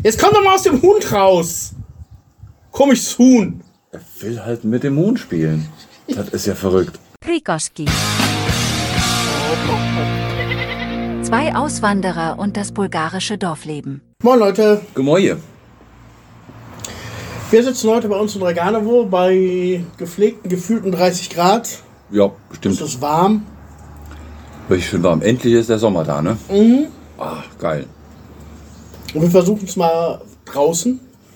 Jetzt komm doch mal aus dem Hund raus. Komisches Huhn. Er will halt mit dem Huhn spielen. Das ist ja verrückt. Krikoski. 2 Auswanderer und das bulgarische Dorfleben. Moin Leute. Gemäue. Wir sitzen heute bei uns in Draganovo bei gepflegten, gefühlten 30 Grad. Ja, bestimmt. Es ist warm. Richtig schön warm. Endlich ist der Sommer da, ne? Mhm. Ach, geil. Und wir versuchen es mal draußen.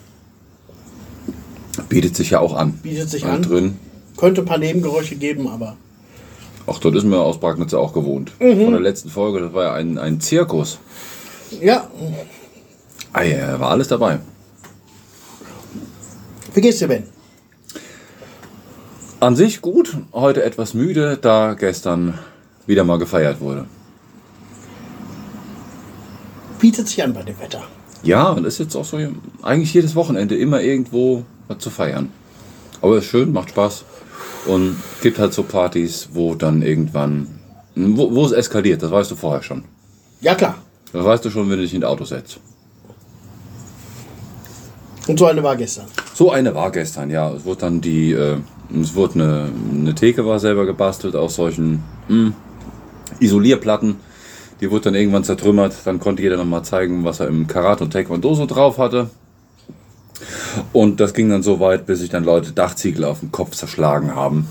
Bietet sich ja auch an. Bietet sich an. an. Drin. Könnte ein paar Nebengeräusche geben, aber... Ach, dort ist mir aus Bragnitz auch gewohnt. Von der letzten Folge, das war ja ein Zirkus. Ja. Ah ja, war alles dabei. Wie geht's dir, Ben? An sich gut, heute etwas müde, da gestern wieder mal gefeiert wurde. Bietet sich an bei dem Wetter. Ja, und ist jetzt auch so, eigentlich jedes Wochenende immer irgendwo was zu feiern. Aber ist schön, macht Spaß. Und gibt halt so Partys, wo dann irgendwann, wo es eskaliert, das weißt du vorher schon. Ja, klar. Das weißt du schon, wenn du dich in das Auto setzt. Und so eine war gestern. So eine war gestern, ja. Es wurde dann eine Theke war selber gebastelt aus solchen Isolierplatten. Die wurde dann irgendwann zertrümmert. Dann konnte jeder nochmal zeigen, was er im Karate und Taekwondo so drauf hatte. Und das ging dann so weit, bis sich dann Leute Dachziegel auf den Kopf zerschlagen haben.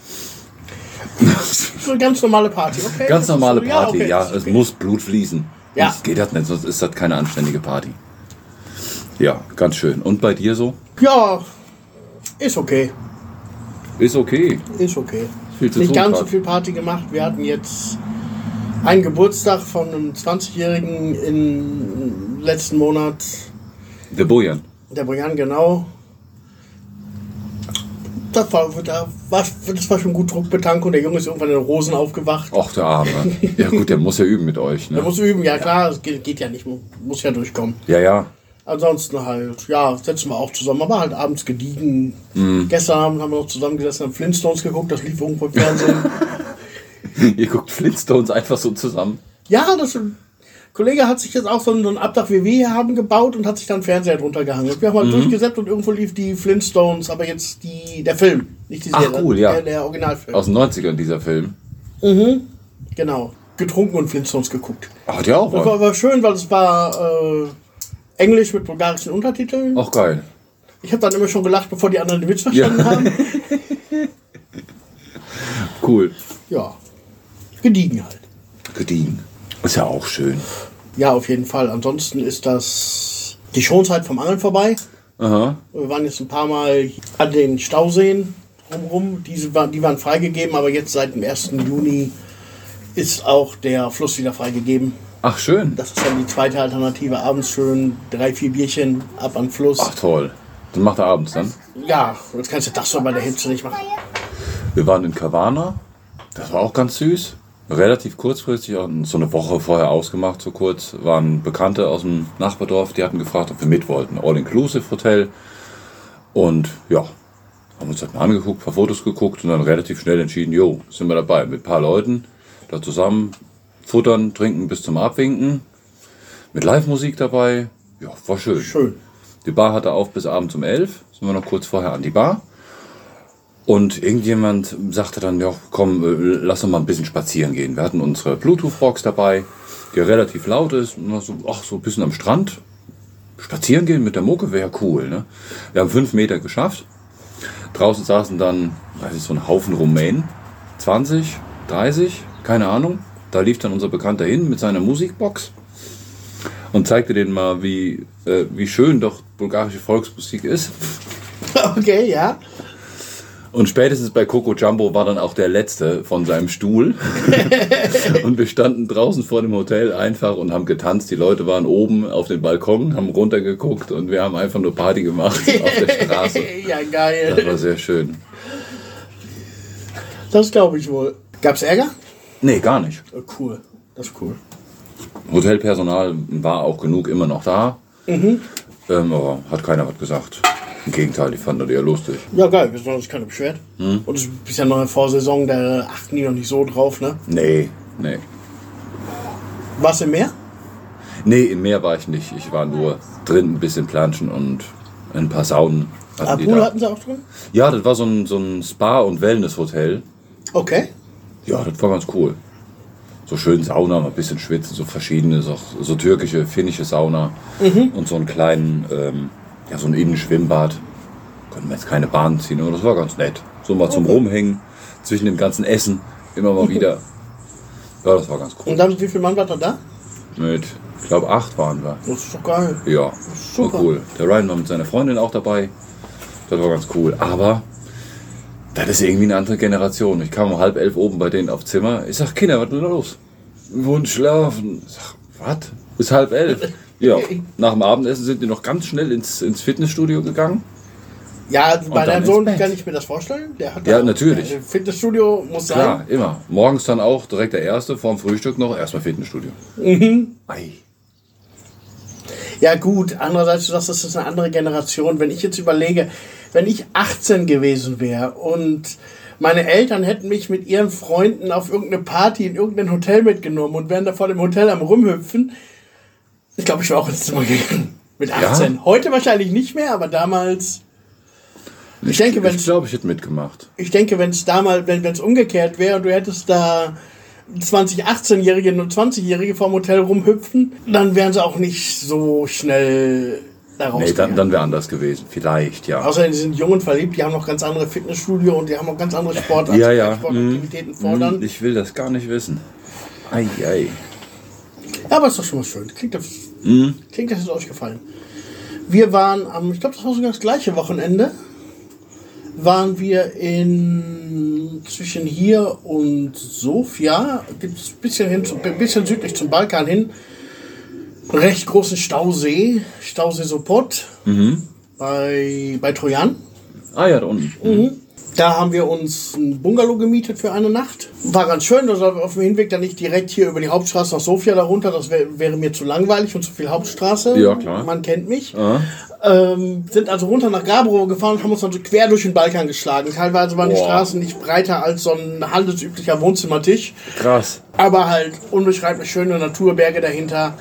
So eine ganz normale Party, okay? Ganz normale so, Party, ja. okay. Es muss Blut fließen. Ja. Das geht das nicht, sonst ist das keine anständige Party. Ja, ganz schön. Und bei dir so? Ja, ist okay. Ist okay. Ist okay. Viel zu Nicht tun ganz grad. so viel Party gemacht. Wir hatten jetzt einen Geburtstag von einem 20-Jährigen im letzten Monat. Der Bojan. Der Brian, genau. Das war schon gut Druckbetankung. Der Junge ist irgendwann in den Rosen aufgewacht. Och, der Arme. Ja gut, der muss ja üben mit euch. Der Ne? muss üben, ja klar, das geht ja nicht, muss ja durchkommen. Ja, ja. Ansonsten halt, ja, setzen wir auch zusammen, aber halt abends gediegen. Gestern Abend haben wir noch zusammengesessen, haben Flintstones geguckt, das lief irgendwo im Fernsehen. Ihr guckt Flintstones einfach so zusammen. Ja, Kollege hat sich jetzt auch so ein Abdach wie wir hier haben gebaut und hat sich dann einen Fernseher drunter gehangen. Wir haben mal durchgesäppt und irgendwo lief die Flintstones, aber jetzt der Film, nicht die Serie. Ach cool, ja. Der Originalfilm. Aus den 90ern dieser Film. Genau. Getrunken und Flintstones geguckt. Ach, der auch Das was. war schön, weil es war Englisch mit bulgarischen Untertiteln. Auch geil. Ich habe dann immer schon gelacht, bevor die anderen den Witz verstanden haben. Cool. Ja. Gediegen halt. Gediegen. Ist ja auch schön. Ja, auf jeden Fall. Ansonsten ist das die Schonzeit vom Angeln vorbei. Aha. Wir waren jetzt ein paar Mal an den Stauseen drumherum. Die waren freigegeben, aber jetzt seit dem 1. Juni ist auch der Fluss wieder freigegeben. Ach, schön. Das ist dann die zweite Alternative. Abends schön 3-4 Bierchen ab an den Fluss. Ach, toll. Das macht er abends dann. Ja, jetzt kannst du das doch bei der Hitze nicht machen. Wir waren in Kavarna. Das war auch ganz süß. Relativ kurzfristig, so eine Woche vorher ausgemacht, so kurz, waren Bekannte aus dem Nachbardorf, die hatten gefragt, ob wir mit wollten. All-Inclusive-Hotel. Und ja, haben uns das mal angeguckt, ein paar Fotos geguckt und dann relativ schnell entschieden, jo, sind wir dabei. Mit ein paar Leuten, da zusammen futtern, trinken bis zum Abwinken. Mit Live-Musik dabei. Ja, war schön. Schön. Die Bar hatte auf bis abends um 11. Sind wir noch kurz vorher an die Bar. Und irgendjemand sagte dann, ja komm, lass uns mal ein bisschen spazieren gehen. Wir hatten unsere Bluetooth-Box dabei, die relativ laut ist. Und so, so ein bisschen am Strand. Spazieren gehen mit der Mucke wäre cool. Ne? Wir haben 5 Meter geschafft. Draußen saßen dann, weiß ich, so ein Haufen Rumänen. 20, 30, keine Ahnung. Da lief dann unser Bekannter hin mit seiner Musikbox und zeigte denen mal, wie schön doch bulgarische Volksmusik ist. Okay, ja. Und spätestens bei Coco Jumbo war dann auch der Letzte von seinem Stuhl. Und wir standen draußen vor dem Hotel einfach und haben getanzt. Die Leute waren oben auf dem Balkon, haben runtergeguckt und wir haben einfach nur Party gemacht auf der Straße. Ja, geil. Das war sehr schön. Das glaube ich wohl. Gab's Ärger? Nee, gar nicht. Oh, cool. Das ist cool. Hotelpersonal war auch genug immer noch da. Aber hat keiner was gesagt. Im Gegenteil, die fanden das eher lustig. Ja, geil. Wir sollen uns keine beschwert. Und es ist ja noch eine Vorsaison, da achten die noch nicht so drauf, ne? Nee. Warst du im Meer? Nee, im Meer war ich nicht. Ich war nur drin, ein bisschen planschen und ein paar Saunen. Pool hatten sie auch drin? Ja, das war so ein Spa- und Wellness-Hotel. Okay. Ja, das war ganz cool. So schön Sauna, mal ein bisschen schwitzen, so verschiedene, so türkische, finnische Sauna. Und so einen kleinen, so ein Innenschwimmbad. Konnten wir jetzt keine Bahn ziehen, aber das war ganz nett. So mal zum Rumhängen, zwischen dem ganzen Essen, immer mal wieder. Ja, das war ganz cool. Und dann, wie viel Mann war da? Mit, ich glaube, 8 waren wir. Das ist doch geil. Ja, Super. war cool. Der Ryan war mit seiner Freundin auch dabei. Das war ganz cool. Aber das ist irgendwie eine andere Generation. Ich kam um 10:30 oben bei denen aufs Zimmer. Ich sag, Kinder, was ist denn los? Wir wollen schlafen. Ich sag, was? Bis 10:30. Ja, nach dem Abendessen sind die noch ganz schnell ins Fitnessstudio gegangen. Ja, bei deinem Sohn ins Bett. kann ich mir das vorstellen. Der hat Ja, natürlich. Fitnessstudio muss sein. Klar, immer. Morgens dann auch direkt der Erste, vorm Frühstück noch, erstmal Fitnessstudio. Ei. Ja gut, andererseits, du sagst, das ist eine andere Generation. Wenn ich jetzt überlege, wenn ich 18 gewesen wäre und meine Eltern hätten mich mit ihren Freunden auf irgendeine Party in irgendein Hotel mitgenommen und wären da vor dem Hotel am Rumhüpfen, ich glaube, ich wäre auch ins Zimmer gegangen. Mit 18. Ja. Heute wahrscheinlich nicht mehr, aber damals... Ich glaube, ich hätte mitgemacht. Ich denke, wenn es damals, wenn es umgekehrt wäre und du hättest da 18-Jährige und 20-Jährige vorm Hotel rumhüpfen, dann wären sie auch nicht so schnell da rausgegangen. Nee, dann wäre anders gewesen. Vielleicht, ja. Außerdem, die sind jung und verliebt, die haben noch ganz andere Fitnessstudio und die haben auch ganz andere Sportaktivitäten fordern. Ich will das gar nicht wissen. Ei. Ja, aber ist doch schon mal schön. Klingt, das ist euch gefallen. Wir waren ich glaube, das war sogar das gleiche Wochenende, waren wir zwischen hier und Sofia, gibt es ein bisschen südlich zum Balkan hin, einen recht großen Stausee Sopot, bei Trojan. Ah ja, da unten. Da haben wir uns ein Bungalow gemietet für eine Nacht. War ganz schön, also auf dem Hinweg dann nicht direkt hier über die Hauptstraße nach Sofia darunter, das wäre mir zu langweilig und zu viel Hauptstraße. Ja, klar. Man kennt mich. Sind also runter nach Gabrovo gefahren und haben uns dann so quer durch den Balkan geschlagen. Teilweise waren die Straßen nicht breiter als so ein handelsüblicher Wohnzimmertisch. Krass. Aber halt unbeschreiblich schöne Naturberge dahinter.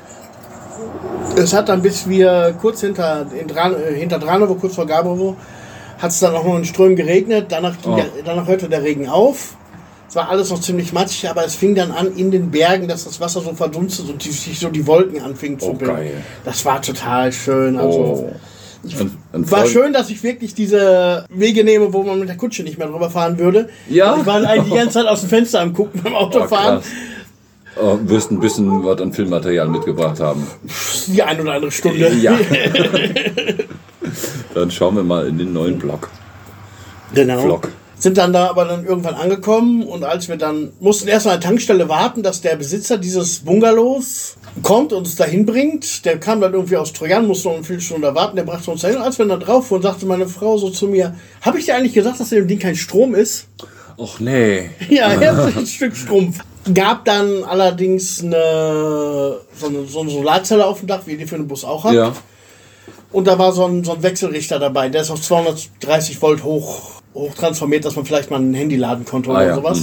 Es hat dann, bis wir kurz hinter Dranovo, kurz vor Gabrovo, hat es dann auch noch in Strömen geregnet. Danach hörte der Regen auf. Es war alles noch ziemlich matschig, aber es fing dann an in den Bergen, dass das Wasser so verdunstet und sich so die Wolken anfingen zu bilden. Geil. Das war total schön. Also war schön, dass ich wirklich diese Wege nehme, wo man mit der Kutsche nicht mehr drüber fahren würde. Ja. Ich war eigentlich die ganze Zeit aus dem Fenster am Gucken beim Autofahren. Wirst ein bisschen was an Filmmaterial mitgebracht haben. Die eine oder andere Stunde. Ja. Dann schauen wir mal in den neuen Blog. Genau. Vlog. Sind dann da aber dann irgendwann angekommen und als wir dann mussten erst an der Tankstelle warten, dass der Besitzer dieses Bungalows kommt und uns dahin bringt. Der kam dann irgendwie aus Trojan, musste noch eine Viertelstunde warten, der brachte uns dahin. Und als wir dann drauf fuhren, sagte meine Frau so zu mir, habe ich dir eigentlich gesagt, dass in dem Ding kein Strom ist? Och nee. Ja, ein Stück Strumpf. Gab dann allerdings so eine Solarzelle auf dem Dach, wie ihr die für den Bus auch habt. Ja. Und da war so ein Wechselrichter dabei, der ist auf 230 Volt hoch transformiert, dass man vielleicht mal ein Handy laden konnte oder sowas.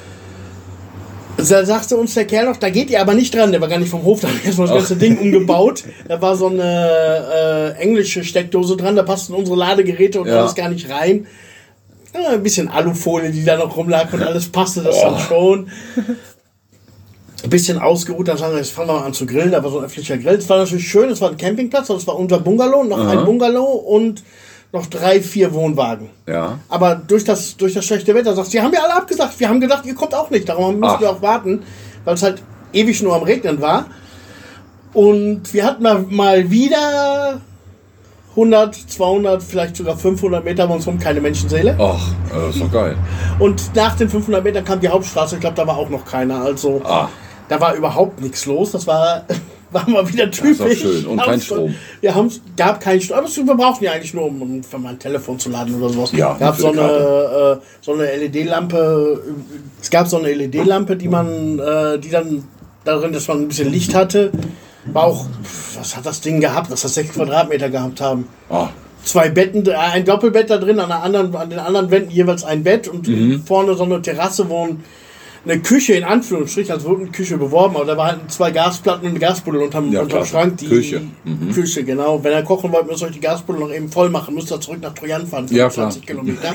Da sagte uns der Kerl noch, da geht ihr aber nicht dran, der war gar nicht vom Hof, da haben wir erstmal das ganze Ding umgebaut. Da war so eine englische Steckdose dran, da passten unsere Ladegeräte und alles gar nicht rein. Ein bisschen Alufolie, die da noch rumlag und alles passte das dann schon. Ein bisschen ausgeruht, dann sagen wir, jetzt fangen wir mal an zu grillen, da war so ein öffentlicher Grill. Es war natürlich schön, es war ein Campingplatz, das war unser Bungalow, noch ein Bungalow und noch 3-4 Wohnwagen. Ja. Aber durch das schlechte Wetter, sagst du, die haben ja alle abgesagt. Wir haben gedacht, ihr kommt auch nicht. Darum müssen wir auch warten, weil es halt ewig nur am Regnen war. Und wir hatten mal wieder 100, 200, vielleicht sogar 500 Meter bei uns rum, keine Menschenseele. Ach, das ist doch geil. Und nach den 500 Metern kam die Hauptstraße. Ich glaube, da war auch noch keiner. Also da war überhaupt nichts los. Das war mal wieder typisch. Das ist auch schön. Und kein Strom. Gab keinen Strom. Aber wir brauchten ja eigentlich nur, um für mein Telefon zu laden oder sowas. Ja, gab so eine LED-Lampe. Es gab so eine LED-Lampe, die dann darin, dass man ein bisschen Licht hatte. War auch, was hat das Ding gehabt? Dass das 6 Quadratmeter gehabt haben. 2 Betten, ein Doppelbett da drin, an den anderen Wänden jeweils ein Bett und vorne so eine Terrasse, wo eine Küche in Anführungsstrichen, also wurde eine Küche beworben, aber da war halt 2 Gasplatten und eine Gasbuddel unterm Schrank. Die Küche. Küche, genau. Wenn ihr kochen wollt, müsst ihr euch die Gasbuddel noch eben voll machen, müsst ihr zurück nach Trojan fahren, 25 Kilometer.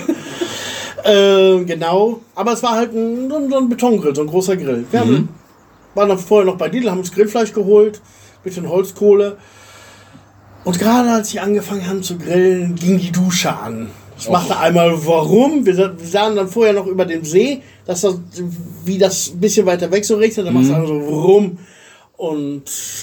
Genau. Aber es war halt so ein Betongrill, so ein großer Grill. Wir waren dann vorher noch bei Lidl, haben uns Grillfleisch geholt, bisschen Holzkohle. Und gerade als sie angefangen haben zu grillen, ging die Dusche an. Ich machte einmal, warum? Wir sahen dann vorher noch über dem See, dass das, wie das ein bisschen weiter weg so regnet, dann machst du so, warum? Und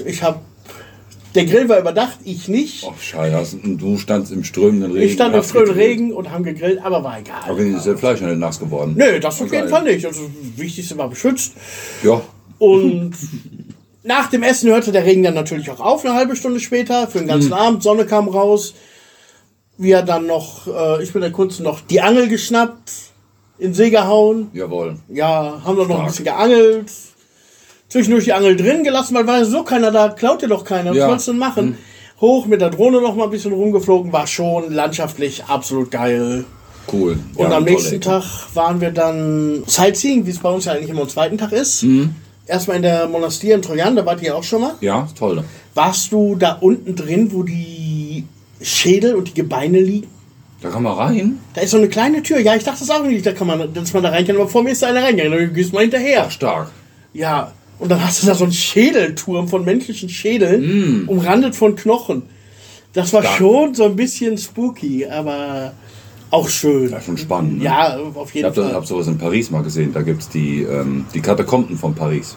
der Grill war überdacht, ich nicht. Ach, scheiße, du standst im strömenden Regen. Ich stand im strömenden Regen und haben gegrillt, aber war egal. Aber ist das Fleisch nicht nass geworden? Nö, das auf jeden Fall nicht. Also, das Wichtigste war beschützt. Ja. Und nach dem Essen hörte der Regen dann natürlich auch auf, eine halbe Stunde später, für den ganzen Abend. Sonne kam raus. Wir dann noch, ich mit der Kunst noch die Angel geschnappt, in den See gehauen. Jawohl. Ja, haben dann noch ein bisschen geangelt. Zwischendurch die Angel drin gelassen, weil war ja so keiner da, klaut dir doch keiner. Was sollst du denn machen? Hoch mit der Drohne noch mal ein bisschen rumgeflogen, war schon landschaftlich absolut geil. Cool. Und am nächsten Tag waren wir dann Sightseeing, wie es bei uns ja eigentlich immer am zweiten Tag ist. Erstmal in der Monastir in Trojan, da wart ihr auch schon mal. Ja, toll. Warst du da unten drin, wo die Schädel und die Gebeine liegen? Da kann man rein? Da ist so eine kleine Tür. Ja, ich dachte das auch nicht, dass man da rein kann, aber vor mir ist da einer reingegangen. Dann gehst du mal hinterher. Ach, stark. Ja, und dann hast du da so einen Schädelturm von menschlichen Schädeln, umrandet von Knochen. Das war schon so ein bisschen spooky, aber auch schön. Ja, schon spannend. Ne? Ja, auf jeden Fall. Ich habe sowas in Paris mal gesehen. Da gibt es die Katakomben von Paris.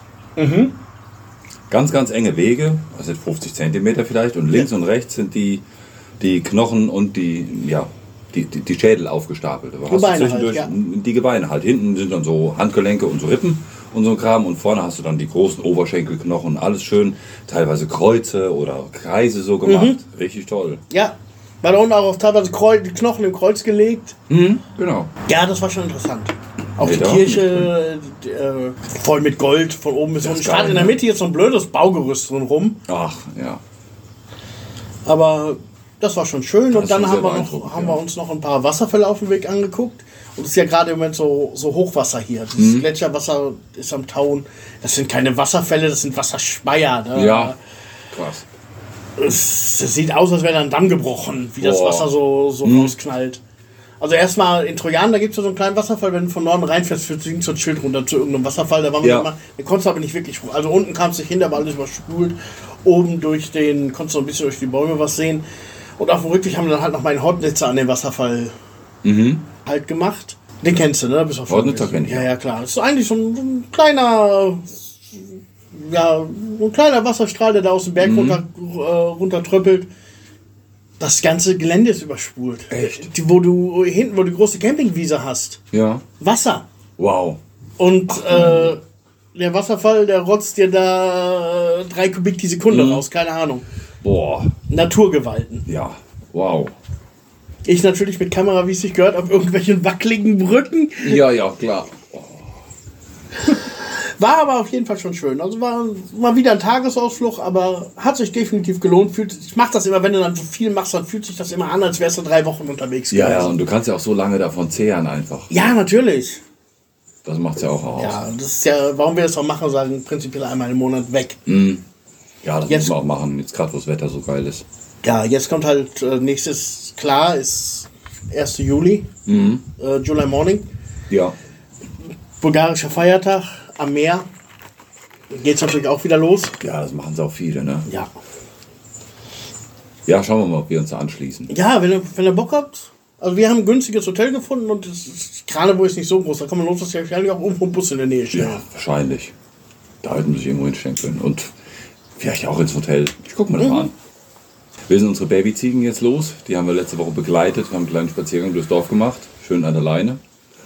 Ganz, ganz enge Wege, also 50 Zentimeter vielleicht. Und links und rechts sind die Knochen und die Schädel aufgestapelt. Du hast Gebeine zwischendurch halt, die Gebeine halt. Hinten sind dann so Handgelenke und so Rippen und so ein Kram. Und vorne hast du dann die großen Oberschenkelknochen. Alles schön, teilweise Kreuze oder Kreise so gemacht. Richtig toll. Ja, weil da unten auch teilweise die Knochen im Kreuz gelegt. Genau. Ja, das war schon interessant. Auch die Ja, Kirche voll mit Gold von oben bis unten. Gerade in der Mitte jetzt so ein blödes Baugerüst rum. Ach, ja. Aber das war schon schön. Das und dann ist haben sehr wir beeindruckend, uns noch ein paar Wasserfälle auf dem Weg angeguckt. Und es ist ja gerade im Moment so Hochwasser hier. Das Gletscherwasser ist am Tauen. Das sind keine Wasserfälle, das sind Wasserspeier. Ne? Ja, krass. Es sieht aus, als wäre da ein Damm gebrochen, wie das Wasser so rausknallt. Also erstmal in Trojan, da gibt es ja so einen kleinen Wasserfall, wenn du von Norden reinfährst, führt so ein Schild runter zu irgendeinem Wasserfall. Da waren wir immer, da konntest du aber nicht wirklich, also unten kam es nicht hin, da war alles überspült. Oben konntest du noch ein bisschen durch die Bäume was sehen. Und auf dem Rückweg haben wir dann halt noch meinen Hortnitzer an den Wasserfall halt gemacht. Den kennst du, ne? Hortnitzer kenn ich. Ja, klar. Das ist eigentlich so ein kleiner Wasserstrahl, der da aus dem Berg runter tröppelt. Das ganze Gelände ist überspult. Echt? Wo du die große Campingwiese hast. Ja. Wasser. Wow. Und der Wasserfall, der rotzt dir da 3 Kubik die Sekunde raus. Keine Ahnung. Boah. Naturgewalten. Ja. Wow. Ich natürlich mit Kamera, wie es sich gehört, auf irgendwelchen wackeligen Brücken. Ja, klar. War aber auf jeden Fall schon schön. Also war mal wieder ein Tagesausflug, aber hat sich definitiv gelohnt. Ich mache das immer, wenn du dann so viel machst, dann fühlt sich das immer an, als wärst du 3 Wochen unterwegs gewesen. Ja, und du kannst ja auch so lange davon zehren einfach. Ja, natürlich. Das macht's ja auch aus. Ja, das ist ja, warum wir das auch machen, sagen prinzipiell einmal im Monat weg. Ja, das muss man auch machen, jetzt gerade wo das Wetter so geil ist. Ja, jetzt kommt halt nächstes, klar, ist 1. Juli, July Morning. Ja. Bulgarischer Feiertag am Meer. Geht's natürlich auch wieder los. Ja, das machen auch viele, ne? Ja. Ja, schauen wir mal, ob wir uns da anschließen. Ja, wenn ihr Bock habt. Also wir haben ein günstiges Hotel gefunden und das ist, gerade wo ist nicht so groß, da kann man los, dass ja wahrscheinlich auch irgendwo ein Bus in der Nähe steht. Ja, wahrscheinlich. Da hätten wir sich irgendwo hinstellen können. Und vielleicht auch ins Hotel. Ich guck mal das mal an. Wir sind unsere Babyziegen jetzt los. Die haben wir letzte Woche begleitet. Wir haben einen kleinen Spaziergang durchs Dorf gemacht. Schön an der Leine.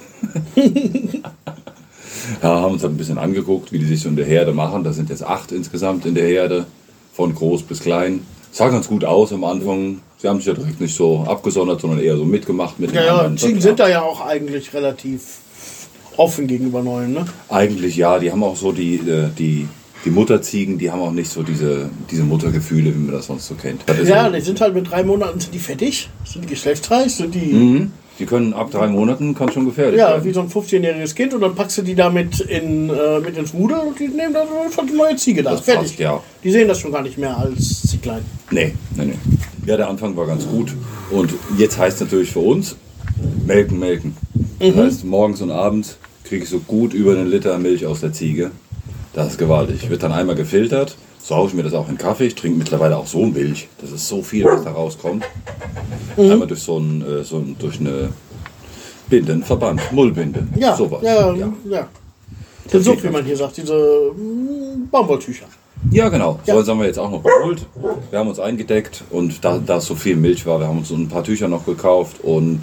Ja, haben uns ein bisschen angeguckt, wie die sich so in der Herde machen. Da sind jetzt 8 insgesamt in der Herde. Von groß bis klein. Sah ganz gut aus am Anfang. Sie haben sich ja direkt nicht so abgesondert, sondern eher so mitgemacht mit den anderen. Ziegen sind da ja auch eigentlich relativ offen gegenüber Neuen, ne? Eigentlich ja, die haben auch so die Mutterziegen, die haben auch nicht so diese Muttergefühle, wie man das sonst so kennt. Ja, die sind halt mit 3 Monaten sind die fertig, sind die geschlechtsreif, sind die Die können ab 3 Monaten kann schon gefährlich Ja, werden. wie so ein 15-jähriges Kind und dann packst du die da mit ins Rudel und die nehmen dann schon die neue Ziege da. Das Fertig. passt, ja. Die sehen das schon gar nicht mehr als Zieglein. Nee. Ja, der Anfang war ganz gut. Und jetzt heißt natürlich für uns, melken. Das heißt, morgens und abends kriege ich so gut über 1 Liter Milch aus der Ziege. Das ist gewaltig. Wird dann einmal gefiltert, sausche mir das auch in Kaffee. Ich trinke mittlerweile auch so Milch. Das ist so viel, was da rauskommt. Einmal durch durch eine Binde, einen Verband, Mullbinde. Ja, sowas. ja. Den Sucht, geht wie man hier sagt, diese Baumwolltücher. Ja, genau. Ja. So, das haben wir jetzt auch noch geholt. Wir haben uns eingedeckt und da so viel Milch war, wir haben uns so ein paar Tücher noch gekauft und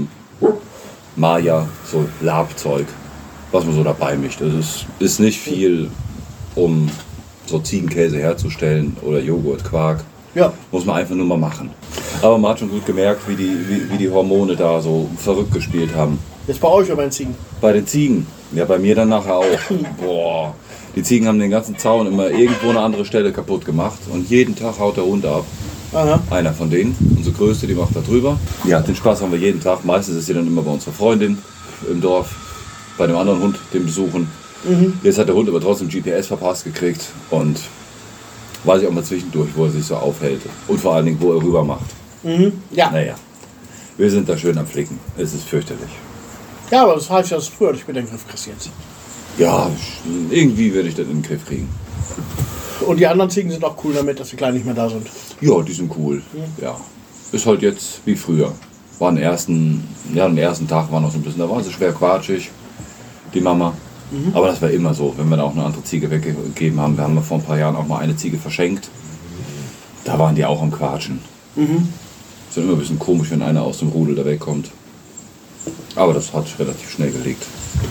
Maja, so Labzeug, was man so dabei mischt. Es ist nicht viel, um so Ziegenkäse herzustellen oder Joghurt, Quark. Ja. Muss man einfach nur mal machen. Aber man hat schon gut gemerkt, wie die Hormone da so verrückt gespielt haben. Jetzt bei euch oder bei den Ziegen? Bei den Ziegen. Ja, bei mir dann nachher auch. Boah. Die Ziegen haben den ganzen Zaun immer irgendwo eine andere Stelle kaputt gemacht. Und jeden Tag haut der Hund ab. Aha. Einer von denen, unsere Größte, die macht da drüber. Ja, den Spaß haben wir jeden Tag. Meistens ist sie dann immer bei unserer Freundin im Dorf. Bei dem anderen Hund, den besuchen. Jetzt hat der Hund aber trotzdem GPS verpasst gekriegt. Und weiß ich auch mal zwischendurch, wo er sich so aufhält. Und vor allen Dingen, wo er rüber macht. Ja. Naja, wir sind da schön am Flicken. Es ist fürchterlich. Ja, aber das heißt ja, dass du früher nicht mit den Griff kriegst jetzt. Ja, irgendwie werde ich das in den Griff kriegen. Und die anderen Ziegen sind auch cool damit, dass die Kleinen nicht mehr da sind. Ja, die sind cool. Ja. Ist halt jetzt wie früher. Am ersten Tag war noch so ein bisschen, da waren sie schwer quatschig, die Mama. Aber das war immer so, wenn wir da auch eine andere Ziege weggegeben haben. Wir haben ja vor ein paar Jahren auch mal eine Ziege verschenkt. Da waren die auch am Quatschen. Ist dann immer ein bisschen komisch, wenn einer aus dem Rudel da wegkommt. Aber das hat relativ schnell gelegt.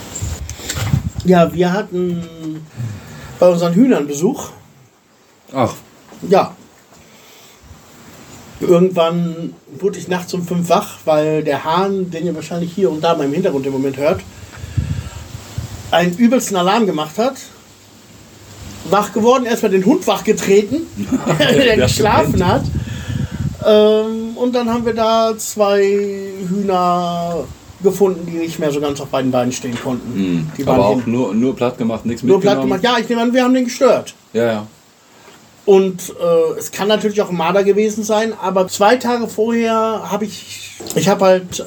Ja, wir hatten bei unseren Hühnern Besuch. Ach, Ja. Irgendwann wurde ich nachts um 5 wach, weil der Hahn, den ihr wahrscheinlich hier und da mal im Hintergrund im Moment hört, einen übelsten Alarm gemacht hat. Wach geworden, erstmal den Hund wach getreten, der geschlafen hat. Und dann haben wir da 2 Hühner gefunden, die nicht mehr so ganz auf beiden Beinen stehen konnten. Die waren aber auch hin. nur platt gemacht, nichts Nur mitgenommen? platt gemacht. Ja, ich nehme an, wir haben den gestört. Ja. Und es kann natürlich auch ein Marder gewesen sein, aber 2 Tage vorher habe ich habe halt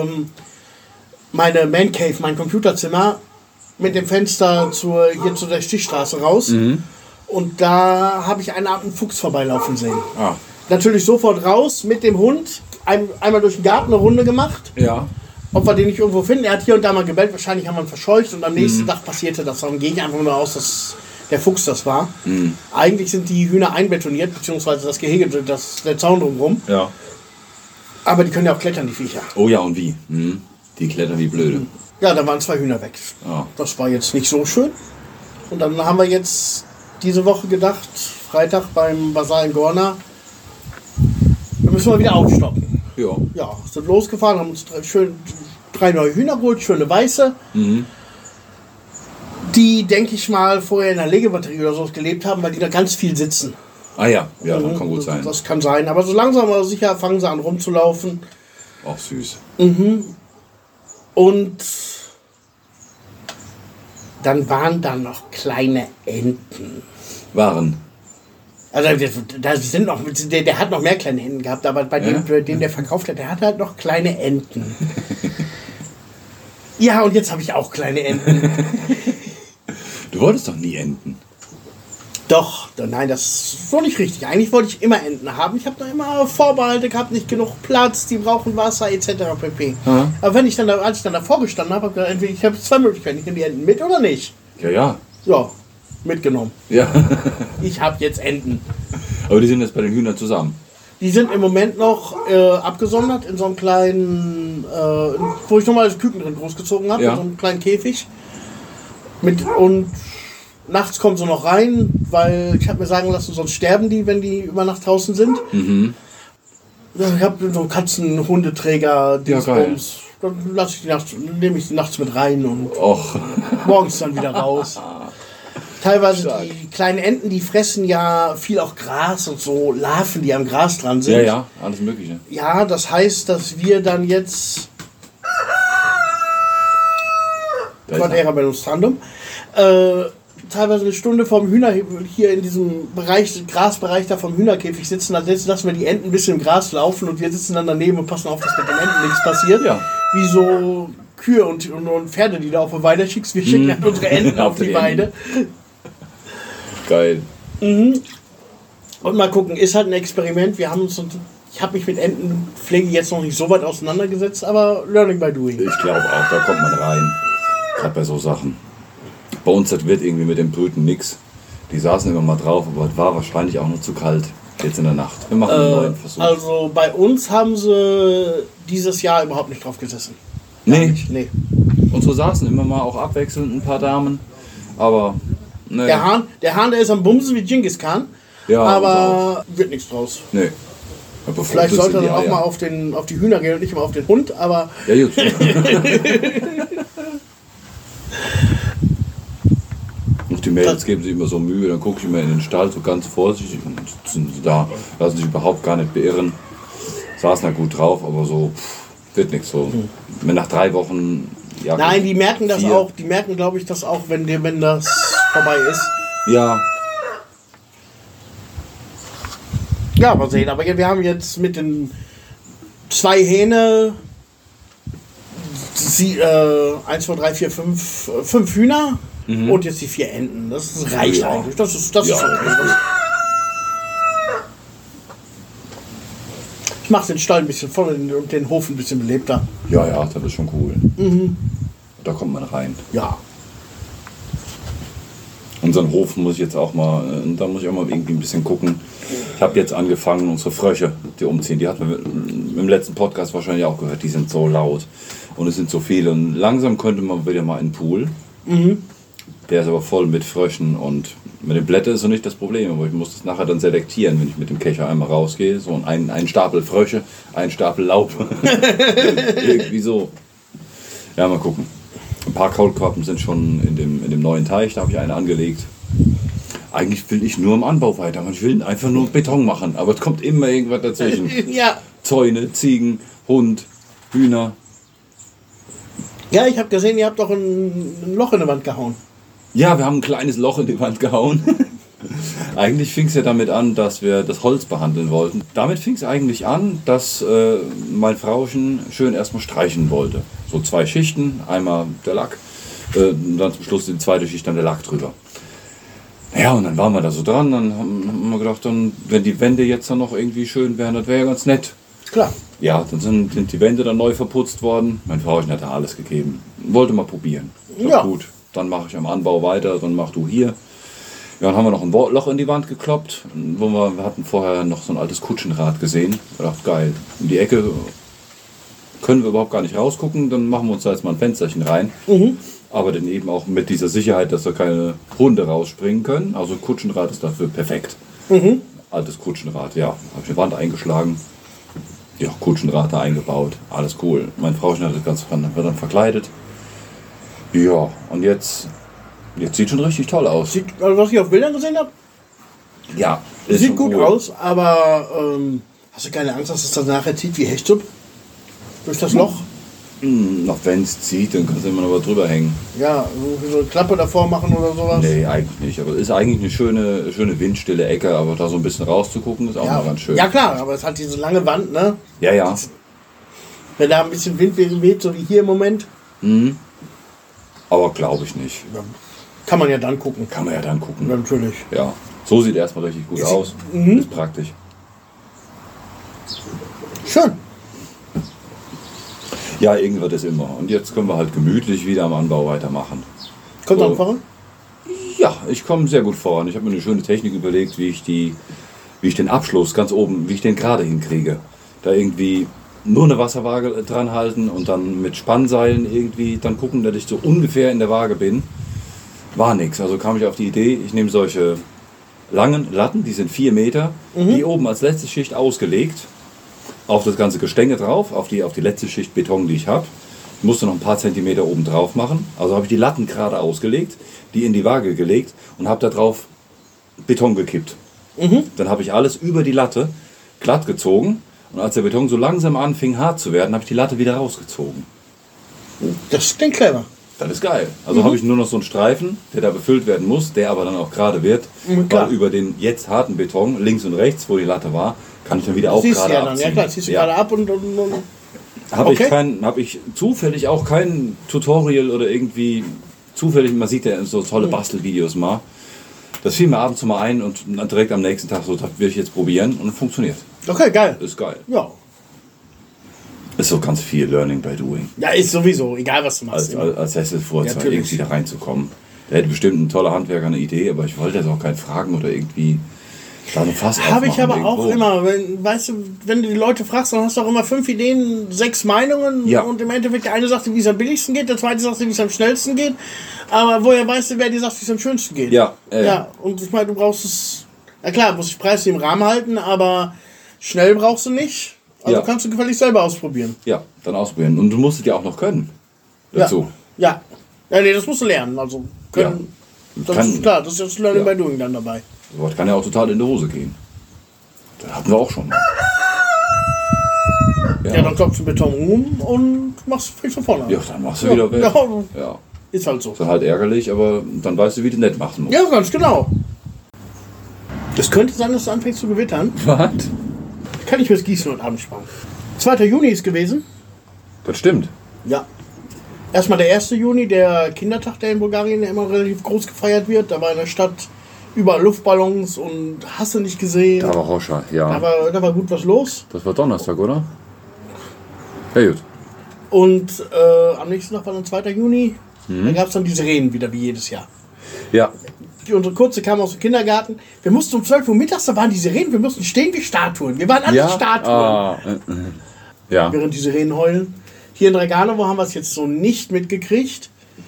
meine Man Cave, mein Computerzimmer, mit dem Fenster zur der Stichstraße raus. Und da habe ich einen Abend Fuchs vorbeilaufen sehen. Ah. Natürlich sofort raus mit dem Hund, einmal durch den Garten eine Runde gemacht. Ja. Ob wir den nicht irgendwo finden. Er hat hier und da mal gebellt, wahrscheinlich haben wir ihn verscheucht und am nächsten Tag passierte das. Darum gehe ich einfach nur aus, dass der Fuchs das war. Eigentlich sind die Hühner einbetoniert, beziehungsweise das Gehege, der Zaun drumherum. Ja. Aber die können ja auch klettern, die Viecher. Oh ja, und wie? Die klettern wie blöde. Ja, da waren 2 Hühner weg. Ah. Das war jetzt nicht so schön. Und dann haben wir jetzt diese Woche gedacht, Freitag beim Basar in Gorna, da müssen wir wieder aufstocken. Ja. Ja, sind losgefahren, haben uns 3 neue Hühner geholt, schöne weiße. Die, denke ich mal, vorher in der Legebatterie oder so gelebt haben, weil die da ganz viel sitzen. Ah ja, das kann gut sein. Das kann sein, aber so langsam aber sicher fangen sie an rumzulaufen. Auch süß. Und dann waren da noch kleine Enten. Also da sind noch, der hat noch mehr kleine Enten gehabt, aber bei dem der verkauft hat, der hat halt noch kleine Enten. Ja, und jetzt habe ich auch kleine Enten. Du wolltest doch nie enden. Doch, nein, das ist so nicht richtig. Eigentlich wollte ich immer Enten haben. Ich habe da immer Vorbehalte gehabt, nicht genug Platz, die brauchen Wasser etc. pp. Aber als ich dann davor gestanden habe, habe ich gesagt, entweder ich habe 2 Möglichkeiten, ich nehme die Enten mit oder nicht. Ja. Ja, mitgenommen. Ja. Ich habe jetzt Enten. Aber die sind jetzt bei den Hühnern zusammen. Die sind im Moment noch abgesondert in so einem kleinen, wo ich nochmal das Küken drin großgezogen habe, in so einem kleinen Käfig. Und nachts kommen sie noch rein, weil ich habe mir sagen lassen, sonst sterben die, wenn die über Nacht draußen sind. Ich habe so einen Katzen-Hundeträger, Dingsbums. Dann nehme ich die nachts mit rein und morgens dann wieder raus. Teilweise die kleinen Enten, die fressen ja viel auch Gras und so Larven, die am Gras dran sind. Ja, alles Mögliche. Ja, das heißt, dass wir dann jetzt Quadera Benustrandum. Teilweise eine Stunde vom Hühner, hier in diesem Bereich, Grasbereich da vom Hühnerkäfig sitzen, dann lassen wir die Enten ein bisschen im Gras laufen und wir sitzen dann daneben und passen auf, dass mit den Enten nichts passiert. Ja. Wie so Kühe und Pferde, die da auf die Weide schickst. Wir schicken dann unsere Enten auf die Weide. Geil. Und mal gucken, ist halt ein Experiment. Ich habe mich mit Entenpflege jetzt noch nicht so weit auseinandergesetzt, aber Learning by Doing. Ich glaube auch, da kommt man rein. Gerade bei so Sachen. Bei uns, das wird irgendwie mit dem Brüten nix. Die saßen immer mal drauf, aber es war wahrscheinlich auch noch zu kalt. Jetzt in der Nacht. Wir machen einen neuen Versuch. Also bei uns haben sie dieses Jahr überhaupt nicht drauf gesessen. Nee. Nee. Unsere saßen immer mal auch abwechselnd, ein paar Damen. Aber nee. Der Hahn, der ist am Bumsen wie Genghis Khan, Ja, aber wird nichts draus. Nee. Vielleicht sollte er dann auch mal auf die Hühner gehen und nicht mal auf den Hund, aber... Ja, gut. Und die Mädels geben sich immer so Mühe, dann gucke ich immer in den Stall, so ganz vorsichtig und sind da, lassen sich überhaupt gar nicht beirren. Saßen da gut drauf, aber so wird nichts so. Wenn nach 3 Wochen... Ja, nein, die merken das 4. auch, die merken, glaube ich, das auch, wenn das vorbei ist. Ja. Ja, mal sehen. Aber wir haben jetzt mit den 2 Hähne, 1, 2, 3, 4, 5 Hühner und jetzt die 4 Enten. Das reicht eigentlich. Das ist okay. Ich mache den Stall ein bisschen voll und den Hof ein bisschen belebter. Ja, das ist schon cool. Da kommt man rein. Ja. Unseren Hof muss ich jetzt auch mal, da muss ich auch mal irgendwie ein bisschen gucken. Ich habe jetzt angefangen, unsere Frösche, die umziehen, die hatten wir im letzten Podcast wahrscheinlich auch gehört, die sind so laut und es sind so viele und langsam könnte man wieder mal in den Pool. Der ist aber voll mit Fröschen und mit den Blättern ist so nicht das Problem, aber ich muss das nachher dann selektieren, wenn ich mit dem Kescher einmal rausgehe, so ein Stapel Frösche, ein Stapel Laub, irgendwie so. Ja, mal gucken. Ein paar Kaulquappen sind schon in dem neuen Teich, da habe ich eine angelegt. Eigentlich will ich nur im Anbau weitermachen. Ich will einfach nur Beton machen, aber es kommt immer irgendwas dazwischen. Ja. Zäune, Ziegen, Hund, Hühner. Ja, ich habe gesehen, ihr habt doch ein Loch in die Wand gehauen. Ja, wir haben ein kleines Loch in die Wand gehauen. Eigentlich fing es ja damit an, dass wir das Holz behandeln wollten. Damit fing es eigentlich an, dass mein Frauchen schön erstmal streichen wollte. So 2 Schichten, einmal der Lack, dann zum Schluss die zweite Schicht, dann der Lack drüber. Ja, und dann waren wir da so dran, dann haben wir gedacht, dann, wenn die Wände jetzt dann noch irgendwie schön wären, das wäre ja ganz nett. Klar. Ja, dann sind die Wände dann neu verputzt worden. Mein Frauchen hat da alles gegeben. Wollte mal probieren. So, ja. Gut, dann mache ich am Anbau weiter, dann mach du hier. Ja, dann haben wir noch ein Loch in die Wand gekloppt. Wir hatten vorher noch so ein altes Kutschenrad gesehen. Ich dachte, geil. In die Ecke können wir überhaupt gar nicht rausgucken. Dann machen wir uns da jetzt mal ein Fensterchen rein. Aber dann eben auch mit dieser Sicherheit, dass da keine Hunde rausspringen können. Also Kutschenrad ist dafür perfekt. Altes Kutschenrad, ja. Habe ich eine Wand eingeschlagen. Ja, Kutschenrad da eingebaut. Alles cool. Mein Frauchen hat das Ganze dann verkleidet. Ja, und jetzt sieht schon richtig toll aus. Also was ich auf Bildern gesehen habe, Ja, sieht gut aus, aber hast du keine Angst, dass es dann nachher zieht wie Hechtsuppe? Durch das Loch? Noch wenn es zieht, dann kannst du immer noch was drüber hängen. Ja, so eine Klappe davor machen oder sowas? Nee, eigentlich nicht. Aber es ist eigentlich eine schöne windstille Ecke, aber da so ein bisschen rauszugucken ist auch mal ganz schön. Ja klar, aber es hat diese lange Wand, ne? Ja. Wenn da ein bisschen Wind weht, so wie hier im Moment. Aber glaube ich nicht. Kann man ja dann gucken. Kann man ja dann gucken. Ja, natürlich. Ja, so sieht erstmal richtig gut aus. Ist praktisch. Schön. Ja, irgendwas ist immer. Und jetzt können wir halt gemütlich wieder am Anbau weitermachen. Kommt So. dann voran? Ja, ich komme sehr gut voran. Ich habe mir eine schöne Technik überlegt, wie ich den Abschluss ganz oben, wie ich den gerade hinkriege. Da irgendwie nur eine Wasserwaage dran halten und dann mit Spannseilen irgendwie dann gucken, dass ich so ungefähr in der Waage bin. War nix. Also kam ich auf die Idee, ich nehme solche langen Latten, die sind 4 Meter, die oben als letzte Schicht ausgelegt, auf das ganze Gestänge drauf, auf die letzte Schicht Beton, die ich habe. Ich musste noch ein paar Zentimeter oben drauf machen. Also habe ich die Latten gerade ausgelegt, die in die Waage gelegt und habe da drauf Beton gekippt. Dann habe ich alles über die Latte glatt gezogen und als der Beton so langsam anfing hart zu werden, habe ich die Latte wieder rausgezogen. Das klingt clever. Das ist geil. Also habe ich nur noch so einen Streifen, der da befüllt werden muss, der aber dann auch gerade wird. Weil über den jetzt harten Beton, links und rechts, wo die Latte war, kann ich dann wieder auch gerade abziehen. Ja klar, ziehst du gerade ab und Habe ich zufällig auch kein Tutorial oder irgendwie zufällig, man sieht ja so tolle Bastelvideos mal. Das fiel mir abends mal ein und dann direkt am nächsten Tag so, das will ich jetzt probieren und es funktioniert. Okay, geil. Ist geil. Ja. Ist so ganz viel Learning by Doing. Ja, ist sowieso, egal was du machst. Als Sesselfurzer irgendwie da reinzukommen. Da hätte bestimmt ein toller Handwerker eine Idee, aber ich wollte jetzt auch keinen fragen oder irgendwie da eine Fass aufmachen. Habe ich aber irgendwo. auch immer, weißt du, wenn du die Leute fragst, dann hast du auch immer 5 Ideen, 6 Meinungen und im Endeffekt der eine sagt dir, wie es am billigsten geht, der zweite sagt dir, wie es am schnellsten geht, aber woher weißt du, wer dir sagt, wie es am schönsten geht? Ja. Und ich meine, du brauchst es, na klar, muss ich Preis im Rahmen halten, aber schnell brauchst du nicht. Also kannst du gefälligst selber ausprobieren. Ja, dann ausprobieren. Und du musst es ja auch noch können. Dazu. Ja, nee, das musst du lernen. Also können. Ja. Das ist klar, das ist das Learning by Doing dann dabei. Das kann ja auch total in die Hose gehen. Das hatten wir auch schon mal. Ja, dann klopfst du Beton um und fängst von vorne an. Ja, dann machst du wieder weg. Ja. Ist halt so. Ist dann halt ärgerlich, aber dann weißt du, wie du nett machen musst. Ja, ganz genau. Es könnte sein, dass du anfängst zu gewittern. Was? Kann ich fürs Gießen heute Abend sparen. 2. Juni ist gewesen. Das stimmt. Ja. Erstmal der 1. Juni, der Kindertag, der in Bulgarien immer relativ groß gefeiert wird. Da war in der Stadt überall Luftballons und hast du nicht gesehen. Da war Roscha, ja. Da war gut was los. Das war Donnerstag, oder? Ja, gut. Und am nächsten Tag war dann 2. Juni. Da gab es dann die Sirenen wieder, wie jedes Jahr. Ja. Unsere Kurze kam aus dem Kindergarten. Wir mussten um 12 Uhr mittags, da waren die Sirenen, wir mussten stehen wie Statuen. Wir waren alle Statuen. Ja. Während die Sirenen heulen. Hier in Draganovo haben wir es jetzt so nicht mitgekriegt,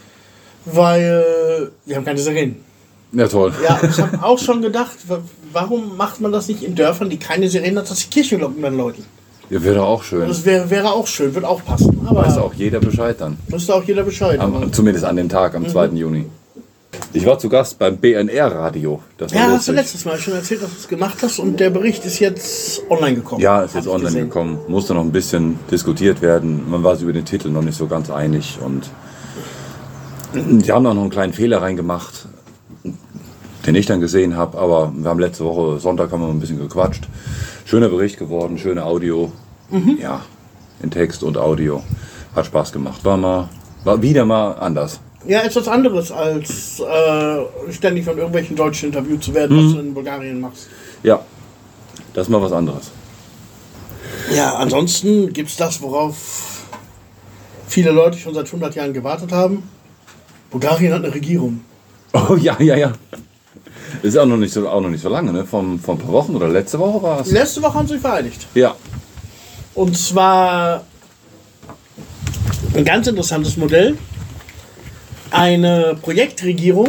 weil wir haben keine Sirenen. Ja, toll. Ja, ich habe auch schon gedacht, warum macht man das nicht in Dörfern, die keine Sirenen hat, dass die Kirchenglocken dann läuten? Ja, wäre auch schön. Das wäre auch schön, wird auch passen. Aber Weiß auch jeder Bescheid dann. Wüsste auch jeder Bescheid. Zumindest an dem Tag, am 2. Juni. Ich war zu Gast beim BNR-Radio. Ja, hast du letztes Mal schon erzählt, dass du es gemacht hast und der Bericht ist jetzt online gekommen. Ja, ist jetzt online gekommen. Musste noch ein bisschen diskutiert werden. Man war sich über den Titel noch nicht so ganz einig und die haben da noch einen kleinen Fehler reingemacht, den ich dann gesehen habe. Aber wir haben letzte Woche, Sonntag, haben wir ein bisschen gequatscht. Schöner Bericht geworden, schöne Audio. Ja, in Text und Audio. Hat Spaß gemacht. War wieder mal anders. Ja, etwas anderes als ständig von irgendwelchen Deutschen interviewt zu werden, was du in Bulgarien machst. Ja, das ist mal was anderes. Ja, ansonsten gibt es das, worauf viele Leute schon seit 100 Jahren gewartet haben. Bulgarien hat eine Regierung. Oh ja. Ist auch noch nicht so lange, ne? Vor ein paar Wochen oder letzte Woche war es? Letzte Woche haben sie sich vereinigt. Ja. Und zwar ein ganz interessantes Modell. Eine Projektregierung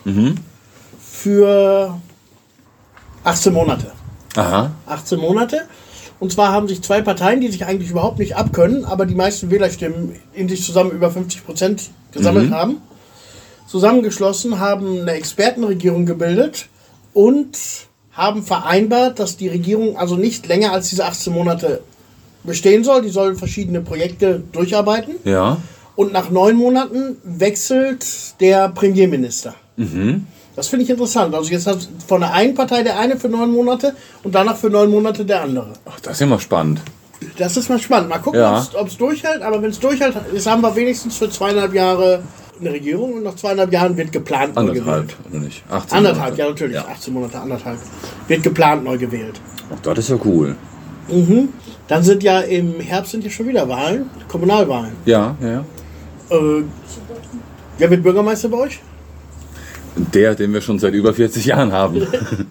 für 18 Monate. Aha. 18 Monate. Und zwar haben sich 2 Parteien, die sich eigentlich überhaupt nicht abkönnen, aber die meisten Wählerstimmen in sich zusammen über 50% gesammelt haben, zusammengeschlossen, haben eine Expertenregierung gebildet und haben vereinbart, dass die Regierung also nicht länger als diese 18 Monate bestehen soll. Die soll verschiedene Projekte durcharbeiten. Ja. Und nach 9 Monaten wechselt der Premierminister. Das finde ich interessant. Also jetzt hat von der einen Partei der eine für 9 Monate und danach für 9 Monate der andere. Ach, das ist ja mal spannend. Das ist mal spannend. Mal gucken, ob es durchhält. Aber wenn es durchhält, haben wir wenigstens für 2,5 Jahre eine Regierung und nach 2,5 Jahren wird geplant neu gewählt. Anderthalb, oder nicht? 18 anderthalb, Monate. ja natürlich. Ja. 18 Monate, anderthalb. Wird geplant neu gewählt. Ach, das ist ja cool. Dann sind ja im Herbst schon wieder Wahlen, Kommunalwahlen. Ja. Wer wird Bürgermeister bei euch? Der, den wir schon seit über 40 Jahren haben.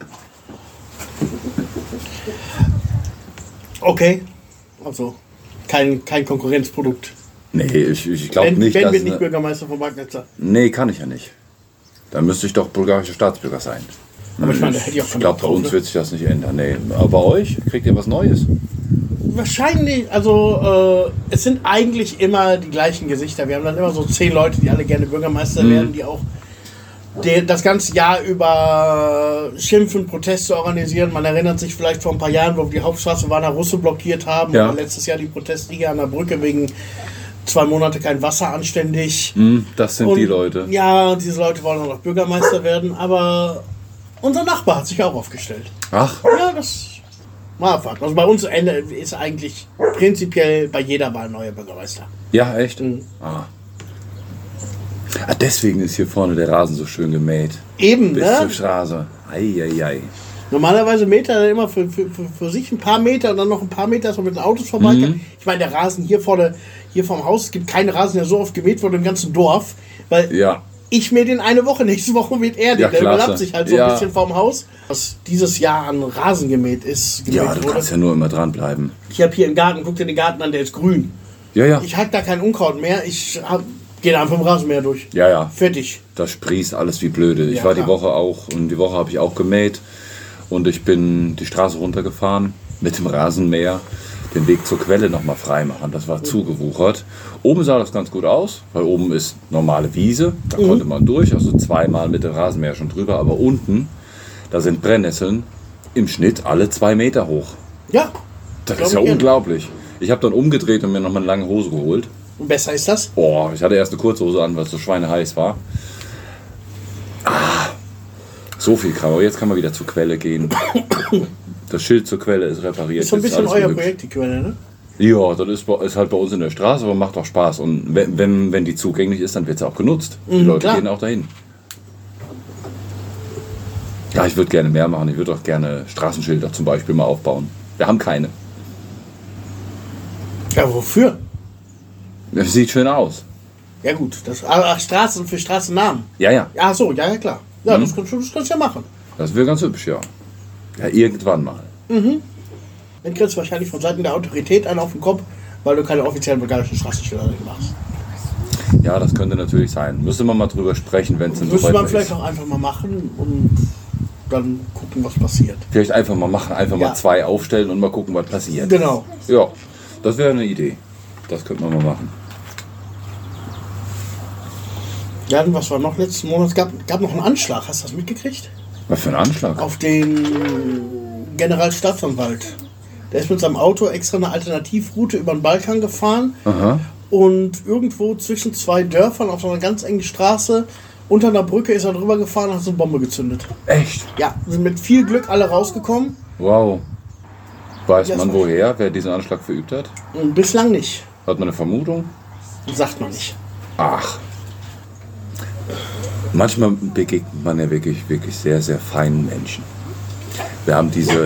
Okay. Also kein Konkurrenzprodukt. Nee, ich glaube nicht, Ben dass... wird nicht Bürgermeister von Marktnetzer. Nee, kann ich ja nicht. Da müsste ich doch bulgarischer Staatsbürger sein. Aber ich meine, da hätte ich auch Ich glaube, bei uns wird sich das nicht ändern. Nee. Aber bei euch? Kriegt ihr was Neues? Wahrscheinlich, also es sind eigentlich immer die gleichen Gesichter. Wir haben dann immer so 10 Leute, die alle gerne Bürgermeister werden, die auch das ganze Jahr über schimpfen, Proteste organisieren. Man erinnert sich vielleicht vor ein paar Jahren, wo wir die Hauptstraße Warner Russe blockiert haben. Ja. Oder letztes Jahr die Proteste hier an der Brücke wegen 2 Monate kein Wasser anständig. Das sind die Leute. Ja, diese Leute wollen auch noch Bürgermeister werden, aber unser Nachbar hat sich auch aufgestellt. Ach, Ja, das mal abwarten. Also bei uns ist eigentlich prinzipiell bei jeder Wahl neuer Bürgermeister. ja, echt? Ah, deswegen ist hier vorne der Rasen so schön gemäht. Eben, Bis ne? zur Straße. Eieiei. Normalerweise mäht er immer für sich ein paar Meter und dann noch ein paar Meter, dass man mit den Autos vorbei kann. Ich meine, der Rasen hier vorne, hier vom Haus, es gibt keinen Rasen, der so oft gemäht wurde im ganzen Dorf, weil Ja, ich mähe den eine Woche, nächste Woche mäht er den. Ja, Der klasse. überlappt sich halt so Ja. ein bisschen vorm Haus. Was dieses Jahr an Rasen gemäht du wurde. kannst ja nur immer dranbleiben. Ich habe hier einen Garten, guck dir den Garten an, der ist grün. Ja. Ich hack da kein Unkraut mehr, gehe da einfach im Rasenmäher durch. Ja. Fertig. Das sprießt alles wie blöde. Ich Ja, war die klar. Woche auch, und die Woche habe ich auch gemäht. Und ich bin die Straße runtergefahren mit dem Rasenmäher, den Weg zur Quelle nochmal frei machen. Das war zugewuchert. Oben sah das ganz gut aus, weil oben ist normale Wiese. Da konnte man durch, also 2-mal mit dem Rasenmäher schon drüber. Aber unten, da sind Brennnesseln im Schnitt alle 2 Meter hoch. Ja. Das Glaub ist ja ich gerne. unglaublich. Ich habe dann umgedreht und mir nochmal eine lange Hose geholt. Und besser ist das? Boah, ich hatte erst eine kurze Hose an, weil es so schweineheiß war. So viel Kram. Aber jetzt kann man wieder zur Quelle gehen. Das Schild zur Quelle ist repariert. Ist so ein Jetzt bisschen alles euer hübsch. Projekt, die Quelle, ne? Ja, das ist halt bei uns in der Straße, aber macht auch Spaß. Und wenn die zugänglich ist, dann wird sie auch genutzt. Die Leute klar. gehen auch dahin. Ja, ich würde gerne mehr machen. Ich würde auch gerne Straßenschilder zum Beispiel mal aufbauen. Wir haben keine. Ja, wofür? Das sieht schön aus. Ja gut, Straßen für Straßennamen. Ja. Ja, so, ja klar. Ja, das kannst du ja machen. Das wäre ganz hübsch, ja. Ja, irgendwann mal. Dann kriegst du wahrscheinlich von Seiten der Autorität einen auf den Kopf, weil du keine offiziellen bulgarischen Straßenschilder machst. Ja, das könnte natürlich sein. Müsste man mal drüber sprechen, wenn es denn Müsste soweit man ist. vielleicht auch einfach mal machen und dann gucken, was passiert. Vielleicht einfach mal machen, einfach Ja. mal 2 aufstellen und mal gucken, was passiert. Genau. Ja, das wäre eine Idee. Das könnte man mal machen. Ja, und was war noch letzten Monat? Es gab noch einen Anschlag, hast du das mitgekriegt? Was für ein Anschlag? Auf den Generalstaatsanwalt. Der ist mit seinem Auto extra eine Alternativroute über den Balkan gefahren Aha. und irgendwo zwischen 2 Dörfern auf so einer ganz engen Straße unter einer Brücke ist er drüber gefahren und hat so eine Bombe gezündet. Echt? Ja, sind mit viel Glück alle rausgekommen. Wow. Weiß Ja, man das war- woher, wer diesen Anschlag verübt hat? Und bislang nicht. Hat man eine Vermutung? Sagt man nicht. Ach. Manchmal begegnet man ja wirklich sehr, sehr feinen Menschen. Wir haben diese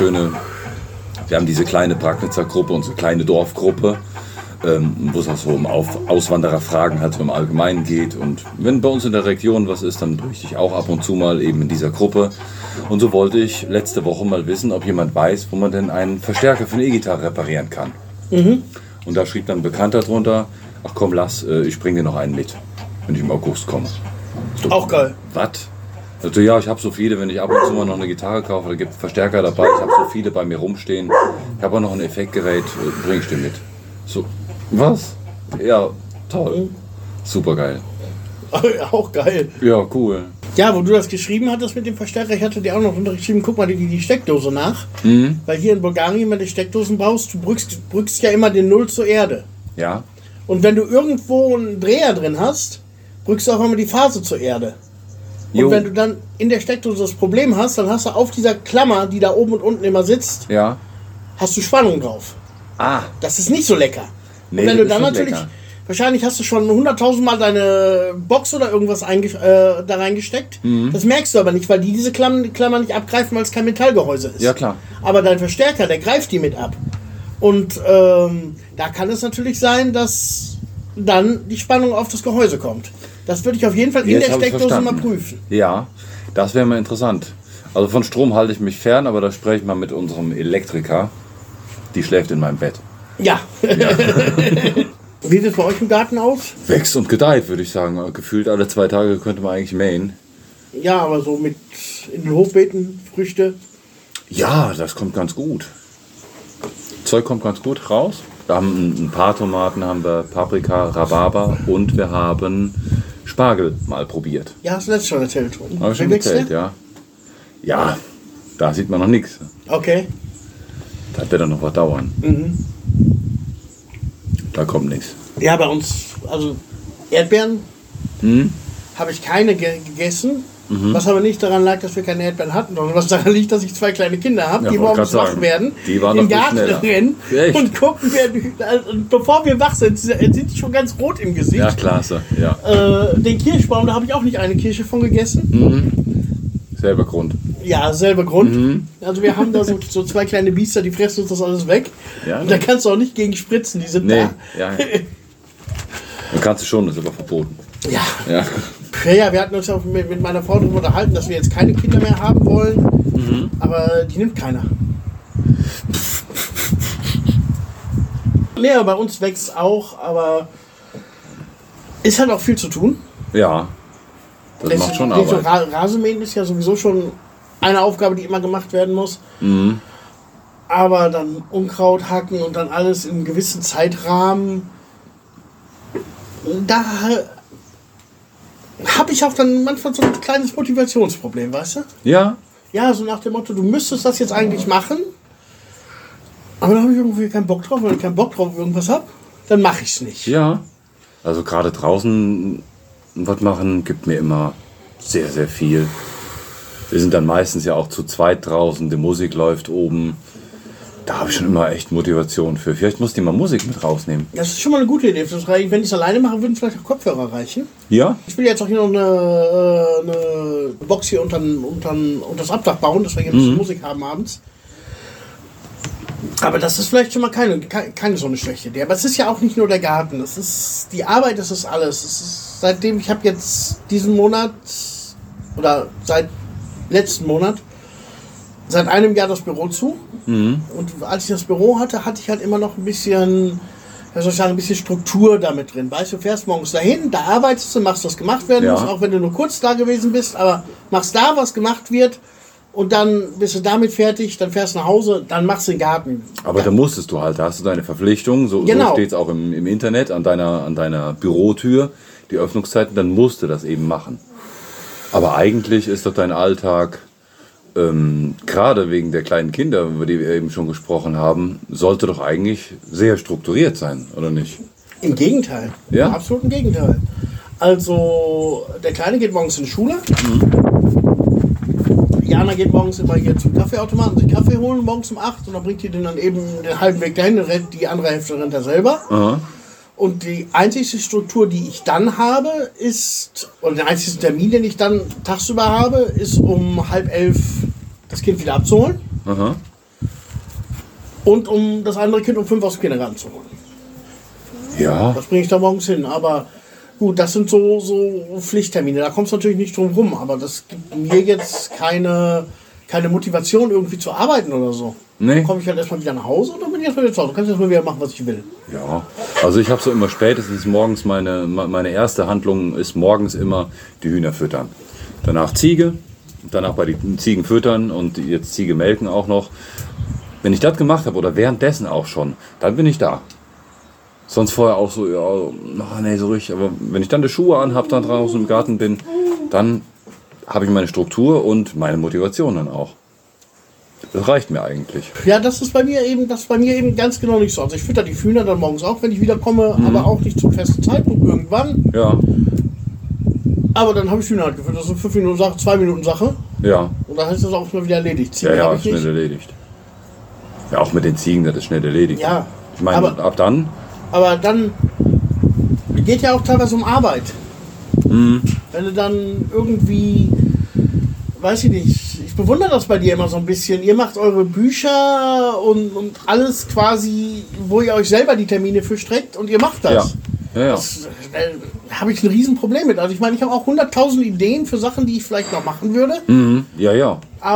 kleine Bragnitzer Gruppe, unsere kleine Dorfgruppe, wo es auch so um Auswandererfragen halt so im Allgemeinen geht. Und wenn bei uns in der Region was ist, dann berichte ich auch ab und zu mal eben in dieser Gruppe. Und so wollte ich letzte Woche mal wissen, ob jemand weiß, wo man denn einen Verstärker für eine E-Gitarre reparieren kann. Und da schrieb dann ein Bekannter drunter, ach komm, lass, ich bring dir noch einen mit, wenn ich im August komme. Auch geil. Was? Also ja, ich habe so viele, wenn ich ab und zu mal noch eine Gitarre kaufe, da gibt es Verstärker dabei, ich habe so viele bei mir rumstehen. Ich habe auch noch ein Effektgerät, bring ich dir mit. So, was? Ja, toll. Super geil. Auch geil. Ja, cool. Ja, wo du das geschrieben hattest mit dem Verstärker, ich hatte dir auch noch untergeschrieben, guck mal die Steckdose nach. Weil hier in Bulgarien, wenn du Steckdosen brauchst, du brückst ja immer den Null zur Erde. Ja, Und wenn du irgendwo einen Dreher drin hast, brückst du auch immer die Phase zur Erde. Und Jo. wenn du dann in der Steckdose das Problem hast, dann hast du auf dieser Klammer, die da oben und unten immer sitzt, ja. hast du Spannung drauf. Ah, Das ist nicht so lecker. Nee, und wenn das du dann ist schon natürlich, lecker. wahrscheinlich hast du schon 100.000 Mal deine Box oder irgendwas da reingesteckt. Das merkst du aber nicht, weil die diese Klammer nicht abgreifen, weil es kein Metallgehäuse ist. ja klar. Aber dein Verstärker, der greift die mit ab. Und da kann es natürlich sein, dass dann die Spannung auf das Gehäuse kommt. Das würde ich auf jeden Fall in Jetzt der hab ich Steckdose mal verstanden. prüfen. Ja, das wäre mal interessant. Also von Strom halte ich mich fern, aber da spreche ich mal mit unserem Elektriker. Die schläft in meinem Bett. Ja. Wie sieht es bei euch im Garten aus? Wächst und gedeiht, würde ich sagen. Gefühlt alle 2 Tage könnte man eigentlich mähen. Ja, aber so mit in den Hochbeeten, Früchte. Ja, das kommt ganz gut. Zeug kommt ganz gut raus. Wir haben ein paar Tomaten, haben wir Paprika, Rhabarber und wir haben Spargel mal probiert. Ja, hast du letztes schon erzählt. Habe ich schon Wie wächst erzählt, der? ja. Ja, da sieht man noch nichts. Okay. Das wird dann noch was dauern. Da kommt nichts. Ja, bei uns, also Erdbeeren habe ich keine gegessen. Was aber nicht daran lag, dass wir keine Erdbeeren hatten, sondern was daran liegt, dass ich 2 kleine Kinder habe, die morgens wach werden, im Garten rennen und gucken, und bevor wir wach sind die schon ganz rot im Gesicht. Ja, klasse. Ja. Den Kirschbaum, da habe ich auch nicht eine Kirsche von gegessen. Selber Grund. Ja, selber Grund. Also wir haben da so 2 kleine Biester, die fressen uns das alles weg. Ja, und da kannst du auch nicht gegen spritzen, die sind da. Ja. Dann kannst du schon, das ist aber verboten. Ja, wir hatten uns auch mit meiner Frau darüber unterhalten, dass wir jetzt keine Kinder mehr haben wollen. Aber die nimmt keiner. Nee, bei uns wächst auch, aber ist halt auch viel zu tun. Ja, das macht schon Arbeit. So Rasenmähen ist ja sowieso schon eine Aufgabe, die immer gemacht werden muss. Aber dann Unkraut hacken und dann alles in einem gewissen Zeitrahmen. Da habe ich auch dann manchmal so ein kleines Motivationsproblem, weißt du? Ja. Ja, so nach dem Motto, du müsstest das jetzt eigentlich machen, aber da habe ich irgendwie keinen Bock drauf. Wenn ich keinen Bock drauf irgendwas habe, dann mache ich es nicht. Ja, also gerade draußen was machen, gibt mir immer sehr, sehr viel. Wir sind dann meistens ja auch zu zweit draußen, die Musik läuft oben. Da habe ich schon immer echt Motivation für. Vielleicht muss die mal Musik mit rausnehmen. Das ist schon mal eine gute Idee. Wenn ich es alleine mache, würden vielleicht auch Kopfhörer reichen. Ja? Ich will jetzt auch hier noch eine Box hier unter das Abdach bauen, dass wir hier ein bisschen Musik haben abends. Aber das ist vielleicht schon mal keine so eine schlechte Idee. Aber es ist ja auch nicht nur der Garten. Das ist die Arbeit, das ist alles. Seitdem ich habe jetzt diesen Monat oder seit letzten Monat seit einem Jahr das Büro zu. Und als ich das Büro hatte, hatte ich halt immer noch ein bisschen, ein bisschen Struktur damit drin. Weißt du, fährst morgens dahin, da arbeitest du, machst, was gemacht werden muss, auch wenn du nur kurz da gewesen bist, aber machst da, was gemacht wird und dann bist du damit fertig, dann fährst du nach Hause, dann machst du den Garten. Aber da musstest du halt, da hast du deine Verpflichtung, so steht es auch im Internet, an deiner Bürotür, die Öffnungszeiten, dann musst du das eben machen. Aber eigentlich ist doch dein Alltag, gerade wegen der kleinen Kinder, über die wir eben schon gesprochen haben, sollte doch eigentlich sehr strukturiert sein, oder nicht? Im Gegenteil. Ja? Im absoluten Gegenteil. Also, der Kleine geht morgens in die Schule. Jana geht morgens immer hier zum Kaffeeautomaten, sich Kaffee holen, morgens um 8 und dann bringt die den dann eben den halben Weg dahin, die andere Hälfte rennt er selber. Aha. Und die einzige Struktur, die ich dann habe, oder der einzige Termin, den ich dann tagsüber habe, ist um 10:30 das Kind wieder abzuholen. Aha. Und um das andere Kind um 5 aus dem Kindergarten zu holen. Ja. Das bringe ich da morgens hin. Aber gut, das sind so Pflichttermine. Da kommst du natürlich nicht drum rum. Aber das gibt mir jetzt keine Motivation, irgendwie zu arbeiten oder so. Nee. Dann komme ich halt erstmal wieder nach Hause und dann bin ich erstmal wieder zu Hause. Du kannst erstmal wieder machen, was ich will. Ja, also ich habe so immer spätestens morgens, meine erste Handlung ist morgens immer die Hühner füttern. Danach Ziege, danach bei den Ziegen füttern und jetzt Ziege melken auch noch. Wenn ich das gemacht habe oder währenddessen auch schon, dann bin ich da. Sonst vorher auch so, so richtig. Aber wenn ich dann die Schuhe anhabe, dann draußen im Garten bin, dann habe ich meine Struktur und meine Motivation dann auch. Das reicht mir eigentlich. Ja, das ist bei mir eben ganz genau nicht so. Also ich fütter die Hühner dann morgens auch, wenn ich wiederkomme, aber auch nicht zum festen Zeitpunkt irgendwann. Ja. Aber dann habe ich Hühner halt gefüttert. Das sind 5 Minuten Sache, 2 Minuten Sache. Ja. Und dann ist das auch schnell wieder erledigt. Ziegen ja, schnell erledigt. Ja, auch mit den Ziegen, das ist schnell erledigt. Ja. Ich meine, ab dann? Aber dann geht ja auch teilweise um Arbeit. Wenn du dann irgendwie, weiß ich nicht, ich bewundere das bei dir immer so ein bisschen. Ihr macht eure Bücher und alles quasi, wo ihr euch selber die Termine für streckt und ihr macht das. Ja. Das habe ich ein Riesenproblem mit. Also ich meine, ich habe auch 100.000 Ideen für Sachen, die ich vielleicht noch machen würde. Ja.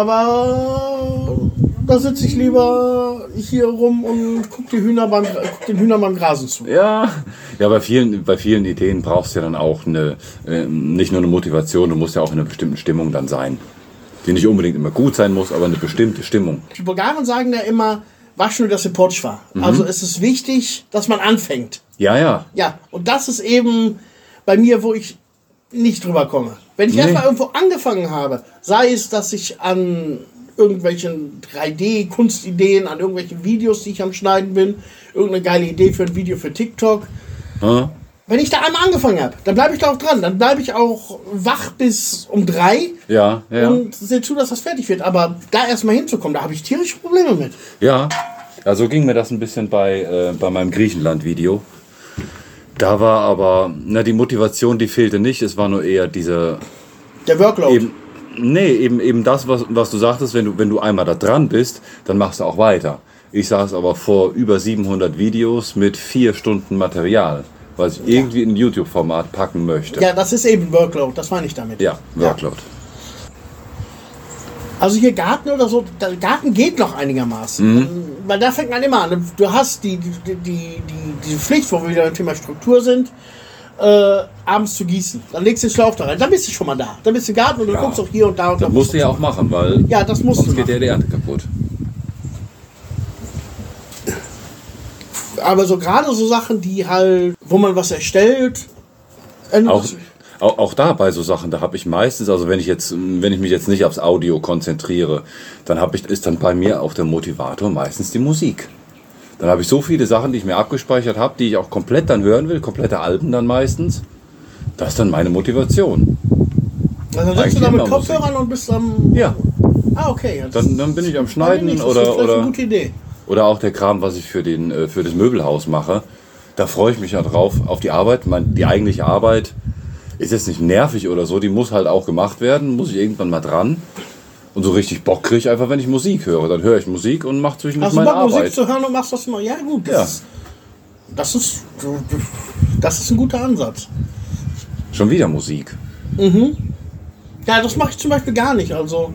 Aber da sitze ich lieber hier rum und guck den Hühnern beim Grasen zu. Ja, bei vielen Ideen brauchst du ja dann auch nicht nur eine Motivation, du musst ja auch in einer bestimmten Stimmung dann sein. Die nicht unbedingt immer gut sein muss, aber eine bestimmte Stimmung. Die Bulgaren sagen ja immer, waschnu das Pochva. Also es ist wichtig, dass man anfängt. Ja. Ja, und das ist eben bei mir, wo ich nicht drüber komme. Wenn ich erstmal irgendwo angefangen habe, sei es, dass ich an irgendwelchen 3D-Kunstideen, an irgendwelchen Videos, die ich am Schneiden bin. Irgendeine geile Idee für ein Video für TikTok. Wenn ich da einmal angefangen habe, dann bleibe ich da auch dran. Dann bleibe ich auch wach bis um 3 und sehe zu, dass das fertig wird. Aber da erstmal hinzukommen, da habe ich tierische Probleme mit. Ja, so ging mir das ein bisschen bei meinem Griechenland-Video. Da war aber, die Motivation, die fehlte nicht. Es war nur eher der Workload. Eben das, was du sagtest, wenn du einmal da dran bist, dann machst du auch weiter. Ich saß aber vor über 700 Videos mit 4 Stunden Material, was ich irgendwie in ein YouTube-Format packen möchte. Ja, das ist eben Workload, das meine ich damit. Ja, Workload. Also hier Garten oder so, der Garten geht noch einigermaßen. Weil da fängt man immer an. Du hast die Pflicht, wo wir wieder beim Thema Struktur sind, abends zu gießen. Dann legst du den Schlauch da rein. Dann bist du schon mal da. Dann bist du im Garten und du guckst auch hier und da. Und das musst du ja auch machen, weil das musst sonst du geht ja die Ernte kaputt. Aber so gerade so Sachen, die halt, wo man was erstellt. Auch da bei so Sachen, da habe ich meistens, also wenn ich mich jetzt nicht aufs Audio konzentriere, dann ist dann bei mir auch der Motivator meistens die Musik. Dann habe ich so viele Sachen, die ich mir abgespeichert habe, die ich auch komplett dann hören will, komplette Alben dann meistens. Das ist dann meine Motivation. Also dann sitzt du da mit Kopfhörern und bist am... Ja. Ah, okay. Ja, dann bin ich am Schneiden das ist eine gute Idee. Oder auch der Kram, was ich für das Möbelhaus mache. Da freue ich mich ja drauf, auf die Arbeit. Die eigentliche Arbeit ist jetzt nicht nervig oder so, die muss halt auch gemacht werden, muss ich irgendwann mal dran. Und so richtig Bock kriege ich einfach, wenn ich Musik höre. Dann höre ich Musik und mache zwischendurch meine Arbeit. Musik zu hören und machst das mal. Ja gut, das ist ein guter Ansatz. Schon wieder Musik. Ja, das mache ich zum Beispiel gar nicht. Also,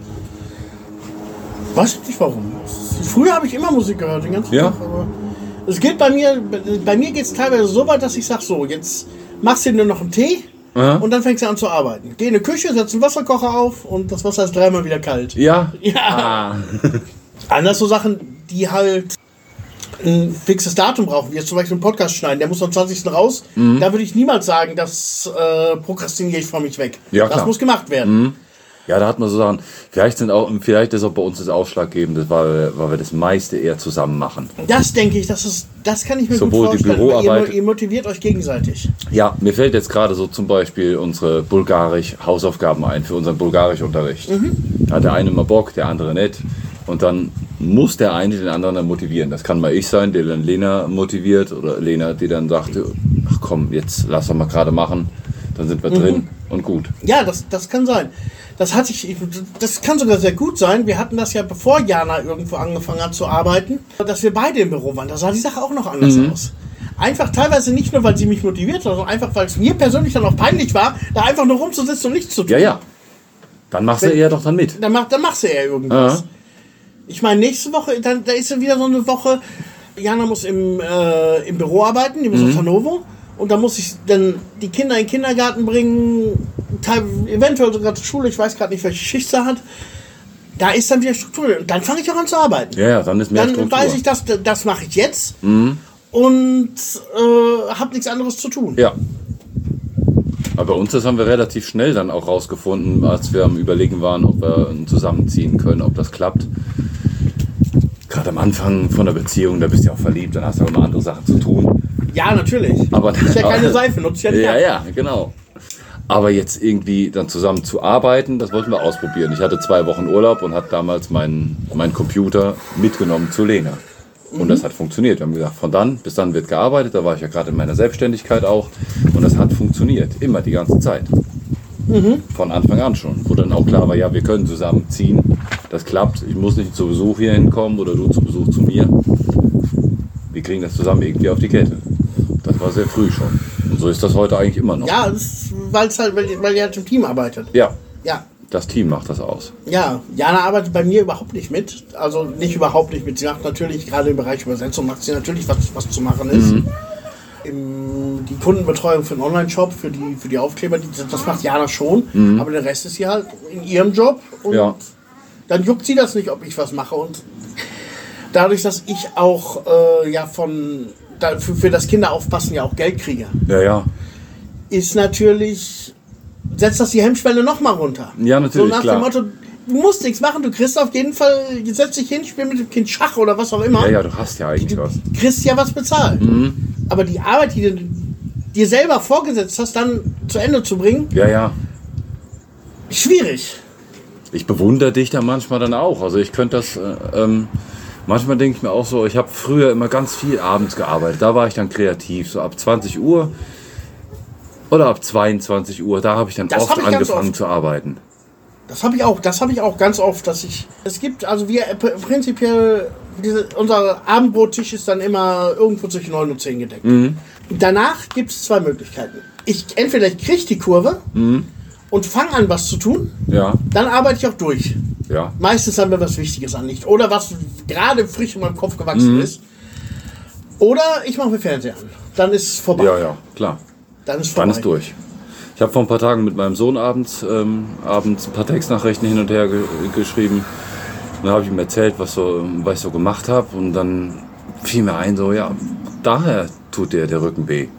weiß ich nicht warum. Früher habe ich immer Musik gehört, den ganzen Tag. Aber es geht bei mir geht es teilweise so weit, dass ich sage, so, jetzt machst du dir nur noch einen Tee. Und dann fängst du an zu arbeiten. Geh in die Küche, setz einen Wasserkocher auf und das Wasser ist 3-mal wieder kalt. Ja? Ja. Anders so Sachen, die halt ein fixes Datum brauchen, wie jetzt zum Beispiel einen Podcast schneiden, der muss am 20. raus. Da würde ich niemals sagen, das prokrastiniere ich von mich weg. Ja, das muss gemacht werden. Ja, da hat man so Sachen, vielleicht ist auch bei uns das Ausschlaggebende, weil wir das meiste eher zusammen machen. Das denke ich, das kann ich mir sowohl gut vorstellen. Die Büroarbeit, ihr motiviert euch gegenseitig. Ja, mir fällt jetzt gerade so zum Beispiel unsere Bulgarisch-Hausaufgaben ein für unseren Bulgarisch-Unterricht. Da hat der eine mal Bock, der andere nicht. Und dann muss der eine den anderen dann motivieren. Das kann mal ich sein, der dann Lena motiviert oder Lena, die dann sagt, ach komm, jetzt lass doch mal gerade machen. Dann sind wir drin und gut. Ja, das kann sein. Das kann sogar sehr gut sein. Wir hatten das ja, bevor Jana irgendwo angefangen hat zu arbeiten, dass wir beide im Büro waren. Da sah die Sache auch noch anders aus. Einfach teilweise nicht nur, weil sie mich motiviert hat, sondern einfach, weil es mir persönlich dann auch peinlich war, da einfach nur rumzusitzen und nichts zu tun. Ja. Dann machst du eher doch dann mit. Dann machst du eher irgendwas. Ich meine, nächste Woche, da ist ja wieder so eine Woche, Jana muss im Büro arbeiten, die muss auf Hannover. Und da muss ich dann die Kinder in den Kindergarten bringen, eventuell sogar zur Schule, ich weiß gerade nicht, welche Schicht sie hat. Da ist dann wieder Struktur. Und dann fange ich auch an zu arbeiten. Ja, dann ist mehr Struktur. Dann weiß ich, das mache ich jetzt und habe nichts anderes zu tun. Ja. Aber bei uns, das haben wir relativ schnell dann auch rausgefunden, als wir am Überlegen waren, ob wir zusammenziehen können, ob das klappt. Gerade am Anfang von der Beziehung, da bist du ja auch verliebt, dann hast du auch immer andere Sachen zu tun. Ja, natürlich. Aber das ist ja keine Seife, nutzt ja nicht. Ja, genau. Aber jetzt irgendwie dann zusammen zu arbeiten, das wollten wir ausprobieren. Ich hatte 2 Wochen Urlaub und hatte damals meinen Computer mitgenommen zu Lena. Und das hat funktioniert. Wir haben gesagt, von dann bis dann wird gearbeitet. Da war ich ja gerade in meiner Selbstständigkeit auch. Und das hat funktioniert. Immer, die ganze Zeit. Von Anfang an schon. Wo dann auch klar war, ja, wir können zusammenziehen. Das klappt. Ich muss nicht zu Besuch hier hinkommen oder du zu Besuch zu mir. Wir kriegen das zusammen irgendwie auf die Kette. Das war sehr früh schon. Und so ist das heute eigentlich immer noch. Ja, weil ihr halt im Team arbeitet. Ja. Ja. Das Team macht das aus. Ja, Jana arbeitet bei mir überhaupt nicht mit. Also nicht überhaupt nicht mit. Sie macht natürlich, gerade im Bereich Übersetzung, macht sie natürlich was zu machen ist. Die Kundenbetreuung für den Online-Shop, für die Aufkleber, das macht Jana schon. Aber der Rest ist sie halt in ihrem Job. Und dann juckt sie das nicht, ob ich was mache. Und dadurch, dass ich auch für das Kinderaufpassen ja auch Geld kriege, ist natürlich, setzt das die Hemmschwelle noch mal runter. Ja, natürlich, so nach klar. dem Motto, du musst nichts machen, du kriegst auf jeden Fall, setz dich hin, spiel mit dem Kind Schach oder was auch immer. Ja, du hast ja eigentlich was. Du kriegst ja was bezahlt. Aber die Arbeit, die du dir selber vorgesetzt hast, dann zu Ende zu bringen, Ja. schwierig. Ich bewundere dich da manchmal dann auch. Also ich könnte das, manchmal denke ich mir auch so, ich habe früher immer ganz viel abends gearbeitet. Da war ich dann kreativ, so ab 20 Uhr oder ab 22 Uhr. Da habe ich dann oft angefangen zu arbeiten. Das habe ich auch ganz oft, es gibt, also wir prinzipiell, unser Abendbrottisch ist dann immer irgendwo zwischen 9 und 10 gedeckt. Danach gibt es 2 Möglichkeiten. Entweder ich kriege die Kurve und fange an, was zu tun, dann arbeite ich auch durch. Ja. Meistens haben wir was Wichtiges anliegt oder was gerade frisch in meinem Kopf gewachsen ist. Oder ich mache mir Fernseher an. Dann ist es vorbei. Ja, klar. Dann ist vorbei. Dann ist durch. Ich habe vor ein paar Tagen mit meinem Sohn abends ein paar Textnachrichten hin und her geschrieben. Und dann habe ich ihm erzählt, was ich so gemacht habe. Und dann fiel mir ein, so, ja, daher tut dir der Rücken weh.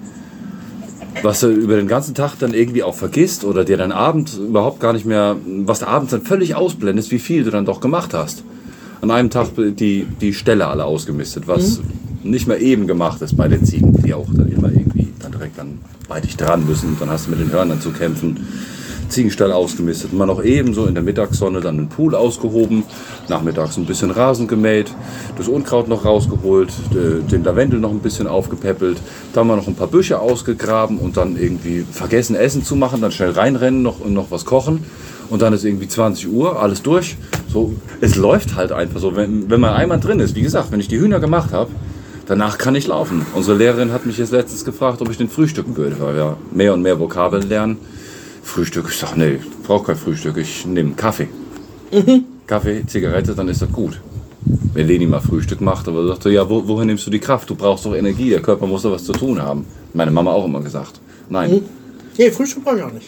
Was du über den ganzen Tag dann irgendwie auch vergisst oder dir dann abends überhaupt gar nicht mehr, was du abends dann völlig ausblendest, wie viel du dann doch gemacht hast. An einem Tag die Ställe alle ausgemistet, was nicht mehr eben gemacht ist bei den Ziegen, die auch dann immer irgendwie dann direkt bei dich dran müssen. Und dann hast du mit den Hörnern zu kämpfen. Ziegenstall ausgemistet. Man noch ebenso in der Mittagssonne dann den Pool ausgehoben, nachmittags ein bisschen Rasen gemäht, das Unkraut noch rausgeholt, den Lavendel noch ein bisschen aufgepäppelt, dann mal noch ein paar Büsche ausgegraben und dann irgendwie vergessen Essen zu machen, dann schnell reinrennen, noch was kochen und dann ist irgendwie 20 Uhr, alles durch. So, es läuft halt einfach so, wenn man einmal drin ist. Wie gesagt, wenn ich die Hühner gemacht habe, danach kann ich laufen. Unsere Lehrerin hat mich jetzt letztens gefragt, ob ich den frühstücken würde, weil wir mehr und mehr Vokabeln lernen. Frühstück, ich sag, nee, ich brauche kein Frühstück, ich nehme Kaffee. Kaffee, Zigarette, dann ist das gut. Wenn Leni mal Frühstück macht, aber sagt so, ja, woher nimmst du die Kraft? Du brauchst doch Energie, der Körper muss doch was zu tun haben. Meine Mama auch immer gesagt. Nein. Nee, Frühstück brauche ich auch nicht.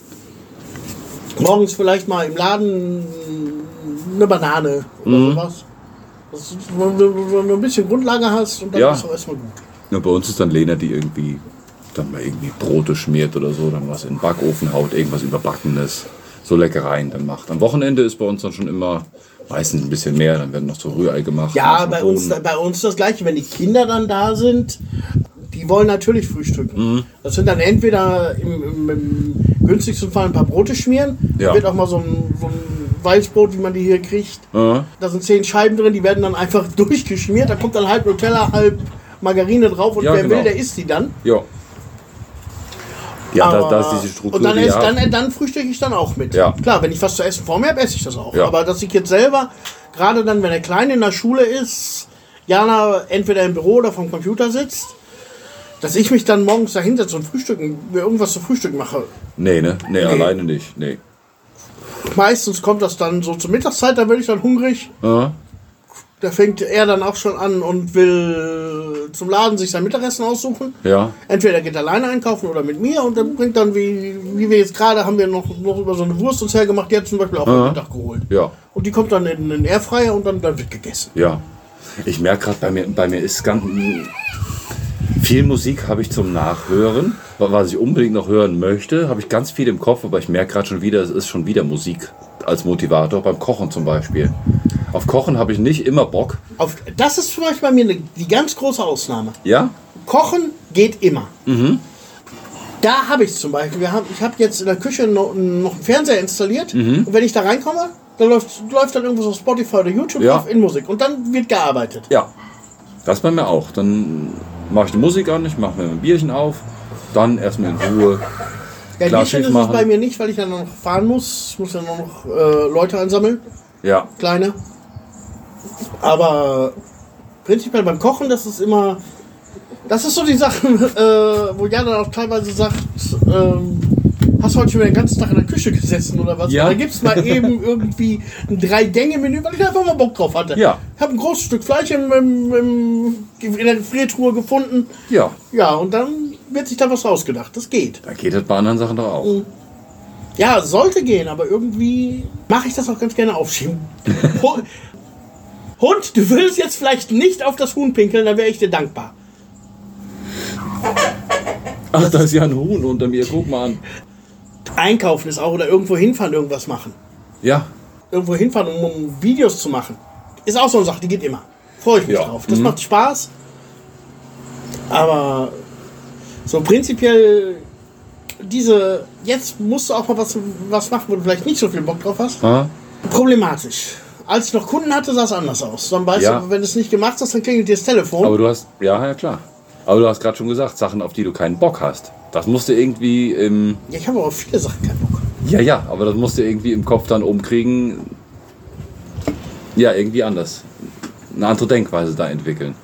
Morgens vielleicht mal im Laden eine Banane oder sowas. Wo du ein bisschen Grundlage hast und dann ist auch erstmal gut. Ja, bei uns ist dann Lena, die irgendwie dann mal irgendwie Brote schmiert oder so, dann was in den Backofen haut, irgendwas Überbackenes, so Leckereien dann macht. Am Wochenende ist bei uns dann schon immer meistens ein bisschen mehr, dann werden noch so Rührei gemacht. Ja, bei uns das Gleiche, wenn die Kinder dann da sind, die wollen natürlich frühstücken. Das sind dann entweder im günstigsten Fall ein paar Brote schmieren, da wird auch mal so ein Weißbrot, wie man die hier kriegt. Da sind 10 Scheiben drin, die werden dann einfach durchgeschmiert, da kommt dann halb Nutella, halb Margarine drauf und wer will, der isst die dann. Ja, da ist diese Struktur. Und dann frühstücke ich dann auch mit. Ja. Klar, wenn ich was zu essen vor mir habe, esse ich das auch. Ja. Aber dass ich jetzt selber, gerade dann, wenn der Kleine in der Schule ist, Jana entweder im Büro oder vom Computer sitzt, dass ich mich dann morgens da hinsetze und mir irgendwas zu Frühstück mache. Nee, alleine nicht. Nee. Meistens kommt das dann so zur Mittagszeit, da werde ich dann hungrig. Da fängt er dann auch schon an und will zum Laden sich sein Mittagessen aussuchen. Ja. Entweder geht er alleine einkaufen oder mit mir und dann bringt dann, wie wir jetzt gerade, haben wir noch über so eine Wurst uns hergemacht, die hat zum Beispiel auch am Mittag geholt. Ja. Und die kommt dann in den Airfryer und dann wird gegessen. Ja. Ich merke gerade, bei mir ist ganz viel Musik habe ich zum Nachhören, was ich unbedingt noch hören möchte, habe ich ganz viel im Kopf, aber ich merke gerade schon wieder, es ist schon wieder Musik als Motivator, beim Kochen zum Beispiel. Auf Kochen habe ich nicht immer Bock. Das ist zum Beispiel bei mir die ganz große Ausnahme. Ja? Kochen geht immer. Da habe ich es zum Beispiel. Ich habe jetzt in der Küche noch einen Fernseher installiert und wenn ich da reinkomme, dann läuft dann irgendwo so Spotify oder YouTube auf in Musik und dann wird gearbeitet. Ja, das bei mir auch. Dann mache ich die Musik an, ich mache mir ein Bierchen auf, dann erstmal in Ruhe. Ja, Bierchen ist es bei mir nicht, weil ich dann noch fahren muss. Ich muss ja noch Leute einsammeln. Ja. Kleine. Aber prinzipiell beim Kochen, das ist so die Sache, wo Jan dann auch teilweise sagt, hast du heute schon den ganzen Tag in der Küche gesessen oder was? Ja. Da gibt es mal eben irgendwie ein 3-Gänge-Menü, weil ich einfach mal Bock drauf hatte. Ja. Ich habe ein großes Stück Fleisch in der Gefriertruhe gefunden. Ja. Ja, und dann wird sich da was ausgedacht. Das geht. Da geht das bei anderen Sachen doch auch. Ja, sollte gehen, aber irgendwie mache ich das auch ganz gerne aufschieben. Hund, du würdest jetzt vielleicht nicht auf das Huhn pinkeln, dann wäre ich dir dankbar. Ach, da ist ja ein Huhn unter mir, guck mal an. Einkaufen ist auch oder irgendwo hinfahren, irgendwas machen. Ja. irgendwo hinfahren, um Videos zu machen, ist auch so eine Sache, die geht immer. Freue ich mich drauf. Das macht Spaß. Aber so prinzipiell jetzt musst du auch mal was machen, wo du vielleicht nicht so viel Bock drauf hast. Problematisch. Als ich noch Kunden hatte, sah es anders aus. Dann weißt du, wenn du es nicht gemacht hast, dann klingelt dir das Telefon. Aber du hast, ja klar. Aber du hast gerade schon gesagt, Sachen, auf die du keinen Bock hast. Das musst du irgendwie im... Ja, ich habe aber auf viele Sachen keinen Bock. Ja, aber das musst du irgendwie im Kopf dann umkriegen. Ja, irgendwie anders. Eine andere Denkweise da entwickeln.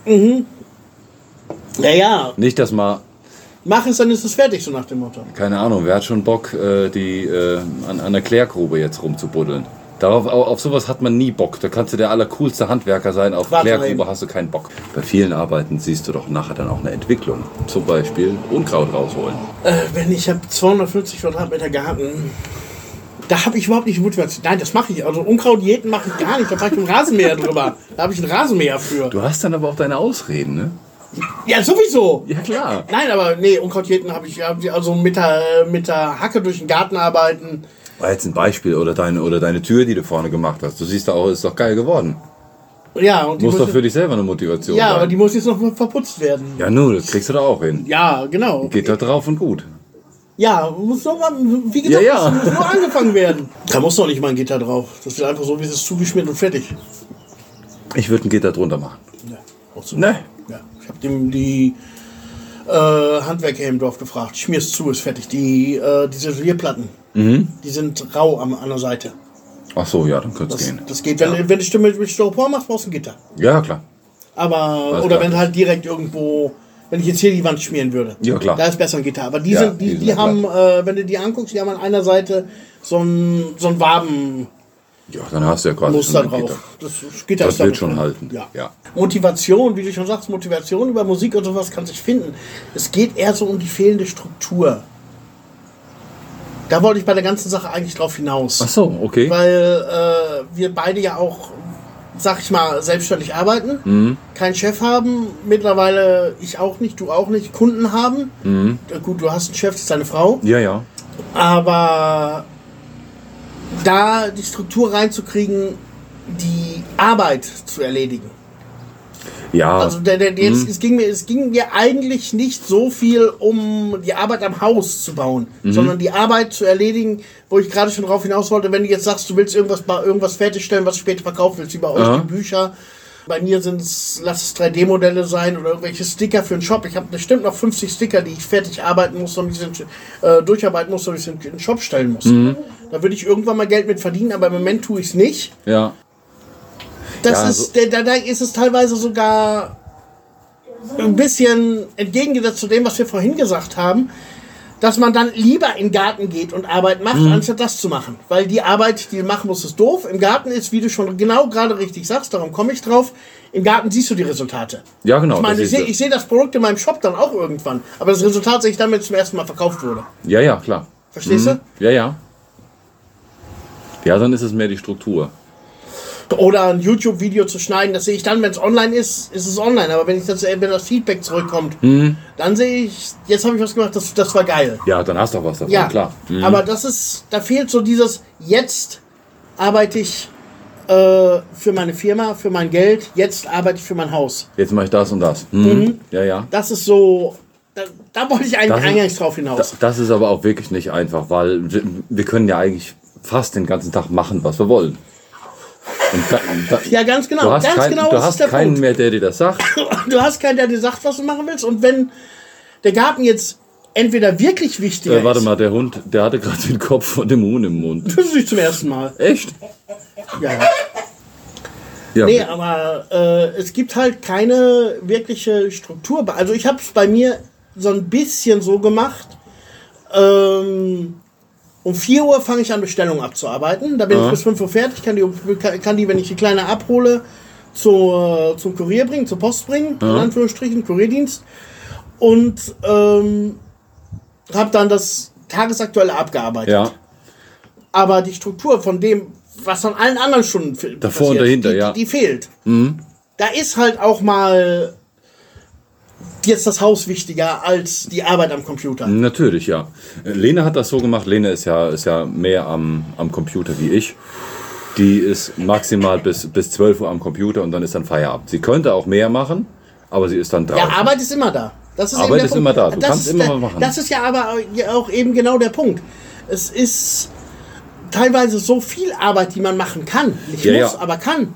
Ja. Nicht, dass mal... Mach es, dann ist es fertig, so nach dem Motto. Keine Ahnung, wer hat schon Bock, an der Klärgrube jetzt rumzubuddeln? Auf sowas hat man nie Bock. Da kannst du der allercoolste Handwerker sein. Auf Klärgrube hast du keinen Bock. Bei vielen Arbeiten siehst du doch nachher dann auch eine Entwicklung. Zum Beispiel Unkraut rausholen. Ich habe 250 Quadratmeter Garten. Da habe ich überhaupt nicht die Motivation. Nein, das mache ich. Also Unkrautjäten mache ich gar nicht. Da mache ich einen Rasenmäher drüber. Da habe ich einen Rasenmäher für. Du hast dann aber auch deine Ausreden, ne? Ja, sowieso. Ja, klar. Nein, aber Unkrautjäten habe ich also mit der Hacke durch den Garten arbeiten. War jetzt ein Beispiel oder deine Tür, die du vorne gemacht hast. Du siehst da auch, ist doch geil geworden. Ja, und die muss doch für dich selber eine Motivation sein. Ja, aber die muss jetzt noch verputzt werden. Ja, das kriegst du da auch hin. Ja, genau. Geht da drauf und gut. Ja, muss noch mal, wie gesagt, muss nur angefangen werden. Da muss doch nicht mal ein Gitter drauf. Das wird einfach so, wie es ist, zugeschmiert und fertig. Ich würde ein Gitter drunter machen. Ja, auch so. Ne. Ja, ich habe die Handwerker hier im Dorf gefragt. Schmier's zu, ist fertig. Diese Isolierplatten, die sind rau an der Seite. Ach so, ja, dann könnte es gehen. Das geht, wenn du Stimme mit Styropor machst, brauchst du ein Gitter. Ja, klar. Aber, oder wenn halt direkt irgendwo, wenn ich jetzt hier die Wand schmieren würde. Ja, klar. Da ist besser ein Gitter. Aber die haben, wenn du die anguckst, die haben an einer Seite so ein Waben. Ja, dann hast du ja quasi Muster schon ein drauf. Gitter. Das Gitter Das ist wird damit schon drin. halten. Ja. Motivation, wie du schon sagst, Motivation über Musik und sowas kann sich finden. Es geht eher so um die fehlende Struktur. Da wollte ich bei der ganzen Sache eigentlich drauf hinaus. Ach so, okay. Weil wir beide ja auch, sag ich mal, selbstständig arbeiten, keinen Chef haben, mittlerweile ich auch nicht, du auch nicht, Kunden haben. Gut, du hast einen Chef, das ist deine Frau. Ja. Aber da die Struktur reinzukriegen, die Arbeit zu erledigen. Ja. Also es ging mir eigentlich nicht so viel um die Arbeit am Haus zu bauen, sondern die Arbeit zu erledigen, wo ich gerade schon drauf hinaus wollte, wenn du jetzt sagst, du willst irgendwas fertigstellen, was du später verkaufen willst, wie bei euch die Bücher. Bei mir lass es 3D-Modelle sein oder irgendwelche Sticker für einen Shop. Ich habe bestimmt noch 50 Sticker, die ich fertig arbeiten muss, damit ich durcharbeiten muss, damit ich in den Shop stellen muss. Da würde ich irgendwann mal Geld mit verdienen, aber im Moment tue ich es nicht. Ja. Da ist es teilweise sogar ein bisschen entgegengesetzt zu dem, was wir vorhin gesagt haben, dass man dann lieber in den Garten geht und Arbeit macht, anstatt das zu machen. Weil die Arbeit, die du machen musst, ist doof. Im Garten ist, wie du schon genau gerade richtig sagst, darum komme ich drauf, im Garten siehst du die Resultate. Ja, genau. Ich meine, ich sehe das Produkt in meinem Shop dann auch irgendwann, aber das Resultat sehe ich dann, wenn es zum ersten Mal verkauft wurde. Ja, klar. Verstehst du? Ja. Ja, dann ist es mehr die Struktur. Oder ein YouTube-Video zu schneiden, das sehe ich dann, wenn es online ist, ist es online. Aber wenn das Feedback zurückkommt, dann sehe ich, jetzt habe ich was gemacht, das war geil. Ja, dann hast du auch was davon, Ja, klar. aber da fehlt so dieses, jetzt arbeite ich für meine Firma, für mein Geld, jetzt arbeite ich für mein Haus. Jetzt mache ich das und das. Ja. Das ist so, da wollte ich eigentlich eingangs drauf hinaus. Das ist aber auch wirklich nicht einfach, weil wir können ja eigentlich fast den ganzen Tag machen, was wir wollen. Ja, ganz genau. Du hast keinen mehr, der dir das sagt. Du hast keinen, der dir sagt, was du machen willst. Und wenn der Garten jetzt entweder wirklich wichtiger ist... Warte mal, der Hund, der hatte gerade den Kopf von dem Huhn im Mund. Das ist nicht zum ersten Mal. Echt? Ja. Nee, aber es gibt halt keine wirkliche Struktur. Also ich habe es bei mir so ein bisschen so gemacht. Um 4 Uhr fange ich an, Bestellungen abzuarbeiten. Da bin ich bis 5 Uhr fertig. Kann die, wenn ich die Kleine abhole, zum Kurier bringen, zur Post bringen, in Anführungsstrichen, Kurierdienst. Und habe dann das Tagesaktuelle abgearbeitet. Ja. Aber die Struktur von dem, was an allen anderen Stunden davor passiert, und dahinter, die fehlt. Da ist halt auch mal jetzt das Haus wichtiger als die Arbeit am Computer. Natürlich, ja. Lene hat das so gemacht. Lene ist ja mehr am Computer wie ich. Die ist maximal bis 12 Uhr am Computer und dann ist dann Feierabend. Sie könnte auch mehr machen, aber sie ist dann draußen. Ja, Arbeit ist immer da. Das ist Arbeit ist immer da. Du kannst immer was machen. Das ist ja aber auch eben genau der Punkt. Es ist teilweise so viel Arbeit, die man machen kann. Nicht muss, aber kann.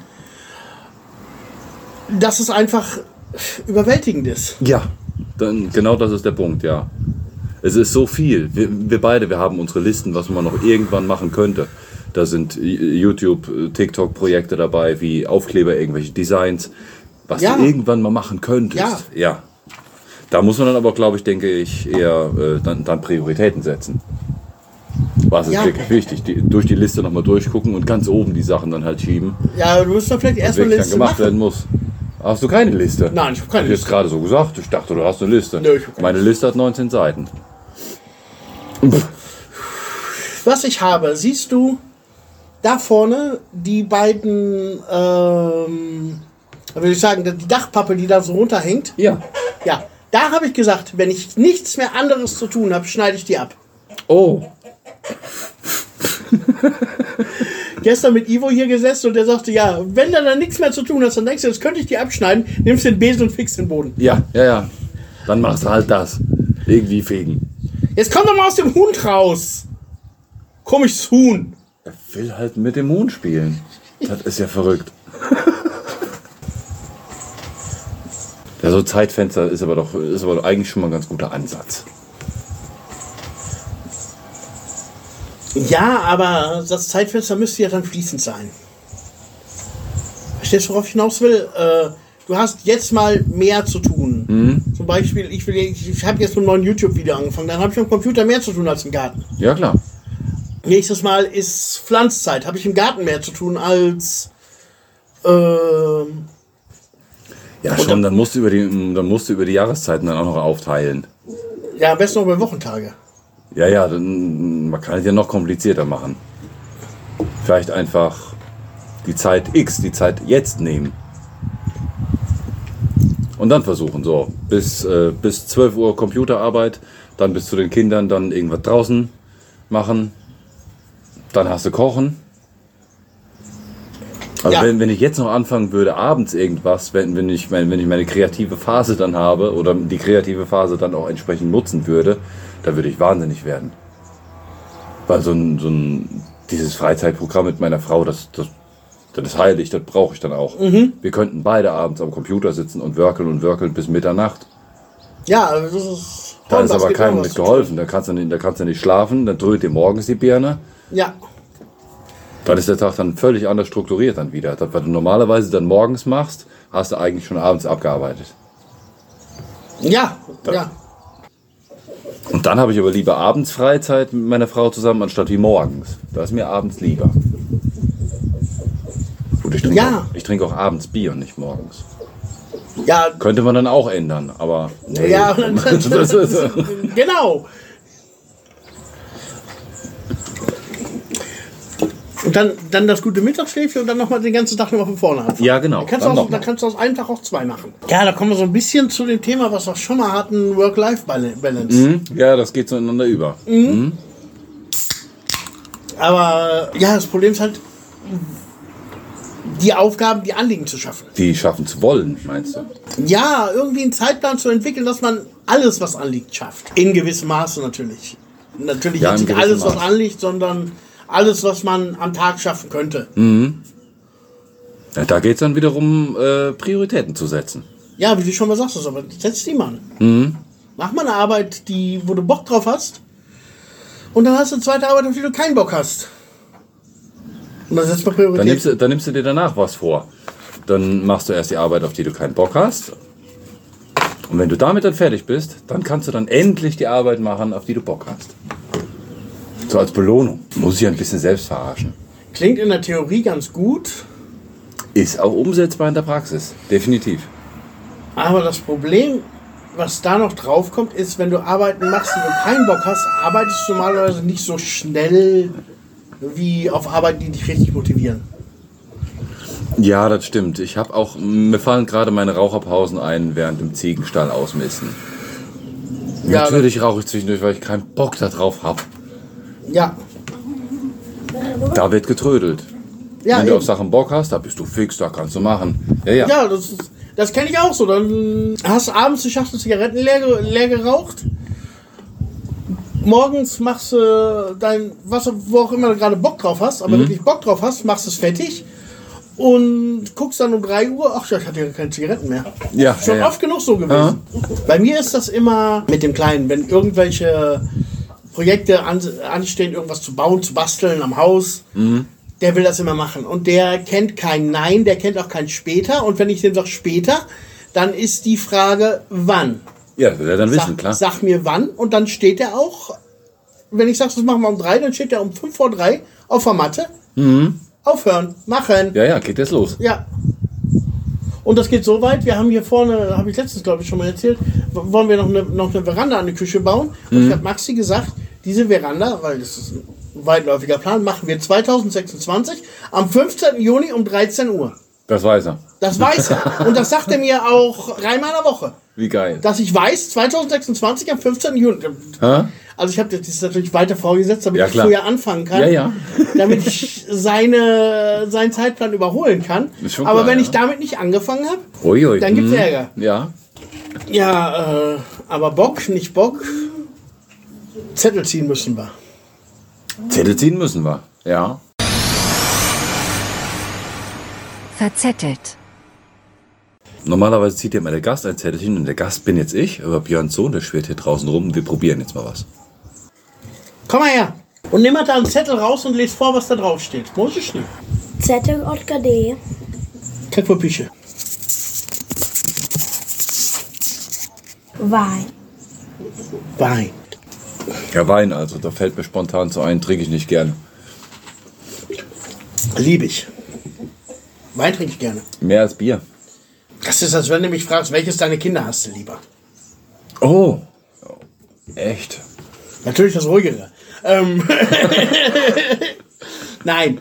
Dass es einfach überwältigend ist. Ja, dann, genau das ist der Punkt, ja. Es ist so viel. Wir beide, wir haben unsere Listen, was man noch irgendwann machen könnte. Da sind YouTube, TikTok-Projekte dabei, wie Aufkleber, irgendwelche Designs, was du irgendwann mal machen könntest. Ja. Da muss man dann aber, glaube ich, denke ich, eher dann Prioritäten setzen. Was ist wirklich wichtig? Durch die Liste nochmal durchgucken und ganz oben die Sachen dann halt schieben. Ja, du musst doch vielleicht erstmal eine Liste dann gemacht machen. werden muss. Hast du keine Liste? Nein, ich habe keine Liste. Ich habe jetzt gerade so gesagt. Ich dachte, du hast eine Liste. Nö, ich hab keine Meine Liste hat 19 Seiten. Was ich habe, siehst du da vorne die beiden, würde ich sagen, die Dachpappe, die da so runterhängt? Ja. Ja, da habe ich gesagt, wenn ich nichts mehr anderes zu tun habe, schneide ich die ab. Oh. Gestern mit Ivo hier gesessen und der sagte, ja, wenn du dann nichts mehr zu tun hast, dann denkst du, jetzt könnte ich die abschneiden, nimmst den Besen und fixst den Boden. Ja. Dann machst du halt das. Irgendwie fegen. Jetzt komm doch mal aus dem Hund raus. Komisches Huhn. Er will halt mit dem Huhn spielen. Das ist ja verrückt. Ja, so Zeitfenster ist aber doch eigentlich schon mal ein ganz guter Ansatz. Ja, aber das Zeitfenster müsste ja dann fließend sein. Verstehst du, worauf ich hinaus will? Du hast jetzt mal mehr zu tun. Zum Beispiel, ich habe jetzt mit einem neuen YouTube-Video angefangen, dann habe ich am Computer mehr zu tun als im Garten. Ja, klar. Nächstes Mal ist Pflanzzeit, habe ich im Garten mehr zu tun als... Ja, schon, dann musst du über die Jahreszeiten dann auch noch aufteilen. Ja, am besten noch über Wochentage. Ja, man kann es ja noch komplizierter machen. Vielleicht einfach die Zeit X, die Zeit jetzt nehmen. Und dann versuchen, so, bis 12 Uhr Computerarbeit, dann bis zu den Kindern, dann irgendwas draußen machen, dann hast du Kochen. Also wenn ich jetzt noch anfangen würde, abends irgendwas, wenn ich meine kreative Phase dann habe oder die kreative Phase dann auch entsprechend nutzen würde, da würde ich wahnsinnig werden. Weil dieses Freizeitprogramm mit meiner Frau, das ist heilig, das brauche ich dann auch. Wir könnten beide abends am Computer sitzen und werkeln bis Mitternacht. Ja, also das ist... Da ist aber keinem mit geholfen. Da kannst du nicht schlafen, dann dröhnt dir morgens die Birne. Ja. Dann ist der Tag dann völlig anders strukturiert dann wieder. Das, was du normalerweise dann morgens machst, hast du eigentlich schon abends abgearbeitet. Ja. Und dann habe ich aber lieber abends Freizeit mit meiner Frau zusammen, anstatt wie morgens. Da ist mir abends lieber. Gut, ich trinke auch abends Bier und nicht morgens. Ja. Könnte man dann auch ändern, aber... Nee. Ja, genau. Und dann das gute Mittagsschläfchen und dann nochmal den ganzen Tag nochmal von vorne anfangen. Ja, genau. Dann kannst du aus einem Tag auch zwei machen. Ja, da kommen wir so ein bisschen zu dem Thema, was wir schon mal hatten, Work-Life-Balance. Ja, das geht so ineinander über. Aber ja, das Problem ist halt, die Aufgaben, die Anliegen zu schaffen. Die schaffen zu wollen, meinst du? Ja, irgendwie einen Zeitplan zu entwickeln, dass man alles, was anliegt, schafft. In gewissem Maße natürlich. Natürlich Ja, nicht alles, was anliegt, sondern alles, was man am Tag schaffen könnte. Ja, da geht es dann wiederum, Prioritäten zu setzen. Ja, wie du schon mal sagst, aber setz die mal an. Mach mal eine Arbeit, wo du Bock drauf hast. Und dann hast du eine zweite Arbeit, auf die du keinen Bock hast. Und dann setzt man Prioritäten. Dann nimmst du dir danach was vor. Dann machst du erst die Arbeit, auf die du keinen Bock hast. Und wenn du damit dann fertig bist, dann kannst du dann endlich die Arbeit machen, auf die du Bock hast. So als Belohnung. Muss ich ja ein bisschen selbst verarschen. Klingt in der Theorie ganz gut. Ist auch umsetzbar in der Praxis. Definitiv. Aber das Problem, was da noch drauf kommt, ist, wenn du Arbeiten machst, die du keinen Bock hast, arbeitest du normalerweise nicht so schnell wie auf Arbeiten, die dich richtig motivieren. Ja, das stimmt. Mir fallen gerade meine Raucherpausen ein während dem Ziegenstall ausmisten. Ja, natürlich rauche ich zwischendurch, weil ich keinen Bock da drauf habe. Ja. Da wird getrödelt. Ja, Wenn du eben. auf Sachen Bock hast, da bist du fix, da kannst du machen. Ja. Ja, das kenne ich auch so. Dann hast du abends die Schachtel Zigaretten leer geraucht. Morgens machst du wo auch immer du gerade Bock drauf hast, aber wirklich Bock drauf hast, machst es fertig und guckst dann um 3 Uhr, ach ja, ich hatte ja keine Zigaretten mehr. Ja, Schon ja. oft genug so gewesen. Bei mir ist das immer mit dem Kleinen, wenn irgendwelche Projekte anstehen, irgendwas zu bauen, zu basteln am Haus, der will das immer machen. Und der kennt kein Nein, der kennt auch kein Später. Und wenn ich dem sage später, dann ist die Frage, wann? Ja, will er dann wissen, klar. Sag mir wann und dann steht er auch, wenn ich sage, das machen wir um 3, dann steht er um 5 vor 3 auf der Matte. Aufhören, machen. Ja, geht jetzt los. Ja. Und das geht so weit, wir haben hier vorne, habe ich letztens glaube ich schon mal erzählt, wollen wir noch eine Veranda an die Küche bauen. Und ich habe Maxi gesagt, diese Veranda, weil das ist ein weitläufiger Plan, machen wir 2026 am 15. Juni um 13 Uhr. Das weiß er. Das weiß er. Und das sagt er mir auch 3 Mal in der Woche. Wie geil. Dass ich weiß, 2026 am 15. Juni. Hä? Also ich habe das natürlich weiter vorgesetzt, damit Ja, ich klar. früher anfangen kann. Ja. Damit ich seinen Zeitplan überholen kann. Ist schon Aber klar, wenn ja. ich damit nicht angefangen habe, Uiui. dann gibt's Ärger. Ja. Ja, aber Bock, nicht Bock. Zettel ziehen müssen wir. Zettel ziehen müssen wir. Ja. Verzettelt. Normalerweise zieht ja immer der Gast ein Zettelchen und der Gast bin jetzt ich, aber Björns Sohn, der schwirrt hier draußen rum und wir probieren jetzt mal was. Komm mal her. Und nimm mal da einen Zettel raus und lese vor, was da drauf steht. Muss ich nicht. Zettel Oskar D. Kein Papier. Wein. Wein. Ja, Wein also, da fällt mir spontan so ein, trinke ich nicht gerne. Liebe ich. Wein trinke ich gerne. Mehr als Bier. Das ist, als wenn du mich fragst, welches deine Kinder hast du lieber? Oh. Echt? Natürlich das Ruhigere. Nein.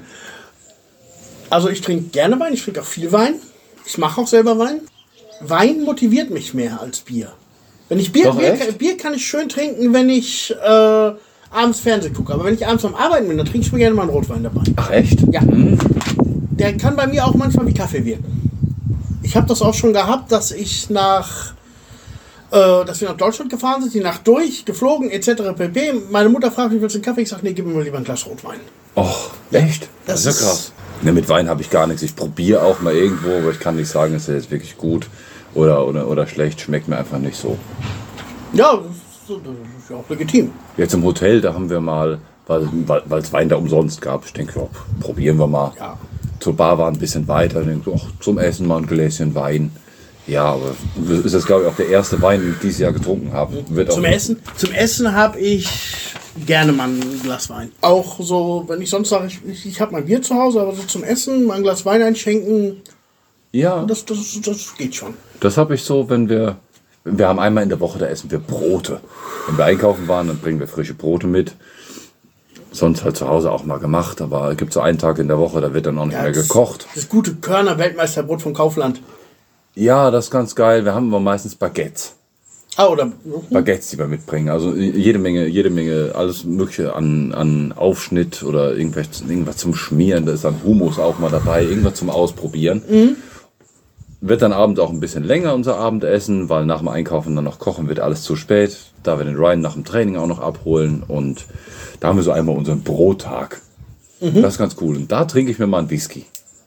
Also ich trinke gerne Wein, ich trinke auch viel Wein. Ich mache auch selber Wein. Wein motiviert mich mehr als Bier. Wenn ich Bier kann ich schön trinken, wenn ich abends Fernsehen gucke. Aber wenn ich abends am Arbeiten bin, dann trinke ich mir gerne mal einen Rotwein dabei. Ach echt? Ja. Der kann bei mir auch manchmal wie Kaffee wirken. Ich habe das auch schon gehabt, dass wir nach Deutschland gefahren sind, die Nacht durch, geflogen, etc. pp. Meine Mutter fragt mich, willst du einen Kaffee? Ich sage, nee, gib mir mal lieber ein Glas Rotwein. Och, echt? Das ist ja krass. Ne, mit Wein habe ich gar nichts. Ich probiere auch mal irgendwo, aber ich kann nicht sagen, ist der jetzt wirklich gut oder schlecht. Schmeckt mir einfach nicht so. Ja, das ist ja auch legitim. Jetzt im Hotel, da haben wir mal, weil es Wein da umsonst gab, ich denke, ja, probieren wir mal. Ja. Zur Bar war ein bisschen weiter, ich denke, ach, zum Essen mal ein Gläschen Wein. Ja, aber das ist jetzt, glaube ich, auch der erste Wein, den ich dieses Jahr getrunken habe. Zum Essen habe ich gerne mal ein Glas Wein. Auch so, wenn ich sonst sage, ich habe mein Bier zu Hause, aber so zum Essen mal ein Glas Wein einschenken, Ja, das geht schon. das habe ich so, wenn wir haben einmal in der Woche, da essen wir Brote. Wenn wir einkaufen waren, dann bringen wir frische Brote mit. Sonst halt zu Hause auch mal gemacht, aber es gibt so einen Tag in der Woche, da wird dann auch nicht mehr gekocht. Das gute Körner-Weltmeisterbrot vom Kaufland. Ja, das ist ganz geil. Wir haben aber meistens Baguettes. Oder Baguettes, die wir mitbringen. Also jede Menge, alles Mögliche an Aufschnitt oder irgendwas zum Schmieren. Da ist dann Hummus auch mal dabei, irgendwas zum Ausprobieren. Wird dann abends auch ein bisschen länger, unser Abendessen, weil nach dem Einkaufen dann noch kochen wird alles zu spät. Da wir den Ryan nach dem Training auch noch abholen. Und da haben wir so einmal unseren Brottag. Das ist ganz cool. Und da trinke ich mir mal einen Whisky.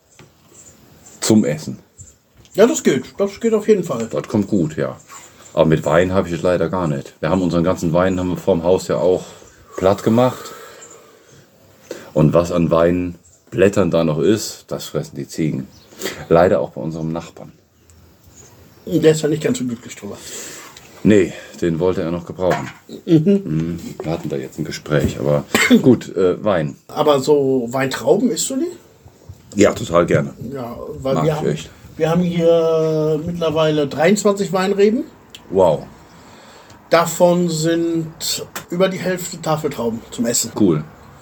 Zum Essen. ja, das geht. Das geht auf jeden Fall. Das kommt gut, ja. Aber mit Wein habe ich es leider gar nicht. Wir haben unseren ganzen Wein vorm Haus ja auch platt gemacht. Und was an Weinblättern da noch ist, das fressen die Ziegen. Leider auch bei unserem Nachbarn. Der ist ja nicht ganz so glücklich drüber. Nee, den wollte er noch gebrauchen. Wir hatten da jetzt ein Gespräch, aber gut, Wein. Aber so Weintrauben isst du die? Ja, total gerne. Ja, weil Mag ich echt. wir haben hier mittlerweile 23 Weinreben. Wow, Davon sind über die Hälfte Tafeltrauben zum Essen. cool.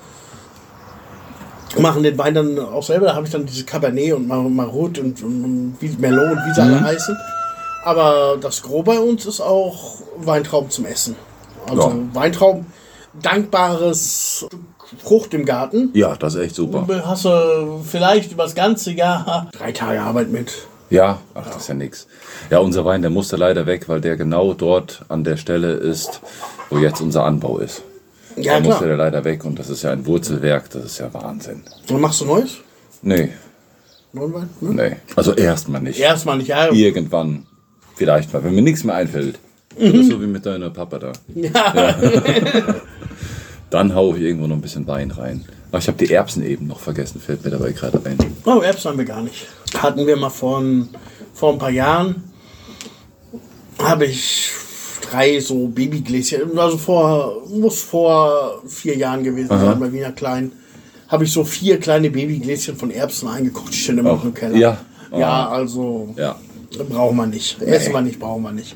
Wir machen den Wein dann auch selber. Da habe ich dann diese Cabernet und Marot und Merlot und wie sie alle heißen. Aber das Gros bei uns ist auch Weintrauben zum Essen. Also Ja. Weintrauben dankbares Frucht im Garten. Ja, das ist echt super. Hast du vielleicht über das ganze Jahr 3 Tage Arbeit mit. Ja, ach, das ist ja nix. Ja, unser Wein, der musste leider weg, weil der genau dort an der Stelle ist, wo jetzt unser Anbau ist. Ja, Da klar. musste der leider weg und das ist ja ein Wurzelwerk, das ist ja Wahnsinn. Und machst du Neues? Nee, Neuen Wein? Ne? nee. Also erstmal nicht. Erstmal nicht, ja. Irgendwann, vielleicht mal, wenn mir nichts mehr einfällt. Das ist so wie mit deiner Papa da. Ja. Dann hau ich irgendwo noch ein bisschen Wein rein. Ach, ich habe die Erbsen eben noch vergessen, fällt mir dabei gerade ein. Oh, Erbsen haben wir gar nicht. Hatten wir mal vor ein paar Jahren. Habe ich 3 so Babygläschen, also muss vor 4 Jahren gewesen sein, bei Wiener Klein. Habe ich so 4 kleine Babygläschen von Erbsen eingekocht, die stehen immer noch im Keller. Ja. Ja, also Ja. brauchen wir nicht. Essen wir nicht, brauchen wir nicht.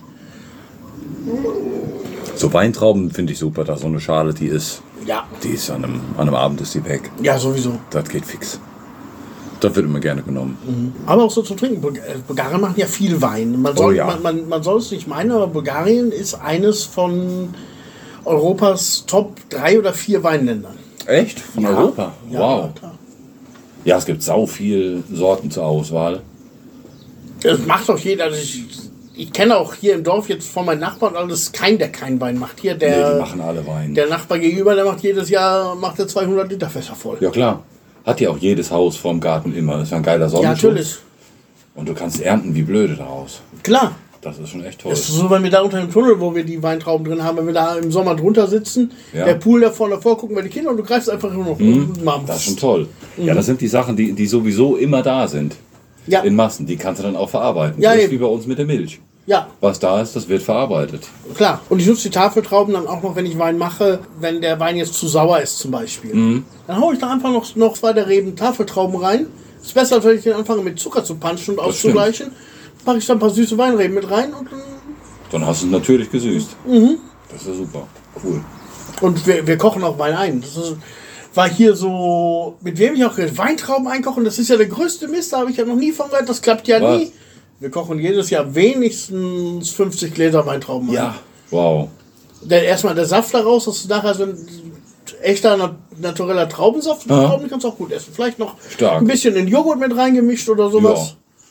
So Weintrauben finde ich super, da so eine Schale, die ist Ja, an einem Abend ist die weg. ja, sowieso. Das geht fix. Das wird immer gerne genommen. Aber auch so zum Trinken. Bulgarien machen ja viel Wein. Man soll, ja. man soll es nicht meinen, aber Bulgarien ist eines von Europas Top 3 oder 4 Weinländern. Echt? Von Ja. Europa? Ja, Wow. klar. Ja, es gibt sau viel Sorten zur Auswahl. Das macht auch jeder. Also ich kenne auch hier im Dorf jetzt von meinen Nachbarn alles der keinen Wein macht. Hier Nee, der, die machen alle Wein. der Nachbar gegenüber, der macht jedes Jahr 200 Liter Fässer voll. Ja klar. Hat ja auch jedes Haus vorm Garten immer. Das ist ja ein geiler Ja, Sonnenschutz. natürlich. Und du kannst ernten wie blöde daraus. Klar. Das ist schon echt toll. Das ist so, wenn wir da unter dem Tunnel, wo wir die Weintrauben drin haben, wenn wir da im Sommer drunter sitzen, Ja. der Pool da vorne davor, gucken wir die Kinder und du greifst einfach nur noch. Das ist schon toll. Ja, das sind die Sachen, die sowieso immer da sind. Ja. In Massen. Die kannst du dann auch verarbeiten. Ja, das ist eben. wie bei uns mit der Milch. Ja, Was da ist, das wird verarbeitet. klar. Und ich nutze die Tafeltrauben dann auch noch, wenn ich Wein mache, wenn der Wein jetzt zu sauer ist zum Beispiel. Dann haue ich da einfach noch 2 der Reben Tafeltrauben rein. Ist besser, als wenn ich den anfange mit Zucker zu punchen und auszugleichen. Mache ich dann ein paar süße Weinreben mit rein und Dann hast du es natürlich gesüßt. Das ist ja super. Cool. Und wir kochen auch Wein ein. War hier so, mit wem ich auch Weintrauben einkochen, das ist ja der größte Mist, da habe ich ja noch nie von gehört, das klappt ja Was? nie. Wir kochen jedes Jahr wenigstens 50 Gläser Weintrauben ein. Ja. Wow. Erstmal der Saft daraus, dass du nachher so ein echter, natureller Traubensaft, die Trauben die kannst du auch gut essen. Vielleicht noch Stark. ein bisschen in Joghurt mit reingemischt oder sowas.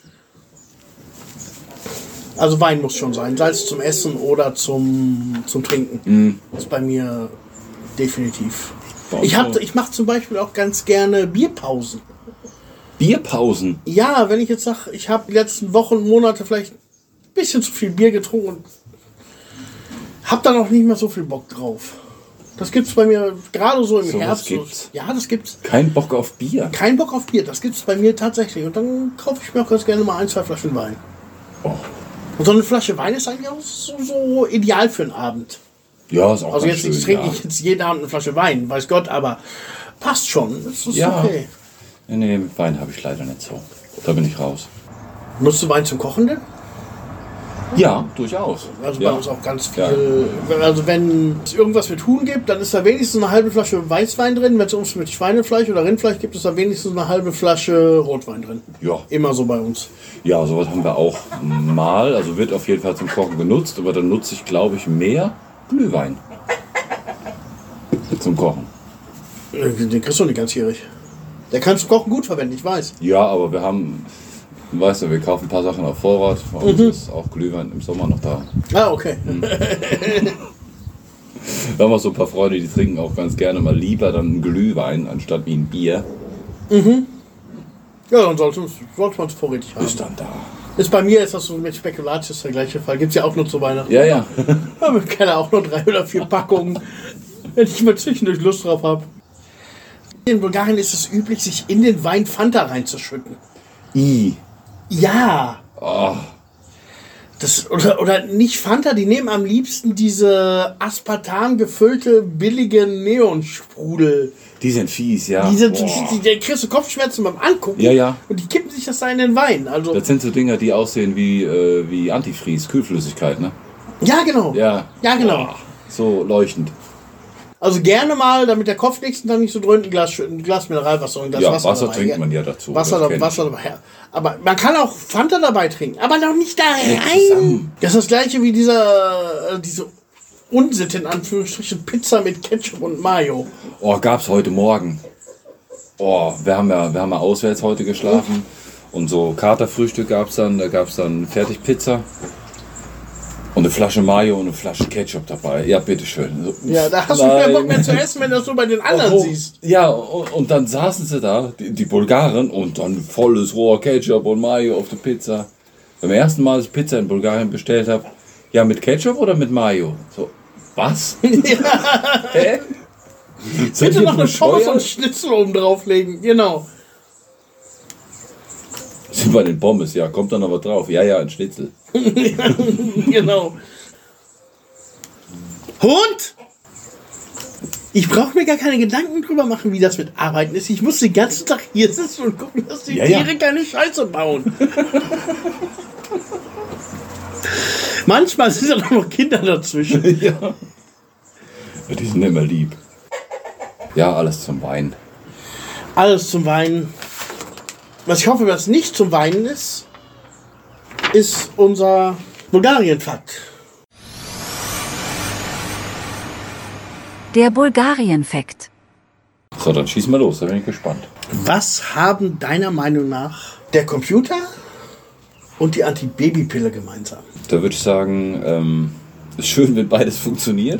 Also Wein muss schon sein, sei es zum Essen oder zum Trinken. Das ist bei mir definitiv. Wow. Ich mache zum Beispiel auch ganz gerne Bierpausen. Bierpausen. Ja, wenn ich jetzt sage, ich habe die letzten Wochen, Monate vielleicht ein bisschen zu viel Bier getrunken und habe dann auch nicht mehr so viel Bock drauf. Das gibt's bei mir gerade so im So was Herbst. gibt's? Ja, das gibt's. Kein Bock auf Bier. Kein Bock auf Bier, das gibt's bei mir tatsächlich. Und dann kaufe ich mir auch ganz gerne mal 1, 2 Flaschen Wein. Oh. Und so eine Flasche Wein ist eigentlich auch so ideal für einen Abend. Ja, ist auch Also ganz jetzt schön, ich trinke ja. ich jetzt jeden Abend eine Flasche Wein, weiß Gott, aber passt schon. Das ist Ja. okay. Nee, mit Wein habe ich leider nicht so. Da bin ich raus. Nutzt du Wein zum Kochen denn? Ja, durchaus. Also ja. bei uns auch ganz viel. Also wenn es irgendwas mit Huhn gibt, dann ist da wenigstens eine halbe Flasche Weißwein drin. Wenn es uns mit Schweinefleisch oder Rindfleisch gibt, ist da wenigstens eine halbe Flasche Rotwein drin. Ja. Immer so bei uns. Ja, sowas haben wir auch mal. Also wird auf jeden Fall zum Kochen genutzt, aber dann nutze ich, glaube ich, mehr Glühwein. Zum Kochen. Den kriegst du nicht ganzjährig. Der kannst du kochen gut verwenden, ich weiß. Ja, aber wir haben, weißt du, wir kaufen ein paar Sachen auf Vorrat. Bei uns ist auch Glühwein im Sommer noch da. Ah, okay. Wir haben auch so ein paar Freunde, die trinken auch ganz gerne mal lieber dann einen Glühwein anstatt wie ein Bier. Ja, dann sollte man es vorrätig haben. Ist dann da. Ist bei mir ist das so mit Spekulatius der gleiche Fall. Gibt es ja auch nur zu Weihnachten. Ja, ja. Aber ich kenne auch nur 3 oder 4 Packungen, wenn ich mal zwischendurch Lust drauf habe. In Bulgarien ist es üblich, sich in den Wein Fanta reinzuschütten. Ja. Oh, Das, oder nicht Fanta, die nehmen am liebsten diese Aspartam gefüllte billige Neonsprudel. die sind fies, ja. Da kriegst du Kopfschmerzen beim Angucken. Ja, ja. Und die kippen sich das da in den Wein. Also, Das sind so Dinger, die aussehen wie Antifreeze, Kühlflüssigkeit, ne? ja, genau. Ja. Ja, genau. So leuchtend. Also gerne mal, damit der Kopf nächsten Tag nicht so dröhnt, ein Glas Mineralwasser und ein Glas Ja, Wasser Wasser dabei. trinkt man ja dazu. Wasser das kenn ich. dabei. Ja. Aber man kann auch Fanta dabei trinken, aber noch nicht da rein. zusammen. Das ist das gleiche wie diese Unsitte, in Anführungsstrichen, Pizza mit Ketchup und Mayo. Oh, gab's heute Morgen. Oh, wir haben ja auswärts heute geschlafen. Und so Katerfrühstück gab's dann. Da gab's dann Fertigpizza. Und eine Flasche Mayo und eine Flasche Ketchup dabei. Ja, bitteschön. So, ja, da hast du keinen Bock mehr zu essen, wenn du das so bei den anderen siehst. Ja, und dann saßen sie da, die Bulgaren, und dann volles Rohr Ketchup und Mayo auf der Pizza. Beim ersten Mal, als ich Pizza in Bulgarien bestellt habe, ja, mit Ketchup oder mit Mayo? So, was? Ja. Hä? Bitte noch eine Pommes und Schnitzel oben drauflegen, genau. Sind bei den Pommes, ja, kommt dann aber drauf. Ja, ein Schnitzel. Genau. Hund! Ich brauche mir gar keine Gedanken drüber machen, wie das mit Arbeiten ist. Ich muss den ganzen Tag hier sitzen und gucken, dass die Tiere keine Scheiße bauen. Manchmal sind da noch Kinder dazwischen. Ja. Die sind immer lieb. Ja, alles zum Weinen. Alles zum Weinen. Was ich hoffe, was nicht zum Weinen ist unser Bulgarien-Fakt. Der Bulgarien-Fakt. So, dann schießen wir los, da bin ich gespannt. Was haben deiner Meinung nach der Computer und die Antibabypille gemeinsam? Da würde ich sagen, ist schön, wenn beides funktioniert.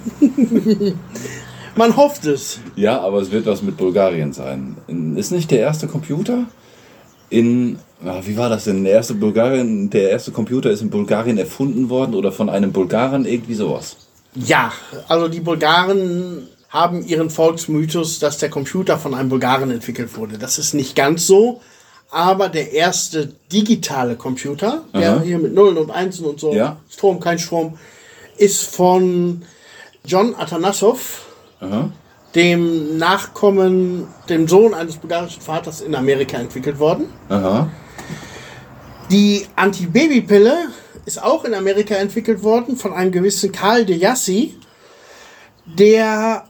Man hofft es. Ja, aber es wird was mit Bulgarien sein. Ist nicht der erste Computer wie war das denn? Der erste Computer ist in Bulgarien erfunden worden oder von einem Bulgaren, irgendwie sowas? Ja, also die Bulgaren haben ihren Volksmythos, dass der Computer von einem Bulgaren entwickelt wurde. Das ist nicht ganz so, aber der erste digitale Computer, der hier mit Nullen und Einsen und so, ja. Strom, kein Strom, ist von John Atanasoff, dem Nachkommen, dem Sohn eines bulgarischen Vaters in Amerika entwickelt worden. Aha. Die Antibabypille ist auch in Amerika entwickelt worden von einem gewissen Karl de Jassi, der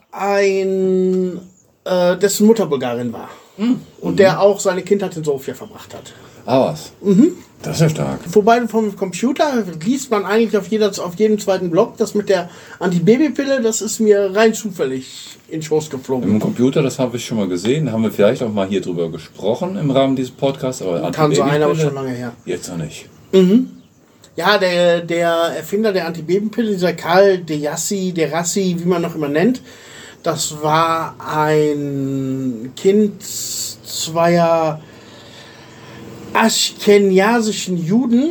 dessen Mutter Bulgarin war. Und der auch seine Kindheit in Sofia verbracht hat. Ah, was? Das ist ja stark. Wobei vom Computer liest man eigentlich auf jedem zweiten Blog, das mit der Antibabypille, das ist mir rein zufällig in den Schoß geflogen. Im Computer, das habe ich schon mal gesehen, haben wir vielleicht auch mal hier drüber gesprochen im Rahmen dieses Podcasts. Aber kann sein, aber schon lange her. Jetzt noch nicht. Ja, der Erfinder der Antibabypille, dieser Karl de Rassi, wie man noch immer nennt, das war ein Kind zweier aschkenasischen Juden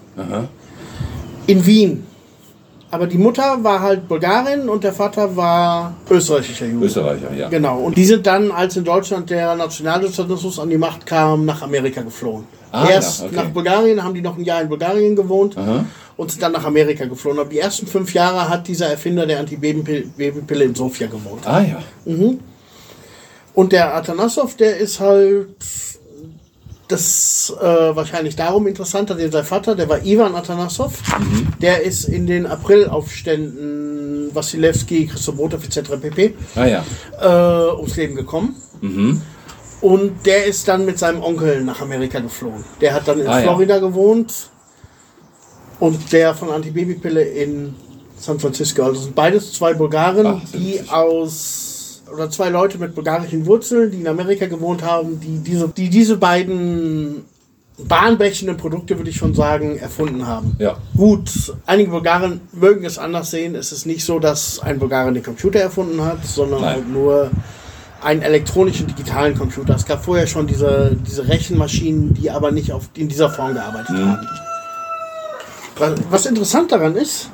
in Wien. Aber die Mutter war halt Bulgarin und der Vater war österreichischer Jude. Österreicher, ja. Genau. Und die sind dann, als in Deutschland der Nationalsozialismus an die Macht kam, nach Amerika geflohen. Erst nach Bulgarien, haben die noch ein Jahr in Bulgarien gewohnt und sind dann nach Amerika geflohen. Aber die ersten 5 Jahre hat dieser Erfinder der Antibabypille in Sofia gewohnt. Ah ja. Und der Atanasoff, der ist halt wahrscheinlich darum interessanter, denn sein Vater, der war Ivan Atanasoff, der ist in den Aprilaufständen Wassilewski, Christobrotov etc. pp. Ums Leben gekommen. Und der ist dann mit seinem Onkel nach Amerika geflohen. Der hat dann in Florida gewohnt und der von Antibabypille in San Francisco. Also sind beides 2 Bulgaren, oder 2 Leute mit bulgarischen Wurzeln, die in Amerika gewohnt haben, die diese beiden bahnbrechenden Produkte, würde ich schon sagen, erfunden haben. Ja. Gut, einige Bulgaren mögen es anders sehen. Es ist nicht so, dass ein Bulgare den Computer erfunden hat, sondern halt nur einen elektronischen, digitalen Computer. Es gab vorher schon diese Rechenmaschinen, die aber nicht in dieser Form gearbeitet haben. Was interessant daran ist,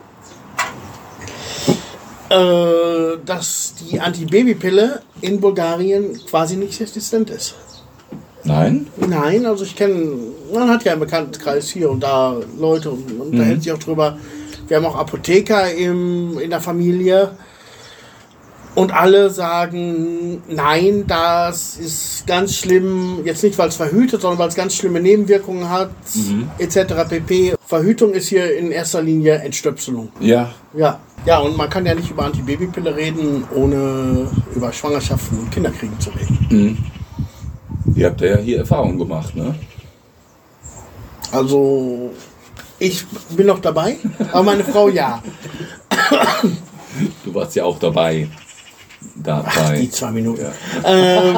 dass die Antibabypille in Bulgarien quasi nicht existent ist. Nein? Nein, also man hat ja im Bekanntenkreis hier und da Leute und man unterhält sich auch drüber. Wir haben auch Apotheker in der Familie und alle sagen, nein, das ist ganz schlimm, jetzt nicht, weil es verhütet, sondern weil es ganz schlimme Nebenwirkungen hat, etc. pp. Verhütung ist hier in erster Linie Entstöpselung. Ja. Ja, und man kann ja nicht über Antibabypille reden, ohne über Schwangerschaften und Kinderkriegen zu reden. Ihr habt ja hier Erfahrungen gemacht, ne? Also, ich bin noch dabei, aber meine Frau ja. Du warst ja auch dabei. Ach, die 2 Minuten. Ja.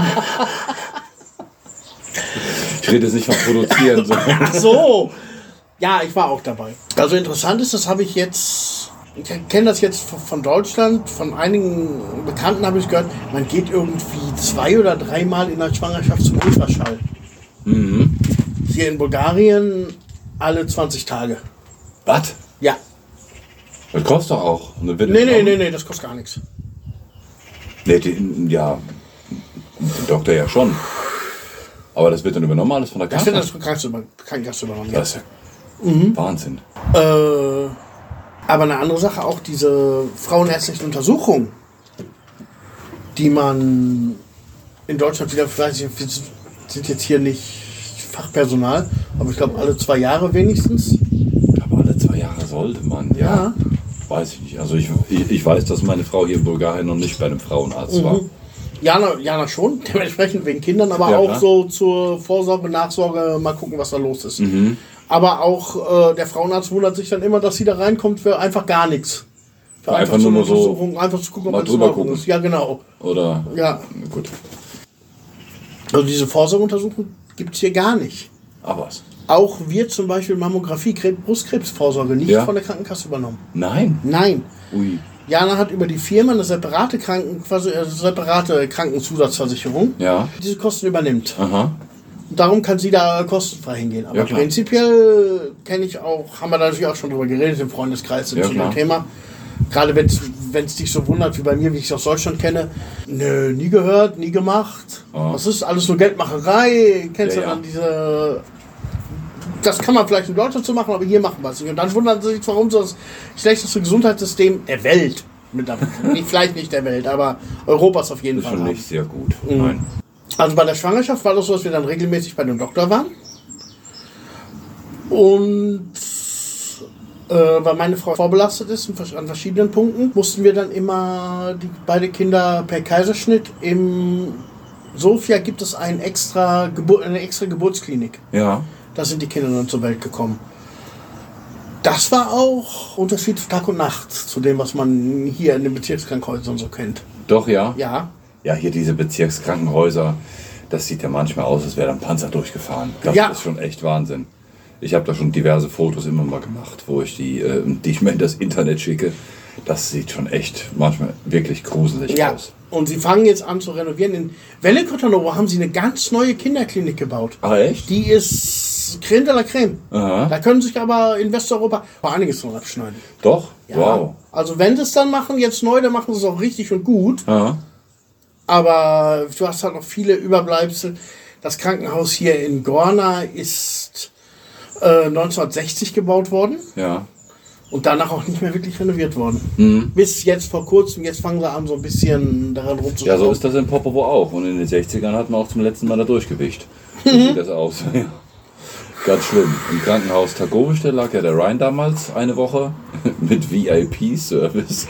Ich rede jetzt nicht von Produzieren. Ach so. Ja, ich war auch dabei. Also interessant ist, das habe ich jetzt, ich kenne das jetzt von Deutschland, von einigen Bekannten habe ich gehört, man geht irgendwie 2 oder 3 Mal in der Schwangerschaft zum Ultraschall. Mhm. Hier in Bulgarien alle 20 Tage. Was? Ja. Das kostet doch auch. Nee, das kostet gar nichts. Nee, ja, der Doktor ja schon. Aber das wird dann übernommen, alles von der Kasse? Das wird Krankenkasse übernommen. Das ist ja Wahnsinn. Aber eine andere Sache, auch diese frauenärztlichen Untersuchungen, die man in Deutschland wieder, weiß ich, wir sind jetzt hier nicht Fachpersonal, aber ich glaube alle 2 Jahre wenigstens. Aber alle 2 Jahre sollte man, ja. Weiß ich nicht. Also ich weiß, dass meine Frau hier in Bulgarien noch nicht bei einem Frauenarzt war. Jana schon, dementsprechend wegen Kindern, aber ja, auch klar. So zur Vorsorge, Nachsorge, mal gucken, was da los ist. Aber auch der Frauenarzt wundert sich dann immer, dass sie da reinkommt für einfach gar nichts. Für Einfach nur eine so Untersuchung, einfach zu gucken, ob mal alles drüber in Ordnung gucken. ist. Ja, genau. Oder? Ja. Gut. Also diese Vorsorgeuntersuchung gibt es hier gar nicht. Ah, was? Auch wir zum Beispiel Mammographie, Brustkrebsvorsorge nicht von der Krankenkasse übernommen. Nein? Nein. Ui. Jana hat über die Firma eine separate Krankenzusatzversicherung, Ja. die diese Kosten übernimmt. Aha. Und darum kann sie da kostenfrei hingehen. Aber Ja, klar. prinzipiell kenne ich auch, haben wir da natürlich auch schon drüber geredet im Freundeskreis zu dem Thema. Gerade wenn es dich so wundert wie bei mir, wie ich es aus Deutschland kenne. Nö, nie gehört, nie gemacht. Das ist alles nur Geldmacherei. Kennst du dann diese... Das kann man vielleicht in Deutschland so machen, aber hier machen wir es nicht. Und dann wundern sie sich, warum so das schlechteste Gesundheitssystem der Welt, vielleicht nicht der Welt, aber Europas auf jeden Das ist Fall schon haben. nicht sehr gut. Nein. Also bei der Schwangerschaft war das so, dass wir dann regelmäßig bei dem Doktor waren. Und weil meine Frau vorbelastet ist an verschiedenen Punkten, mussten wir dann immer beide Kinder per Kaiserschnitt. Im Sofia gibt es eine extra Geburtsklinik. Ja. Da sind die Kinder dann zur Welt gekommen. Das war auch Unterschied Tag und Nacht zu dem, was man hier in den Bezirkskrankenhäusern so kennt. Doch, ja? Ja. Ja, hier diese Bezirkskrankenhäuser, das sieht ja manchmal aus, als wäre da ein Panzer durchgefahren. Das ist schon echt Wahnsinn. Ich habe da schon diverse Fotos immer mal gemacht, wo ich die ich mir in das Internet schicke. Das sieht schon echt manchmal wirklich gruselig aus. Und sie fangen jetzt an zu renovieren. In Velikotonovo haben sie eine ganz neue Kinderklinik gebaut. Ach echt? Die ist Creme de la Creme. Aha. Da können sich aber in Westeuropa einiges von abschneiden. Doch? Ja. Wow. Also wenn sie es dann machen, jetzt neu, dann machen sie es auch richtig und gut. Aha. Aber du hast halt noch viele Überbleibsel. Das Krankenhaus hier in Gorna ist 1960 gebaut worden. Ja. Und danach auch nicht mehr wirklich renoviert worden. Bis jetzt vor kurzem, jetzt fangen sie an, so ein bisschen daran rumzuschrauben. Ja, so ist das in Popovo auch. Und in den 60ern hat man auch zum letzten Mal da durchgewischt. So sieht das aus. Ja. Ganz schlimm. Im Krankenhaus Tagovište lag ja der Rhein damals eine Woche mit VIP-Service.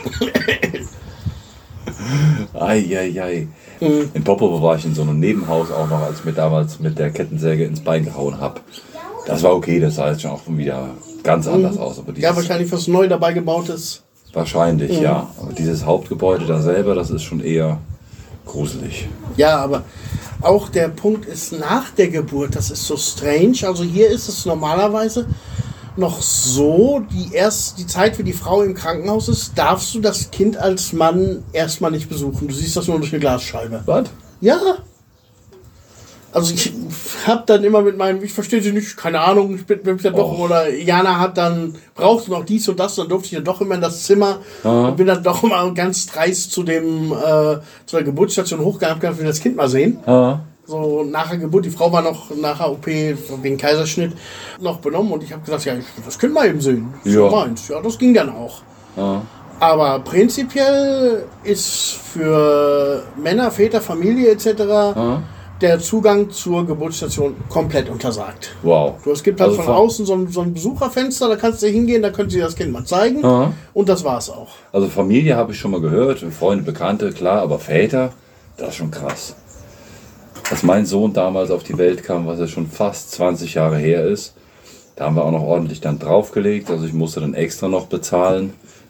Eieiei. In Popovo war ich in so einem Nebenhaus auch noch, als ich mir damals mit der Kettensäge ins Bein gehauen habe. Das war okay, das sah jetzt schon auch wieder ganz anders aus. Aber Ja, wahrscheinlich was neu dabei gebaut ist. Wahrscheinlich, ja. Aber dieses Hauptgebäude da selber, das ist schon eher gruselig. Ja, aber auch der Punkt ist nach der Geburt, das ist so strange. Also hier ist es normalerweise noch so, die Zeit, für die Frau im Krankenhaus ist, darfst du das Kind als Mann erstmal nicht besuchen. Du siehst das nur durch eine Glasscheibe. Was? Ja. Also ich hab dann immer ich verstehe sie nicht, keine Ahnung, ich bin dann doch, oder Jana brauchte noch dies und das, dann durfte ich dann doch immer in das Zimmer und bin dann doch immer ganz dreist zu der Geburtsstation hochgegangen, hab will das Kind mal sehen. So nach der Geburt, die Frau war noch nach der OP wegen Kaiserschnitt noch benommen und ich habe gesagt, ja, ich will das Kind mal eben sehen. So meins. Ja, das ging dann auch. Aber prinzipiell ist für Männer, Väter, Familie etc. Der Zugang zur Geburtsstation komplett untersagt. Wow. Es gibt halt von außen so ein Besucherfenster, da kannst du hingehen, da können sie das Kind mal zeigen. Und das war's auch. Also Familie habe ich schon mal gehört, Freunde, Bekannte, klar, aber Väter, das ist schon krass. Als mein Sohn damals auf die Welt kam, was ja schon fast 20 Jahre her ist, da haben wir auch noch ordentlich dann draufgelegt. Also ich musste dann extra noch bezahlen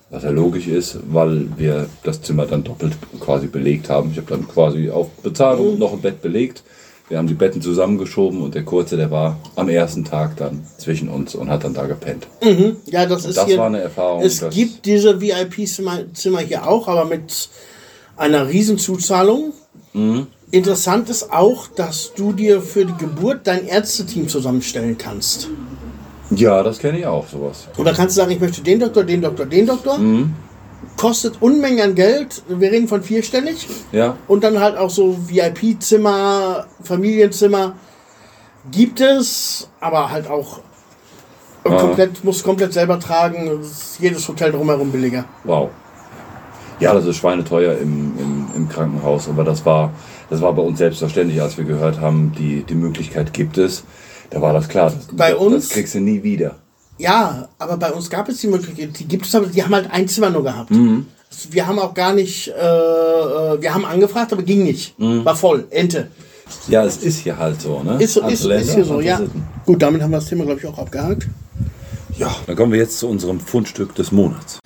Was ja logisch ist, weil wir das Zimmer dann doppelt quasi belegt haben. Ich habe dann quasi auf Bezahlung noch ein Bett belegt. Wir haben die Betten zusammengeschoben und der Kurze, der war am ersten Tag dann zwischen uns und hat dann da gepennt. Mhm. Ja, das war eine Erfahrung. Es gibt diese VIP-Zimmer hier auch, aber mit einer Riesenzuzahlung. Mhm. Interessant ist auch, dass du dir für die Geburt dein Ärzteteam zusammenstellen kannst. Ja, das kenne ich auch, sowas. Und da kannst du sagen, ich möchte den Doktor, den Doktor, den Doktor. Mhm. Kostet Unmengen an Geld. Wir reden von vierstellig. Ja. Und dann halt auch so VIP-Zimmer, Familienzimmer gibt es, aber halt auch muss komplett selber tragen. Jedes Hotel drumherum billiger. Wow. Ja, das ist schweineteuer im Krankenhaus, aber das war bei uns selbstverständlich, als wir gehört haben, die Möglichkeit gibt es. Da war das klar. Das kriegst du nie wieder. Ja, aber bei uns gab es die Möglichkeit, die gibt es, aber die haben halt ein Zimmer nur gehabt. Mhm. Wir haben auch gar nicht, wir haben angefragt, aber ging nicht. Mhm. War voll, Ente. Ja, es ist hier halt so, ne? Ist hier so, ja. Gut, damit haben wir das Thema, glaube ich, auch abgehakt. Ja, dann kommen wir jetzt zu unserem Fundstück des Monats.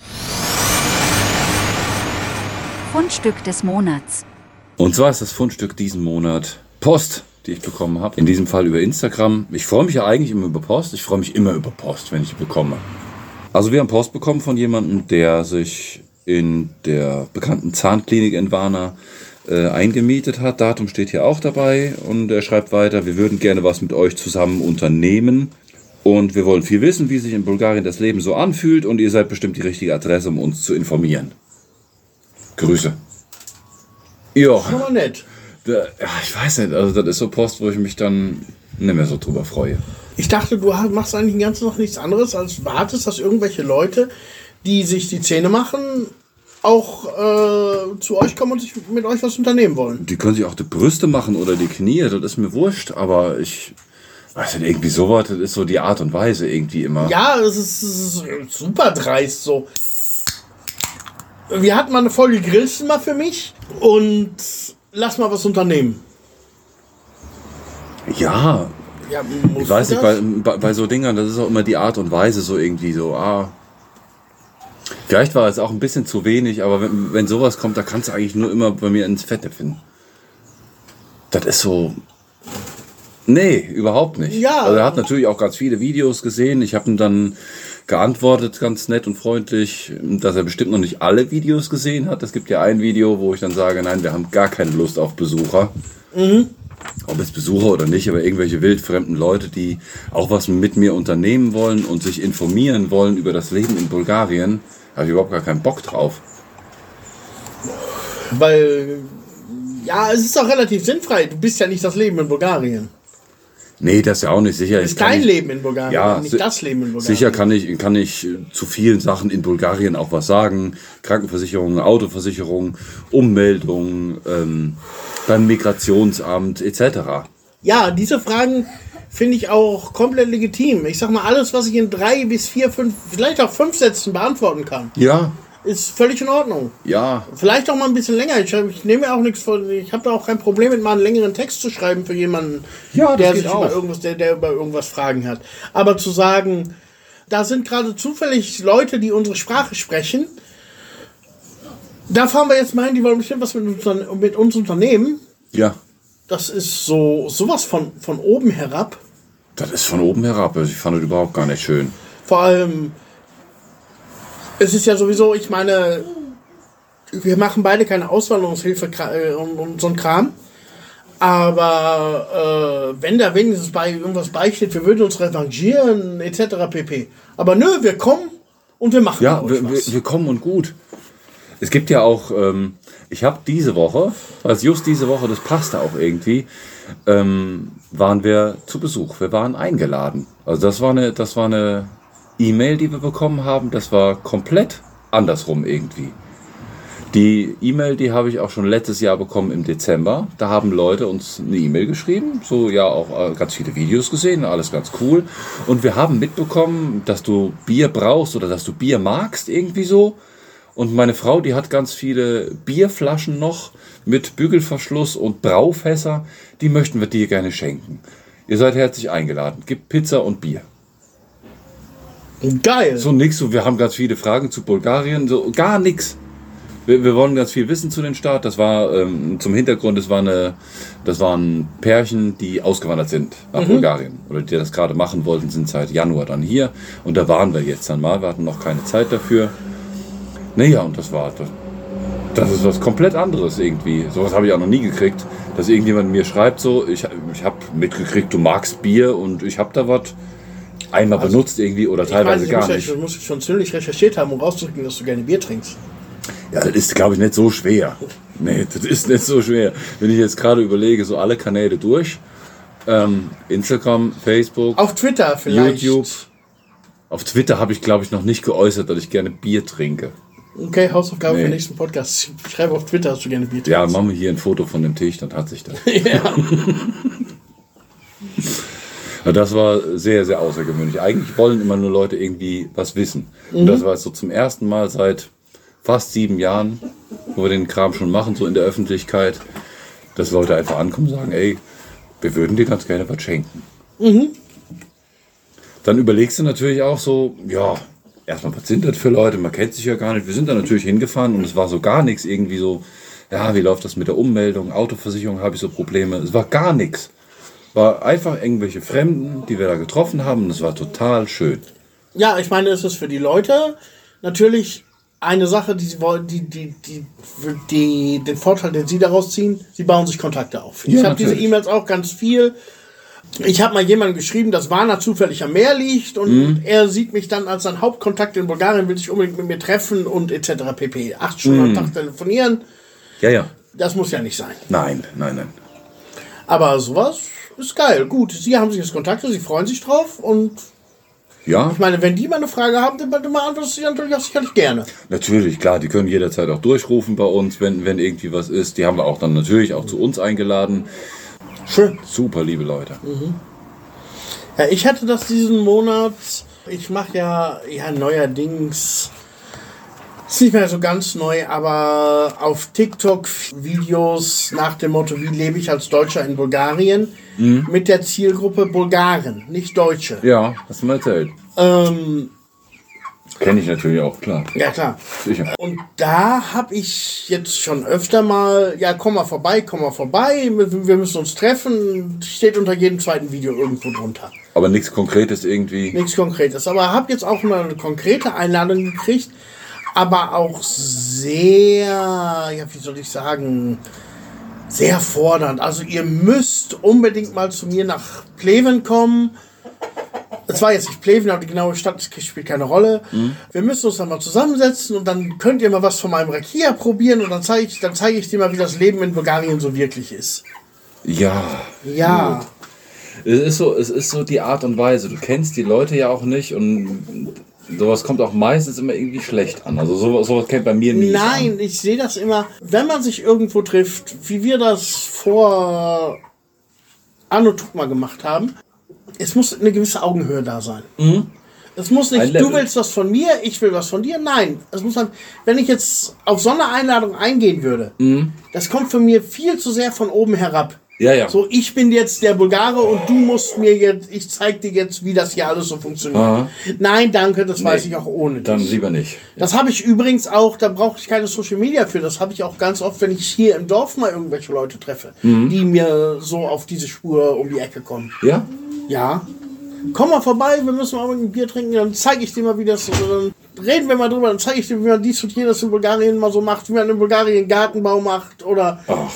Fundstück des Monats. Und zwar ist das Fundstück diesen Monat Post, die ich bekommen habe. In diesem Fall über Instagram. Ich freue mich ja eigentlich immer über Post. Ich freue mich immer über Post, wenn ich die bekomme. Also wir haben Post bekommen von jemandem, der sich in der bekannten Zahnklinik in Varna eingemietet hat. Datum steht hier auch dabei. Und er schreibt weiter, wir würden gerne was mit euch zusammen unternehmen. Und wir wollen viel wissen, wie sich in Bulgarien das Leben so anfühlt. Und ihr seid bestimmt die richtige Adresse, um uns zu informieren. Grüße. Ja. Schon mal nett. Ich weiß nicht, also das ist so Post, wo ich mich dann nicht mehr so drüber freue. Ich dachte, du machst eigentlich den ganzen noch nichts anderes, als wartest, dass irgendwelche Leute, die sich die Zähne machen, auch zu euch kommen und sich mit euch was unternehmen wollen. Die können sich auch die Brüste machen oder die Knie, das ist mir wurscht, aber ich weiß nicht, irgendwie sowas, das ist so die Art und Weise irgendwie immer. Ja, es ist super dreist so. Wir hatten mal eine Folge Grillst mal für mich und lass mal was unternehmen. Ja, ich weiß nicht, bei so Dingern, das ist auch immer die Art und Weise so irgendwie so, vielleicht war es auch ein bisschen zu wenig, aber wenn sowas kommt, da kannst du eigentlich nur immer bei mir ins Fette finden. Das ist so, nee, überhaupt nicht. Ja. Also er hat natürlich auch ganz viele Videos gesehen, ich habe ihm dann geantwortet, ganz nett und freundlich, dass er bestimmt noch nicht alle Videos gesehen hat. Es gibt ja ein Video, wo ich dann sage, nein, wir haben gar keine Lust auf Besucher. Mhm. Ob es Besucher oder nicht, aber irgendwelche wildfremden Leute, die auch was mit mir unternehmen wollen und sich informieren wollen über das Leben in Bulgarien, habe ich überhaupt gar keinen Bock drauf. Weil, ja, es ist auch relativ sinnfrei. Du bist ja nicht das Leben in Bulgarien. Nee, das ist ja auch nicht sicher. Das ist dein Leben in Bulgarien, ja, nicht das Leben in Bulgarien. Sicher kann ich zu vielen Sachen in Bulgarien auch was sagen. Krankenversicherung, Autoversicherung, Ummeldung, beim Migrationsamt etc. Ja, diese Fragen finde ich auch komplett legitim. Ich sag mal, alles, was ich in 3 bis 4, 5, vielleicht auch 5 Sätzen beantworten kann. Ja. Ist völlig in Ordnung. Ja. Vielleicht auch mal ein bisschen länger. Ich nehme mir auch nichts vor. Ich habe da auch kein Problem mit, mal einen längeren Text zu schreiben für jemanden, der sich über irgendwas, der über irgendwas Fragen hat. Aber zu sagen, da sind gerade zufällig Leute, die unsere Sprache sprechen, da fahren wir jetzt mal hin, die wollen bestimmt was mit uns unternehmen. Ja. Das ist sowas von oben herab. Das ist von oben herab. Ich fand das überhaupt gar nicht schön. Vor allem, es ist ja sowieso, ich meine, wir machen beide keine Auswanderungshilfe und so ein Kram. Aber wenn da wenigstens irgendwas beisteht, wir würden uns revanchieren, etc. pp. Aber nö, wir kommen und wir machen was. Wir kommen und gut. Es gibt ja auch, ich habe diese Woche, also just diese Woche, das passte auch irgendwie, waren wir zu Besuch. Wir waren eingeladen. Also das war eine E-Mail, die wir bekommen haben, das war komplett andersrum irgendwie. Die E-Mail, die habe ich auch schon letztes Jahr bekommen im Dezember. Da haben Leute uns eine E-Mail geschrieben, so ja auch ganz viele Videos gesehen, alles ganz cool. Und wir haben mitbekommen, dass du Bier brauchst oder dass du Bier magst, irgendwie so. Und meine Frau, die hat ganz viele Bierflaschen noch mit Bügelverschluss und Braufässer. Die möchten wir dir gerne schenken. Ihr seid herzlich eingeladen. Gibt Pizza und Bier. Geil. So nix, so wir haben ganz viele Fragen zu Bulgarien, so gar nichts. Wir wollen ganz viel wissen zu den Staat. Das war zum Hintergrund, das waren Pärchen, die ausgewandert sind nach Bulgarien. Oder die das gerade machen wollten, sind seit Januar dann hier. Und da waren wir jetzt dann mal. Wir hatten noch keine Zeit dafür. Naja, und das ist was komplett anderes irgendwie. Sowas habe ich auch noch nie gekriegt. Dass irgendjemand mir schreibt so, ich habe mitgekriegt, du magst Bier und ich habe da was einmal benutzt irgendwie oder teilweise gar nicht. Du musst schon ziemlich recherchiert haben, um rauszukriegen, dass du gerne Bier trinkst. Ja, das ist, glaube ich, nicht so schwer. Nee, das ist nicht so schwer. Wenn ich jetzt gerade überlege, so alle Kanäle durch, Instagram, Facebook, auf Twitter vielleicht. YouTube. Auf Twitter habe ich, glaube ich, noch nicht geäußert, dass ich gerne Bier trinke. Okay, Hausaufgabe für den nächsten Podcast. Schreibe auf Twitter, dass du gerne Bier trinkst. Ja, machen wir hier ein Foto von dem Tisch, dann hat sich das. Ja. Ja, das war sehr, sehr außergewöhnlich. Eigentlich wollen immer nur Leute irgendwie was wissen. Und das war so zum ersten Mal seit fast 7 Jahren, wo wir den Kram schon machen, so in der Öffentlichkeit, dass Leute einfach ankommen und sagen, ey, wir würden dir ganz gerne was schenken. Dann überlegst du natürlich auch so, ja, erstmal, was sind das für Leute? Man kennt sich ja gar nicht. Wir sind da natürlich hingefahren und es war so gar nichts. Irgendwie so, ja, wie läuft das mit der Ummeldung? Autoversicherung, habe ich so Probleme. Es war gar nichts. War einfach irgendwelche Fremden, die wir da getroffen haben und es war total schön. Ja, ich meine, es ist für die Leute natürlich eine Sache, die sie wollen, den Vorteil, den sie daraus ziehen, sie bauen sich Kontakte auf. Ja, ich habe diese E-Mails auch ganz viel. Ich habe mal jemandem geschrieben, dass Varna zufällig am Meer liegt und er sieht mich dann als sein Hauptkontakt in Bulgarien, will sich unbedingt mit mir treffen und etc. pp. 8 Stunden am Tag telefonieren. Ja. Das muss ja nicht sein. Nein. Aber sowas ist geil. Gut, sie haben sich jetzt Kontakte, sie freuen sich drauf und Ja, ich meine, wenn die mal eine Frage haben, dann beantworten sie natürlich auch sicherlich gerne. natürlich, klar, die können jederzeit auch durchrufen bei uns, wenn irgendwie was ist. Die haben wir auch dann natürlich auch zu uns eingeladen. Schön. Super liebe Leute. Ja, ich hatte das diesen Monat. Ich mache ja neuerdings, ist nicht mehr so ganz neu, aber auf TikTok Videos nach dem Motto, wie lebe ich als Deutscher in Bulgarien, mit der Zielgruppe Bulgaren, nicht Deutsche. Ja, hast du mal erzählt. Kenne ich natürlich auch, klar. Ja, klar. Sicher. Und da habe ich jetzt schon öfter mal, ja, komm mal vorbei, wir müssen uns treffen, steht unter jedem zweiten Video irgendwo drunter. Aber nichts Konkretes irgendwie. Nichts Konkretes, aber habe jetzt auch eine konkrete Einladung gekriegt, aber auch sehr, ja, wie soll ich sagen, sehr fordernd. Also ihr müsst unbedingt mal zu mir nach Pleven kommen. Es war jetzt nicht Pleven, aber die genaue Stadt spielt keine Rolle. Wir müssen uns dann mal zusammensetzen und dann könnt ihr mal was von meinem Rakia probieren und dann zeige ich dir mal, wie das Leben in Bulgarien so wirklich ist. Ja. Ja. Es ist so die Art und Weise. Du kennst die Leute ja auch nicht und sowas kommt auch meistens immer irgendwie schlecht an. Also sowas kennt bei mir nie. Nein, ich sehe das immer, wenn man sich irgendwo trifft, wie wir das vor Anno Tukma gemacht haben. Es muss eine gewisse Augenhöhe da sein. Es muss nicht, du willst was von mir, ich will was von dir. Nein, es muss dann, wenn ich jetzt auf so eine Einladung eingehen würde, das kommt von mir viel zu sehr von oben herab. Ja. So, ich bin jetzt der Bulgare und du musst mir jetzt, ich zeig dir jetzt, wie das hier alles so funktioniert. Aha. Nein, danke, das weiß ich auch ohne dich. Dann lieber nicht. Das habe ich übrigens auch, da brauche ich keine Social Media für, das habe ich auch ganz oft, wenn ich hier im Dorf mal irgendwelche Leute treffe, die mir so auf diese Spur um die Ecke kommen. Ja? Ja. Komm mal vorbei, wir müssen mal ein Bier trinken, dann zeige ich dir mal, wie das so, dann reden wir mal drüber, dann zeige ich dir, wie man dies und jenes in Bulgarien mal so macht, wie man in Bulgarien Gartenbau macht oder... Ach.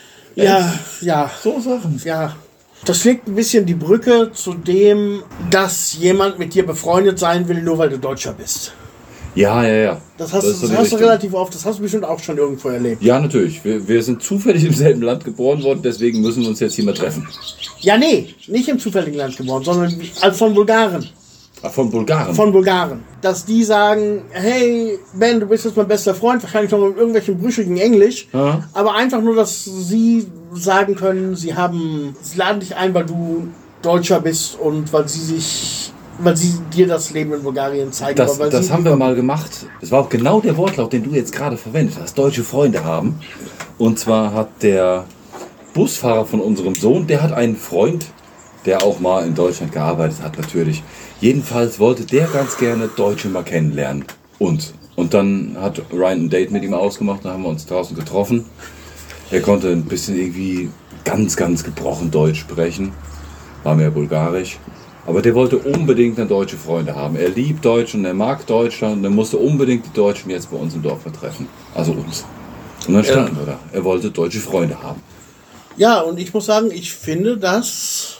Ja. So Sachen. Ja. Das schlägt ein bisschen die Brücke zu dem, dass jemand mit dir befreundet sein will, nur weil du Deutscher bist. Ja. Das hast ist so die du Richtung. relativ oft, das hast du bestimmt auch schon irgendwo erlebt. Ja, natürlich. Wir sind zufällig im selben Land geboren worden, deswegen müssen wir uns jetzt hier mal treffen. Ja, nee, nicht im zufälligen Land geboren, sondern als von Bulgaren. Ach, von Bulgaren? Von Bulgaren. Dass die sagen, hey, Ben, du bist jetzt mein bester Freund, wahrscheinlich noch mit irgendwelchen brüchigen Englisch, aber einfach nur, dass sie sagen können, sie laden dich ein, weil du Deutscher bist und weil sie dir das Leben in Bulgarien zeigen. Das haben wir mal gemacht. Das war auch genau der Wortlaut, den du jetzt gerade verwendet hast. Deutsche Freunde haben. Und zwar hat der Busfahrer von unserem Sohn, der hat einen Freund, der auch mal in Deutschland gearbeitet hat natürlich. Jedenfalls wollte der ganz gerne Deutsche mal kennenlernen. Und dann hat Ryan ein Date mit ihm ausgemacht, dann haben wir uns draußen getroffen. Er konnte ein bisschen irgendwie ganz, ganz gebrochen Deutsch sprechen, war mehr bulgarisch. Aber der wollte unbedingt dann deutsche Freunde haben. Er liebt Deutsch und er mag Deutschland und er musste unbedingt die Deutschen jetzt bei uns im Dorf vertreffen. Also uns. Und dann standen wir da. Er wollte deutsche Freunde haben. Ja, und ich muss sagen, ich finde das,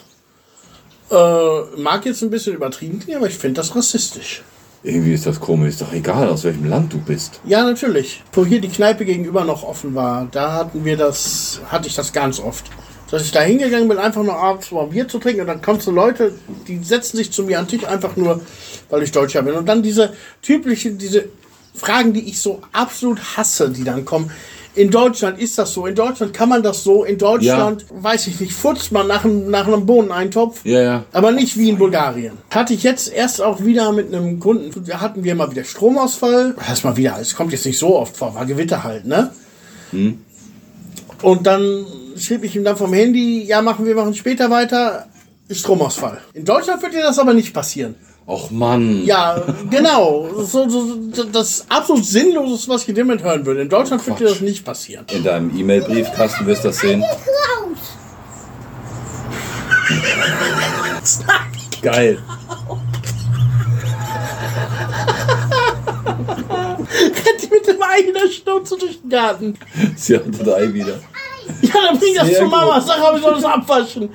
mag jetzt ein bisschen übertrieben klingen, aber ich finde das rassistisch. Irgendwie ist das komisch. Ist doch egal, aus welchem Land du bist. Ja, natürlich. Wo hier die Kneipe gegenüber noch offen war, da hatte ich das ganz oft. Dass ich da hingegangen bin, einfach nur abends mal Bier zu trinken und dann kommen so Leute, die setzen sich zu mir an den Tisch, einfach nur, weil ich Deutscher bin. Und dann diese Fragen, die ich so absolut hasse, die dann kommen. In Deutschland ist das so, in Deutschland kann man das so, in Deutschland, weiß ich nicht, furzt man nach einem Bohneneintopf, aber nicht wie in Bulgarien. Hatte ich jetzt erst auch wieder mit einem Kunden, hatten wir mal wieder Stromausfall. Was heißt mal wieder, es kommt jetzt nicht so oft vor, war Gewitter halt, ne? Und dann schrieb ich ihm dann vom Handy, ja, wir machen später weiter, Stromausfall. In Deutschland wird dir das aber nicht passieren. Och Mann. Ja, genau. Das absolut Sinnloses, was ich dir mit hören würde. In Deutschland wird dir das nicht passieren. In deinem E-Mail-Briefkasten wirst du das sehen. Geil. Rennt die mit dem Ei in der Schnauze durch den Garten. Sie hat das Ei wieder. Ja, dann bring das zu Mama. Sag, aber ich soll das abwaschen.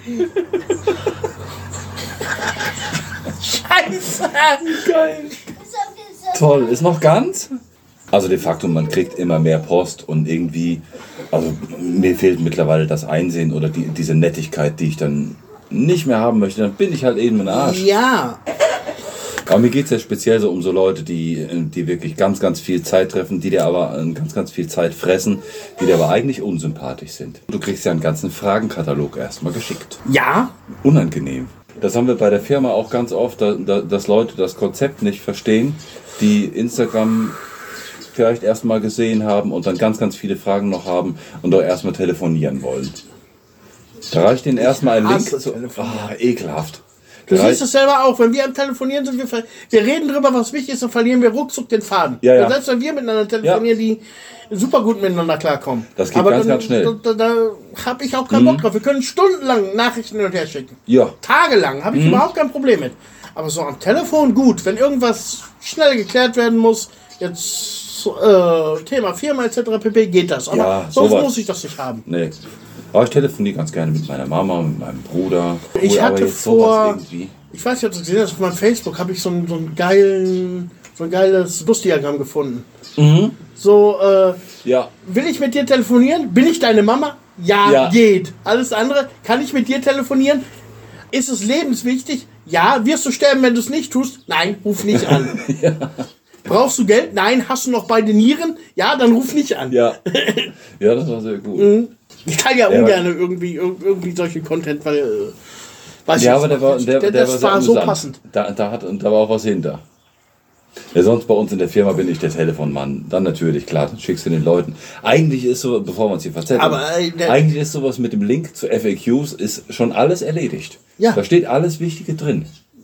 Scheiße. Geil. Toll. Ist noch ganz? Also de facto, man kriegt immer mehr Post und irgendwie, also mir fehlt mittlerweile das Einsehen oder diese Nettigkeit, die ich dann nicht mehr haben möchte. Dann bin ich halt eben ein Arsch. Ja. Aber mir geht es ja speziell so um so Leute, die wirklich ganz, ganz viel Zeit treffen, die dir aber ganz, ganz viel Zeit fressen, die dir aber eigentlich unsympathisch sind. Du kriegst ja einen ganzen Fragenkatalog erstmal geschickt. Ja. Unangenehm. Das haben wir bei der Firma auch ganz oft, dass Leute das Konzept nicht verstehen, die Instagram vielleicht erstmal gesehen haben und dann ganz, ganz viele Fragen noch haben und doch erstmal telefonieren wollen. Da reicht ihnen erstmal ein Link zu. Ekelhaft. Du siehst es selber auch, wenn wir am Telefonieren sind, wir reden drüber, was wichtig ist, dann verlieren wir ruckzuck den Faden. Ja. Und selbst wenn wir miteinander telefonieren, die super gut miteinander klarkommen. Das geht aber ganz schnell. Da habe ich auch keinen Bock drauf. Wir können stundenlang Nachrichten hin und her schicken. Ja. Tagelang habe ich überhaupt kein Problem mit. Aber so am Telefon gut, wenn irgendwas schnell geklärt werden muss, jetzt Thema Firma etc. pp. Geht das. Aber sonst muss ich das nicht haben. Nee. Aber ich telefoniere ganz gerne mit meiner Mama, mit meinem Bruder. Ich hatte ich weiß nicht, ob du gesehen hast, auf meinem Facebook habe ich so ein geiles Busdiagramm gefunden. Will ich mit dir telefonieren? Bin ich deine Mama? Ja, geht. Alles andere, kann ich mit dir telefonieren? Ist es lebenswichtig? Ja. Wirst du sterben, wenn du es nicht tust? Nein, ruf nicht an. Brauchst du Geld? Nein. Hast du noch beide Nieren? Ja, dann ruf nicht an. Ja, das war sehr gut. Ich teile ja ungern irgendwie solche Content, weil das war so passend. Da war auch was hinter. Ja, sonst bei uns in der Firma bin ich der Telefonmann. Dann natürlich, klar, dann schickst du den Leuten. Eigentlich ist so, bevor wir uns hier verzetteln, eigentlich ist sowas mit dem Link zu FAQs ist schon alles erledigt. Ja. Da steht alles Wichtige drin.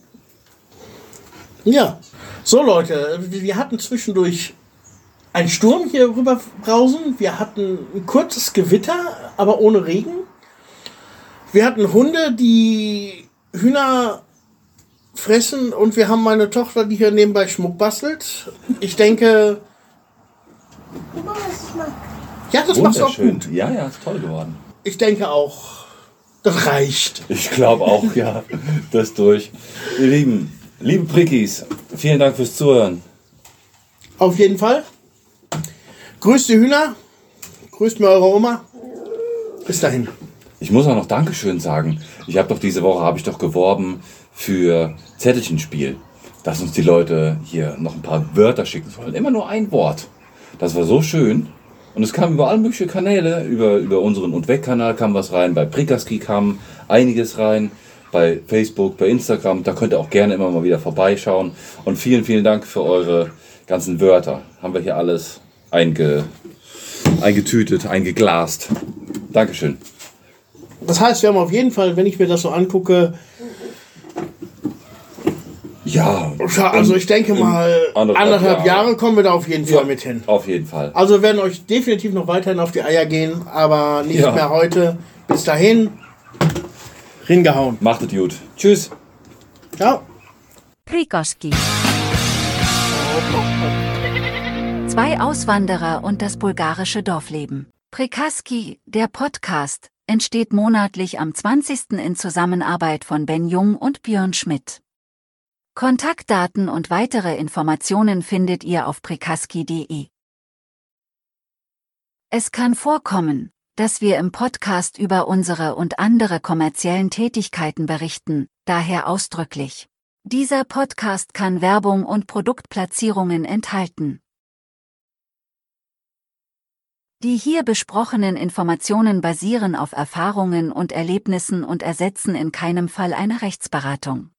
Ja. So Leute, wir hatten zwischendurch einen Sturm hier rüber brausen. Wir hatten ein kurzes Gewitter, aber ohne Regen. Wir hatten Hunde, die Hühner fressen und wir haben meine Tochter, die hier nebenbei Schmuck bastelt. Ich denke... Ja, das machst du auch gut. Ja, ist toll geworden. Ich denke auch, das reicht. Ich glaube auch, ja, das durch. Ihr Lieben, liebe Prickis, vielen Dank fürs Zuhören. Auf jeden Fall. Grüßt die Hühner, grüßt mir eure Oma. Bis dahin. Ich muss auch noch Dankeschön sagen. Diese Woche geworben für Zettelchenspiel, dass uns die Leute hier noch ein paar Wörter schicken sollen. Immer nur ein Wort. Das war so schön. Und es kam über alle möglichen Kanäle, über unseren Und Weg-Kanal kam was rein, bei Prikaski kam einiges rein, bei Facebook, bei Instagram. Da könnt ihr auch gerne immer mal wieder vorbeischauen. Und vielen, vielen Dank für eure ganzen Wörter. Haben wir hier alles eingetütet, eingeglast. Dankeschön. Das heißt, wir haben auf jeden Fall, wenn ich mir das so angucke, Ja. Also ich denke mal, anderthalb Jahre kommen wir da auf jeden Fall Ja, mit hin. Auf jeden Fall. Also wir werden euch definitiv noch weiterhin auf die Eier gehen, aber nicht mehr heute. Bis dahin, ringehauen. Macht es gut. Tschüss. Ciao. Prikoski. 2 Auswanderer und das bulgarische Dorfleben. Prikaski, der Podcast, entsteht monatlich am 20. in Zusammenarbeit von Ben Jung und Björn Schmidt. Kontaktdaten und weitere Informationen findet ihr auf prikaski.de. Es kann vorkommen, dass wir im Podcast über unsere und andere kommerziellen Tätigkeiten berichten, daher ausdrücklich. Dieser Podcast kann Werbung und Produktplatzierungen enthalten. Die hier besprochenen Informationen basieren auf Erfahrungen und Erlebnissen und ersetzen in keinem Fall eine Rechtsberatung.